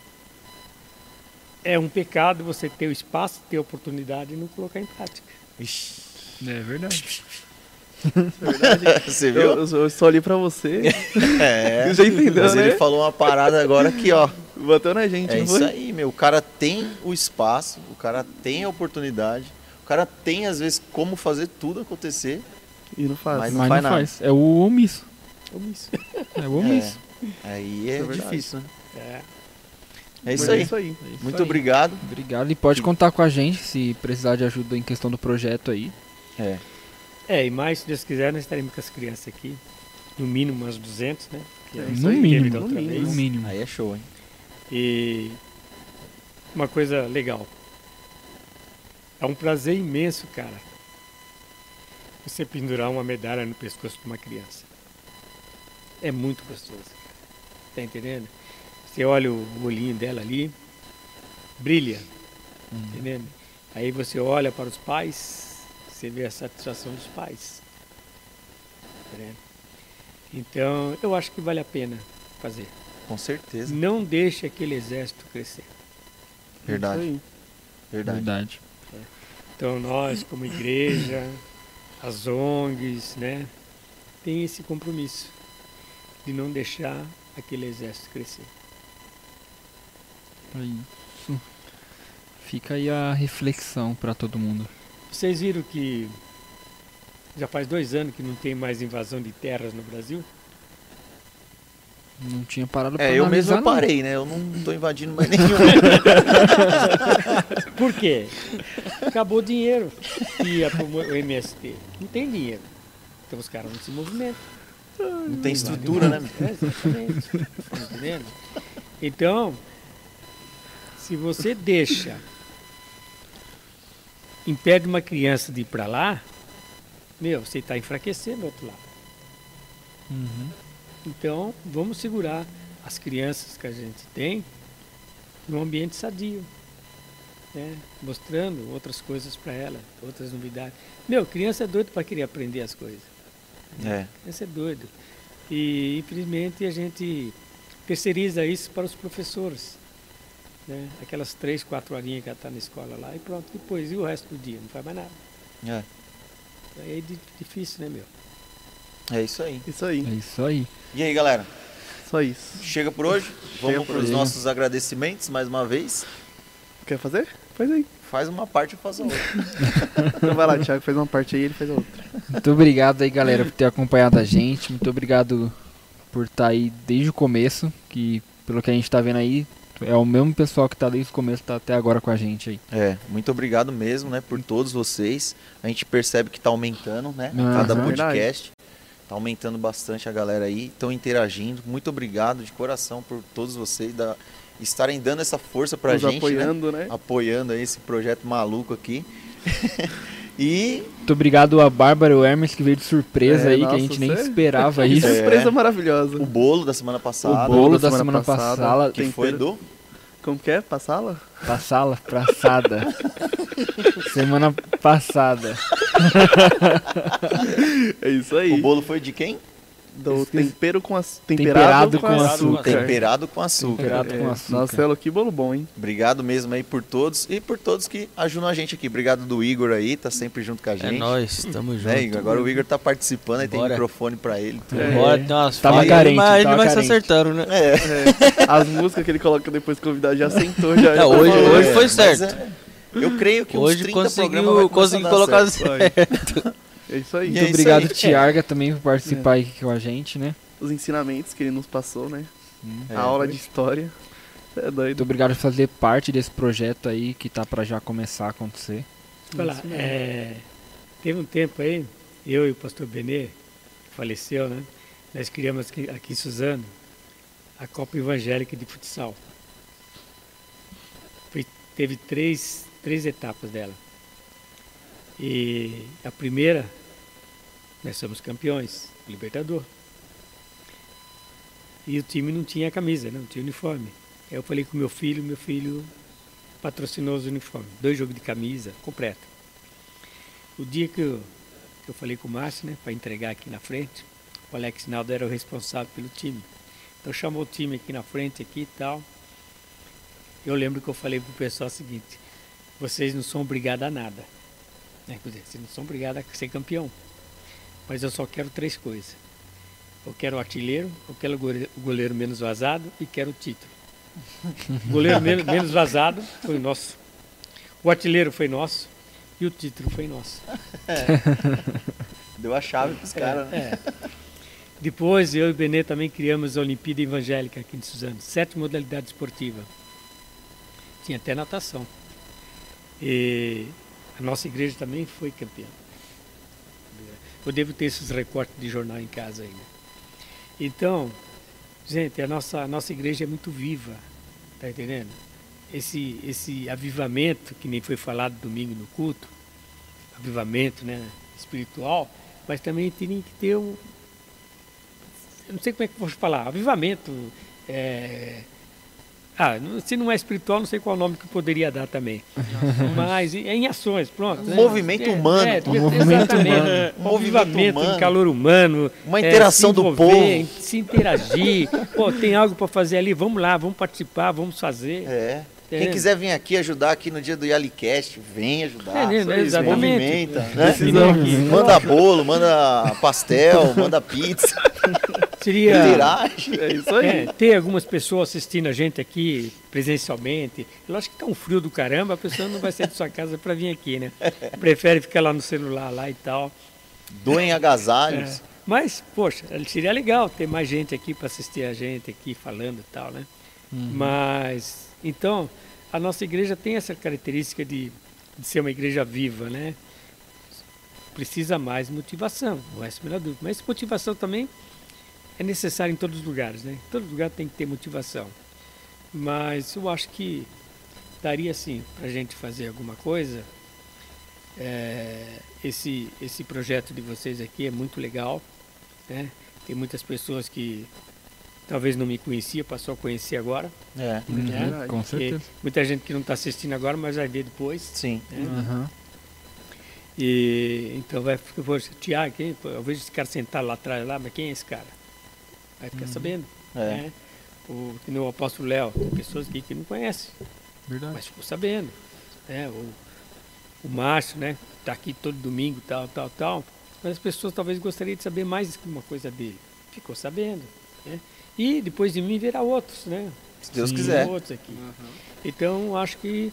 é um pecado você ter o espaço, ter a oportunidade e não colocar em prática. É verdade. Você viu? Eu, eu, eu só li pra você. É, Já entendeu, mas né? ele falou uma parada agora que, ó, Bateu na gente, é não isso foi? aí, meu. O cara tem o espaço, o cara tem a oportunidade, o cara tem, às vezes, como fazer tudo acontecer. E não faz. Mas não Mas faz não nada. faz. É o omisso. Omisso. É o omisso. Aí é, Isso é verdade. difícil, né? É. É isso Mas aí. É isso aí. É isso Muito aí. obrigado. Obrigado. E pode contar com a gente se precisar de ajuda em questão do projeto aí. É. É, e mais, se Deus quiser, nós estaremos com as crianças aqui. No mínimo umas duzentas, né? Que É é isso No aí, mínimo. teve da outra no vez. No mínimo. Aí é show, hein? E uma coisa legal. É um prazer imenso, cara, você pendurar uma medalha no pescoço de uma criança. É muito gostoso, cara. Tá entendendo? Você olha o olhinho dela ali, brilha, entendendo? Aí você olha para os pais, você vê a satisfação dos pais. Né? Então, eu acho que vale a pena fazer. Com certeza. Não deixe aquele exército crescer. Verdade. Isso aí. Verdade. Verdade. Então, nós, como igreja, as O N Gs, né, tem esse compromisso de não deixar aquele exército crescer. É isso. Fica aí a reflexão para todo mundo. Vocês viram que já faz dois anos que não tem mais invasão de terras no Brasil? Não tinha parado pra É, eu mesmo analisar, eu não. parei, né? Eu não tô invadindo mais nenhum. Por quê? Acabou o dinheiro que ia para o M S T. Não tem dinheiro. Então os caras não se movimentam. Não tem estrutura, né? É, exatamente. Tá entendendo? Então, se você deixa, impede uma criança de ir para lá, meu, você está enfraquecendo o outro lado. Uhum. Então, vamos segurar as crianças que a gente tem num ambiente sadio, né? Mostrando outras coisas para ela, outras novidades. Meu, criança é doido para querer aprender as coisas. É. Criança é doido. E, infelizmente, a gente terceiriza isso para os professores. Né? Aquelas três, quatro horinhas que ela está na escola lá e pronto. Depois, e o resto do dia? Não faz mais nada. É. Aí é di- difícil, né, meu? É isso aí. Isso aí. É isso aí. E aí, galera? Só isso. Chega por hoje? Vamos por para os hoje. nossos agradecimentos mais uma vez. Quer fazer? Faz aí. Faz uma parte, eu faço a outra. Então vai lá, Thiago, faz uma parte aí, ele faz a outra. Muito obrigado aí, galera, por ter acompanhado a gente. Muito obrigado por estar aí desde o começo, que pelo que a gente tá vendo aí, é o mesmo pessoal que tá desde o começo, tá até agora com a gente aí. É, muito obrigado mesmo, né, por todos vocês. A gente percebe que tá aumentando, né, Aham. cada Verdade. podcast. Tá aumentando bastante a galera aí, estão interagindo. Muito obrigado de coração por todos vocês da, estarem dando essa força pra Nos gente, apoiando, né? né? Apoiando aí esse projeto maluco aqui. E Muito obrigado a Bárbara e o Hermes que veio de surpresa É, aí, nossa, que a gente nem sério? esperava Que isso. É. surpresa maravilhosa. o bolo da semana passada, O bolo da semana passada, que foi do... Como que é? Passala? passala, praçada. Semana passada. É isso aí. O bolo foi de quem? Do Esqueci. tempero com açúcar. Temperado Temperado, com com, açúcar. açúcar. Temperado com açúcar. Temperado É, com açúcar. Nossa, Elo, que bolo bom, hein? Obrigado mesmo aí por todos e por todos que ajudam a gente aqui. Obrigado do Igor aí, tá sempre junto com a É gente. nóis, tamo junto. Né, Igor? Agora o Igor tá participando, aí tem Bora. microfone pra ele. tudo. É. Bora, tem umas Tava falhas, carente, mas ele tava vai se carente. acertando, né? É. É, as músicas que ele coloca depois que o convidado já sentou, já Não, já hoje- falou. hoje foi mas certo. é- eu creio que Hoje uns trinta programas conseguiu, vai começar conseguiu a dar colocar certo. Vai. É isso aí. E é Muito isso obrigado, aí. Tiarga, também por participar aí com a gente, né? Os ensinamentos que ele nos passou, né? É. A aula de história. É Muito doido. obrigado por fazer parte desse projeto aí que tá pra já começar a acontecer. Olha lá, é, teve um tempo aí, eu e o pastor Benê, que faleceu, né? Nós criamos aqui, aqui em Suzano a Copa Evangélica de Futsal. Foi- teve três, três etapas dela. E a primeira, nós somos campeões, Libertador. E o time não tinha camisa, não tinha uniforme. Aí eu falei com meu filho, meu filho patrocinou os uniformes. Dois jogos de camisa, completo. O dia que eu, que eu falei com o Márcio, né, para entregar aqui na frente, o Alex Naldo era o responsável pelo time. Então chamou o time aqui na frente aqui e tal. Eu lembro que eu falei pro pessoal o seguinte: vocês não são obrigados a nada. Né? Quer dizer, vocês não são obrigados a ser campeão. Mas eu só quero três coisas. Eu quero o artilheiro, eu quero o goleiro, o goleiro menos vazado e quero o título. O goleiro men- menos vazado foi o nosso. O artilheiro foi nosso e o título foi nosso. Deu a chave pros caras, né? É. Depois eu e o Benê também criamos a Olimpíada Evangélica aqui em Suzano. Sete modalidades esportivas. Tinha até natação. E a nossa igreja também foi campeã. Eu devo ter esses recortes de jornal em casa ainda. Então, gente, a nossa, a nossa igreja é muito viva, tá entendendo? Esse, esse avivamento, que nem foi falado domingo no culto, avivamento, né, espiritual, mas também tem que ter um, eu não sei como é que eu vou falar, avivamento, é, Ah, não- se não é espiritual, não sei qual nome que eu poderia dar também. Mas em, em ações, pronto. Um né? movimento humano. É, Um devia- movimento exatamente. humano. Um Movimento movimento humano. em calor humano. Uma é, interação se do envolver, povo. Se interagir. Pô, tem algo para fazer ali, vamos lá, vamos participar, vamos fazer. É. É. Quem quiser vir aqui ajudar aqui no dia do Yalicast, vem ajudar. É, né, isso aí, exatamente. Movimenta, né? Precisamos. Manda bolo, manda pastel, manda pizza, Seria É interage. isso aí. é, ter algumas pessoas assistindo a gente aqui presencialmente. Eu acho que tá um frio do caramba, a pessoa não vai sair de sua casa para vir aqui, né? Prefere ficar lá no celular lá e tal. Doem agasalhos. É. Mas, poxa, seria legal ter mais gente aqui para assistir a gente aqui falando e tal, né? Mas, então, a nossa igreja tem essa característica de, de ser uma igreja viva, né? Precisa mais motivação, não é a menor dúvida. Mas motivação também é necessária em todos os lugares, né? Em todo lugar tem que ter motivação. Mas eu acho que daria sim para a gente fazer alguma coisa. É, esse, esse projeto de vocês aqui é muito legal, né? Tem muitas pessoas que talvez não me conhecia, passou a conhecer agora. É, Uhum, verdade. com E certeza. muita gente que não está assistindo agora, mas vai ver depois. sim. Né? Uhum. E então vai ficar, poxa, Tiago, quem? Pô, eu vejo esse cara sentado lá atrás, lá, mas quem é esse cara? Vai ficar sabendo. É. Né? O, que nem o apóstolo Léo, tem pessoas aqui que não conhecem, Verdade. mas ficou sabendo. Né? O, o Márcio, né? Está aqui todo domingo, tal, tal, tal. Mas as pessoas talvez gostariam de saber mais uma coisa dele. Ficou sabendo. Né? E depois de mim virá outros, né? Se Deus Sim. quiser. Outros aqui. Então, acho que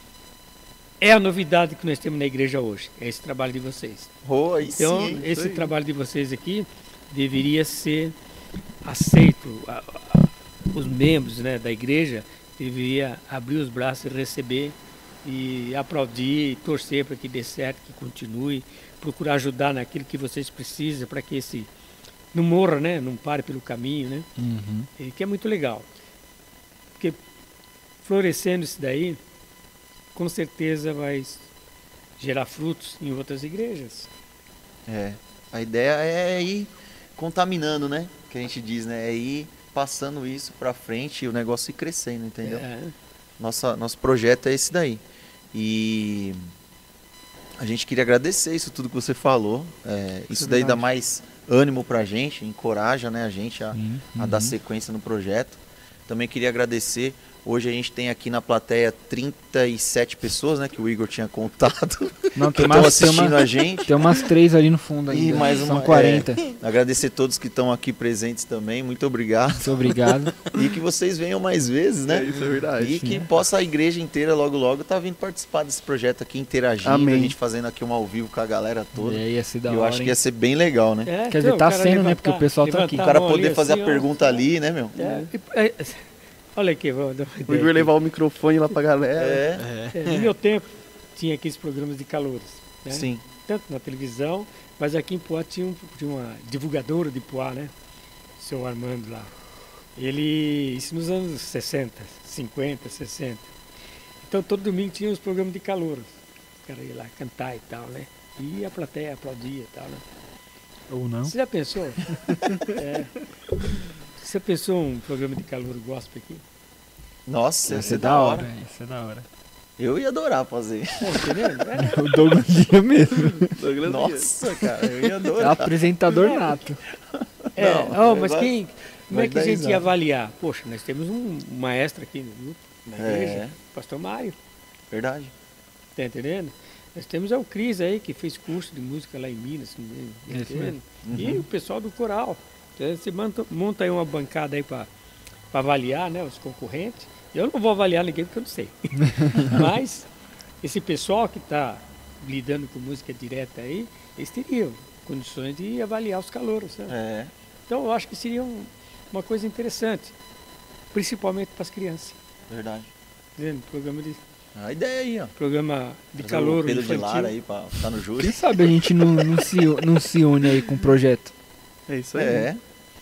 é a novidade que nós temos na igreja hoje, é esse trabalho de vocês. Oh, aí Então, sim. esse aí. trabalho de vocês aqui deveria ser aceito. A- a- os membros, né, da igreja deveriam abrir os braços e receber e aplaudir, e torcer para que dê certo, que continue, procurar ajudar naquilo que vocês precisam para que esse não morra, né, não pare pelo caminho, né? Uhum. E que é muito legal. Porque florescendo isso daí, com certeza vai gerar frutos em outras igrejas. É. A ideia é ir contaminando, né? Que a gente diz, né? É ir passando isso pra frente e o negócio ir crescendo, entendeu? É, Nossa, nosso projeto é esse daí. E a gente queria agradecer isso tudo que você falou. É, isso daí dá verdade. mais ânimo pra gente, encoraja, né, a gente a, Sim. a dar Uhum. sequência no projeto. Também queria agradecer. Hoje a gente tem aqui na plateia trinta e sete pessoas, né? Que o Igor tinha contado. Não, Que tem, estão mais, tem, assistindo uma, a gente. tem umas três ali no fundo E ainda. mais São uma, quarenta. é, agradecer todos que estão aqui presentes também. Muito obrigado. Muito obrigado. E que vocês venham mais vezes, né? É, isso é verdade. E que possa a igreja inteira logo logo estar vindo participar desse projeto aqui, interagindo, Amém. a gente fazendo aqui um ao vivo com a galera toda. E aí, ia ser da eu hora, acho que hein? ia ser bem legal, né? É, Quer dizer, então, tá o cara sendo, né, levantar- porque o pessoal tá aqui. O levantar cara a mão poder ali fazer assim, a ó. pergunta ali, né, meu? É, e- é, olha aqui, vou dar uma O ideia Igor aqui. levar o microfone lá pra galera. É, É, no meu tempo, tinha aqueles programas de calouros. Né? sim. Tanto na televisão, mas aqui em Poá tinha, um, tinha uma divulgadora de Poá, né? O seu Armando lá. Ele, isso nos anos sessenta, cinquenta, sessenta. Então todo domingo tinha os programas de calouros. O cara ia lá cantar e tal, né? E a plateia aplaudia e tal, né? Ou não. Você já pensou? é. Você já pensou um programa de calouro gospel aqui? Nossa, ia Ia ser ser da da hora. hora. Ia ser da hora. Eu ia adorar fazer. Tá entendendo? É. O Douglas ia mesmo. Douglas Dias. Nossa, cara, eu ia É adorar. apresentador nato. É, Não, oh, mas vai- quem, como vai é que a dar gente ia risada. avaliar? Poxa, nós temos um maestro aqui no grupo, na igreja, É, pastor Mário, verdade. tá entendendo? Nós temos o Cris aí, que fez curso de música lá em Minas, tá Isso entendendo? Uhum. E o pessoal do coral. Então, você monta, monta aí uma bancada aí para avaliar, né, os concorrentes. Eu não vou avaliar ninguém porque eu não sei. Mas esse pessoal que está lidando com música direta aí, eles teriam condições de avaliar os calouros, né? É, Então eu acho que seria um- uma coisa interessante, principalmente para as crianças. verdade. Entendendo? Programa de, A ideia aí, ó. programa de Trazer calor o Pedro infantil. de Lara aí pra estar no júri. Quem sabe a gente não, não, se, não se une aí com o projeto. É isso aí. É.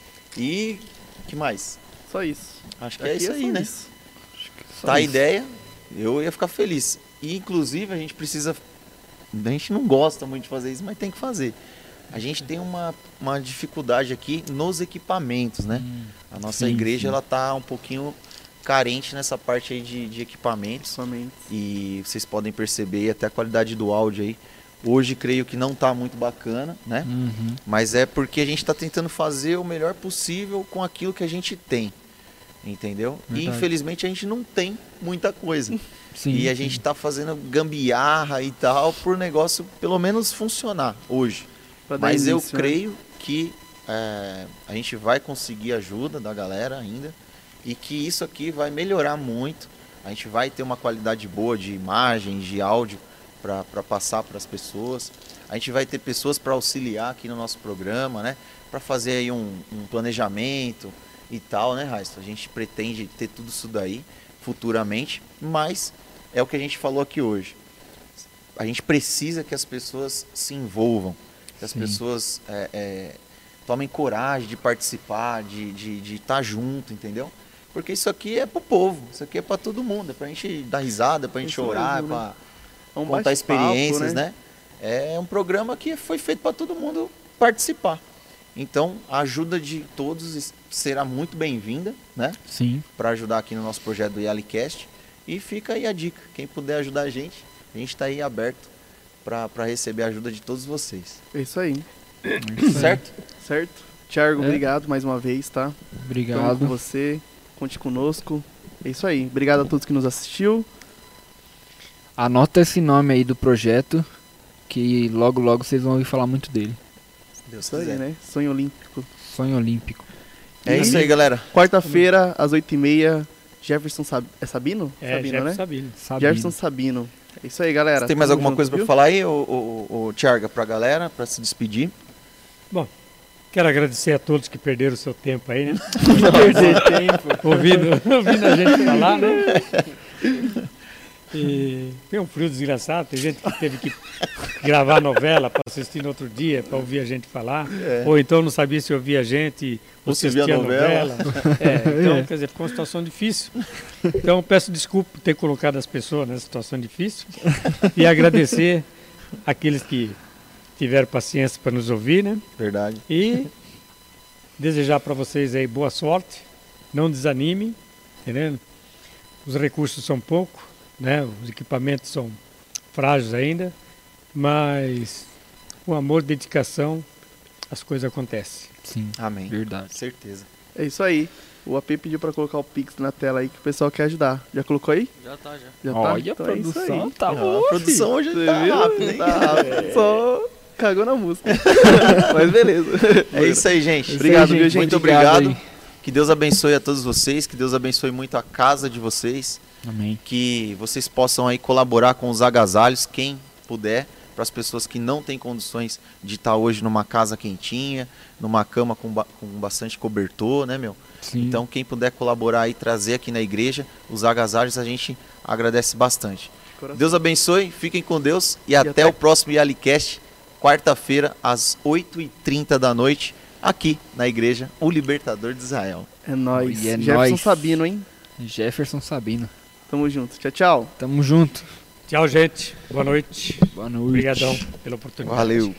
E que mais? Só isso. Acho que é Aqui isso aí, só né? isso. Só Tá a isso. ideia, eu ia ficar feliz. E inclusive a gente precisa. A gente não gosta muito de fazer isso, mas tem que fazer. A gente tem uma, uma dificuldade aqui nos equipamentos, né? A nossa Sim, igreja sim. ela tá um pouquinho carente nessa parte aí de, de equipamentos. Somente. E vocês podem perceber até a qualidade do áudio aí. Hoje creio que não está muito bacana, né? Uhum. Mas é porque a gente está tentando fazer o melhor possível com aquilo que a gente tem. Entendeu? Verdade. E infelizmente a gente não tem muita coisa. Sim, e a sim. gente está fazendo gambiarra e tal por negócio pelo menos funcionar hoje. Pra dar Mas eu início, né? creio que é, a gente vai conseguir ajuda da galera ainda e que isso aqui vai melhorar muito. A gente vai ter uma qualidade boa de imagem, de áudio para passar para as pessoas. A gente vai ter pessoas para auxiliar aqui no nosso programa, né? Para fazer aí um, um planejamento e tal, né, Raisto? A gente pretende ter tudo isso daí futuramente, mas é o que a gente falou aqui hoje. A gente precisa que as pessoas se envolvam, que as Sim. pessoas é, é, tomem coragem de participar, de estar de, de tá junto, entendeu? Porque isso aqui é pro povo, isso aqui é para todo mundo, é pra gente dar risada, é pra gente Isso chorar, mesmo, é né? pra É um contar bate-papo, experiências, né? É um programa que foi feito para todo mundo participar. Então, a ajuda de todos será muito bem-vinda, né? Sim. Para ajudar aqui no nosso projeto do YaliCast. E fica aí a dica, quem puder ajudar a gente, a gente está aí aberto para receber a ajuda de todos vocês. É isso aí, Certo? certo? Thiago, É. obrigado mais uma vez, tá? Tamo com Obrigado. você, conte conosco. É isso aí, obrigado a todos que nos assistiu. Anota esse nome aí do projeto, que logo logo vocês vão ouvir falar muito dele. Deus Isso aí, quiser. né? Sonho Olímpico. Sonho Olímpico. É isso aí, galera. Quarta-feira, às oito e meia, Jefferson Sab... É Sabino? É, Sabino, Jefferson né? Sabino. Sabino. Jefferson Sabino. É isso aí, galera. Você tem mais Tamo alguma junto, coisa para viu? falar aí, ô, ô, ô, Thiago, para a galera, para se despedir? Bom, quero agradecer a todos que perderam o seu tempo aí, né? Perder tempo. ouvindo, ouvindo a gente falar, né? E tem um frio desgraçado, tem gente que teve que gravar novela para assistir no outro dia, para ouvir a gente falar, É. ou então não sabia se ouvia a gente ou Ou se se via assistia a novela. novela. É, então, quer dizer, ficou uma situação difícil. Então, peço desculpa por ter colocado as pessoas nessa situação difícil e agradecer aqueles que tiveram paciência para nos ouvir, né? Verdade. E desejar para vocês aí boa sorte, não desanimem, entendeu? Os recursos são poucos, né? Os equipamentos são frágeis ainda, mas com amor e dedicação as coisas acontecem. Sim, Amém. verdade. Certeza. É isso aí. O A P pediu pra colocar o Pix na tela aí que o pessoal quer ajudar. Já colocou aí? Já tá, já. Já tá? Olha, Então a é isso produção aí. tá Ah, boa. a produção hoje Você tá viu? rápida, hein? Tá rápido. Só cagou na música. Mas beleza. É isso aí, gente. Obrigado, viu, gente? Muito Obrigado obrigado. aí. Que Deus abençoe a todos vocês, que Deus abençoe muito a casa de vocês, Amém. que vocês possam aí colaborar com os agasalhos, quem puder, para as pessoas que não têm condições de estar hoje numa casa quentinha, numa cama com, ba com bastante cobertor, né, meu? Sim. Então, quem puder colaborar e trazer aqui na igreja os agasalhos, a gente agradece bastante. Coração. Deus abençoe, fiquem com Deus e, até, até- o próximo YaliCast, quarta-feira, às oito e trinta da noite, aqui na igreja O Libertador de Israel. É nóis. E é Jefferson nóis. Sabino, hein? Jefferson Sabino. Tamo junto. Tchau, tchau. Tamo junto. Tchau, gente. Boa noite. Boa noite. Obrigadão pela oportunidade. Valeu!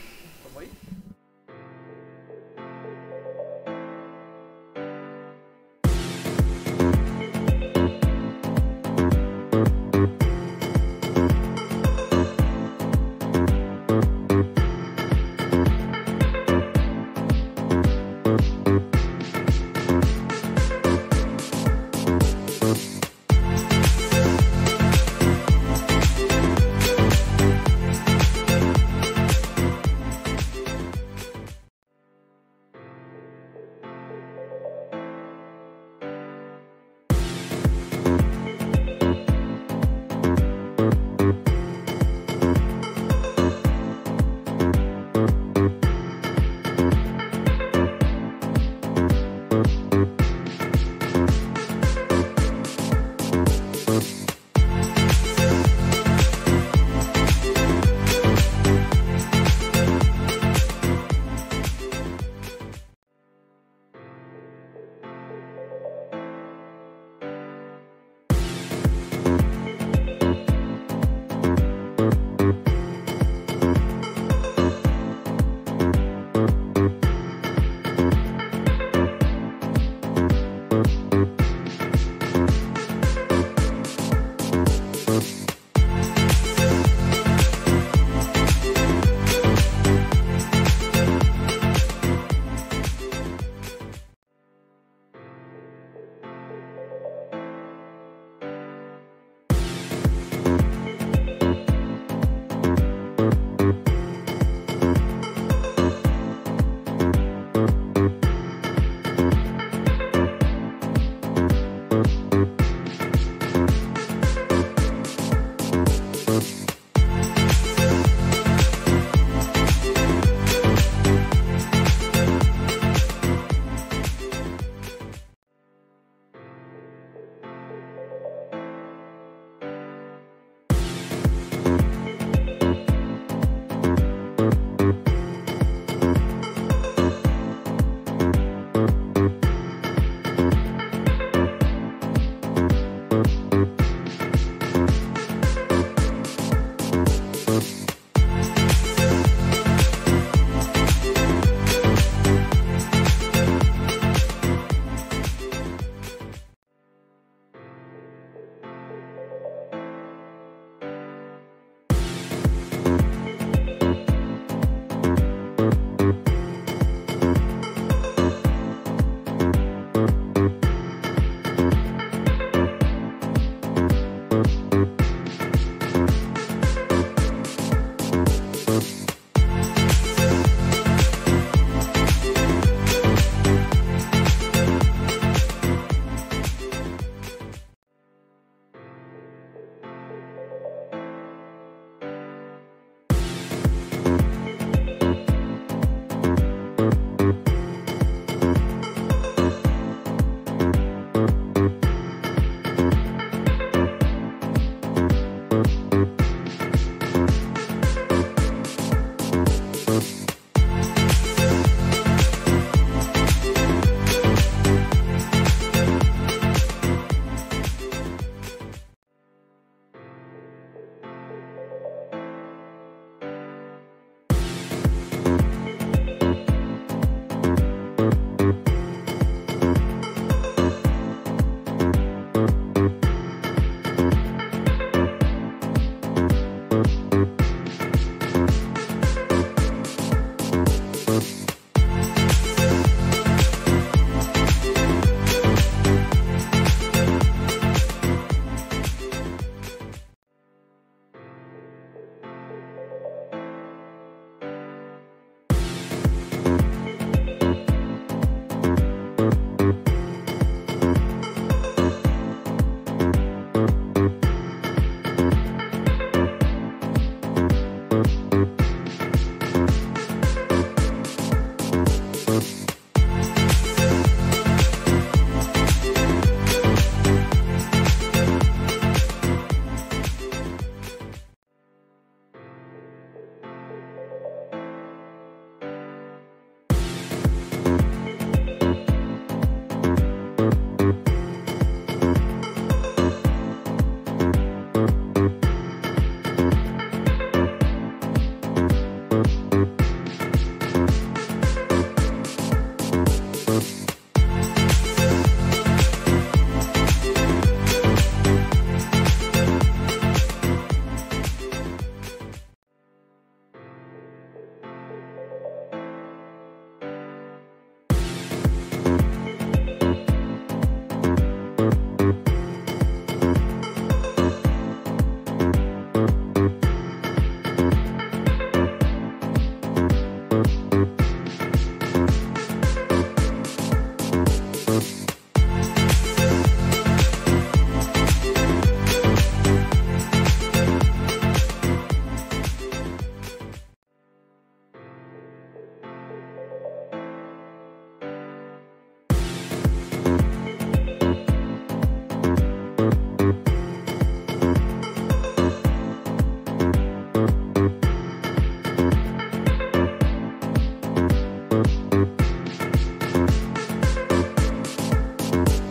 Música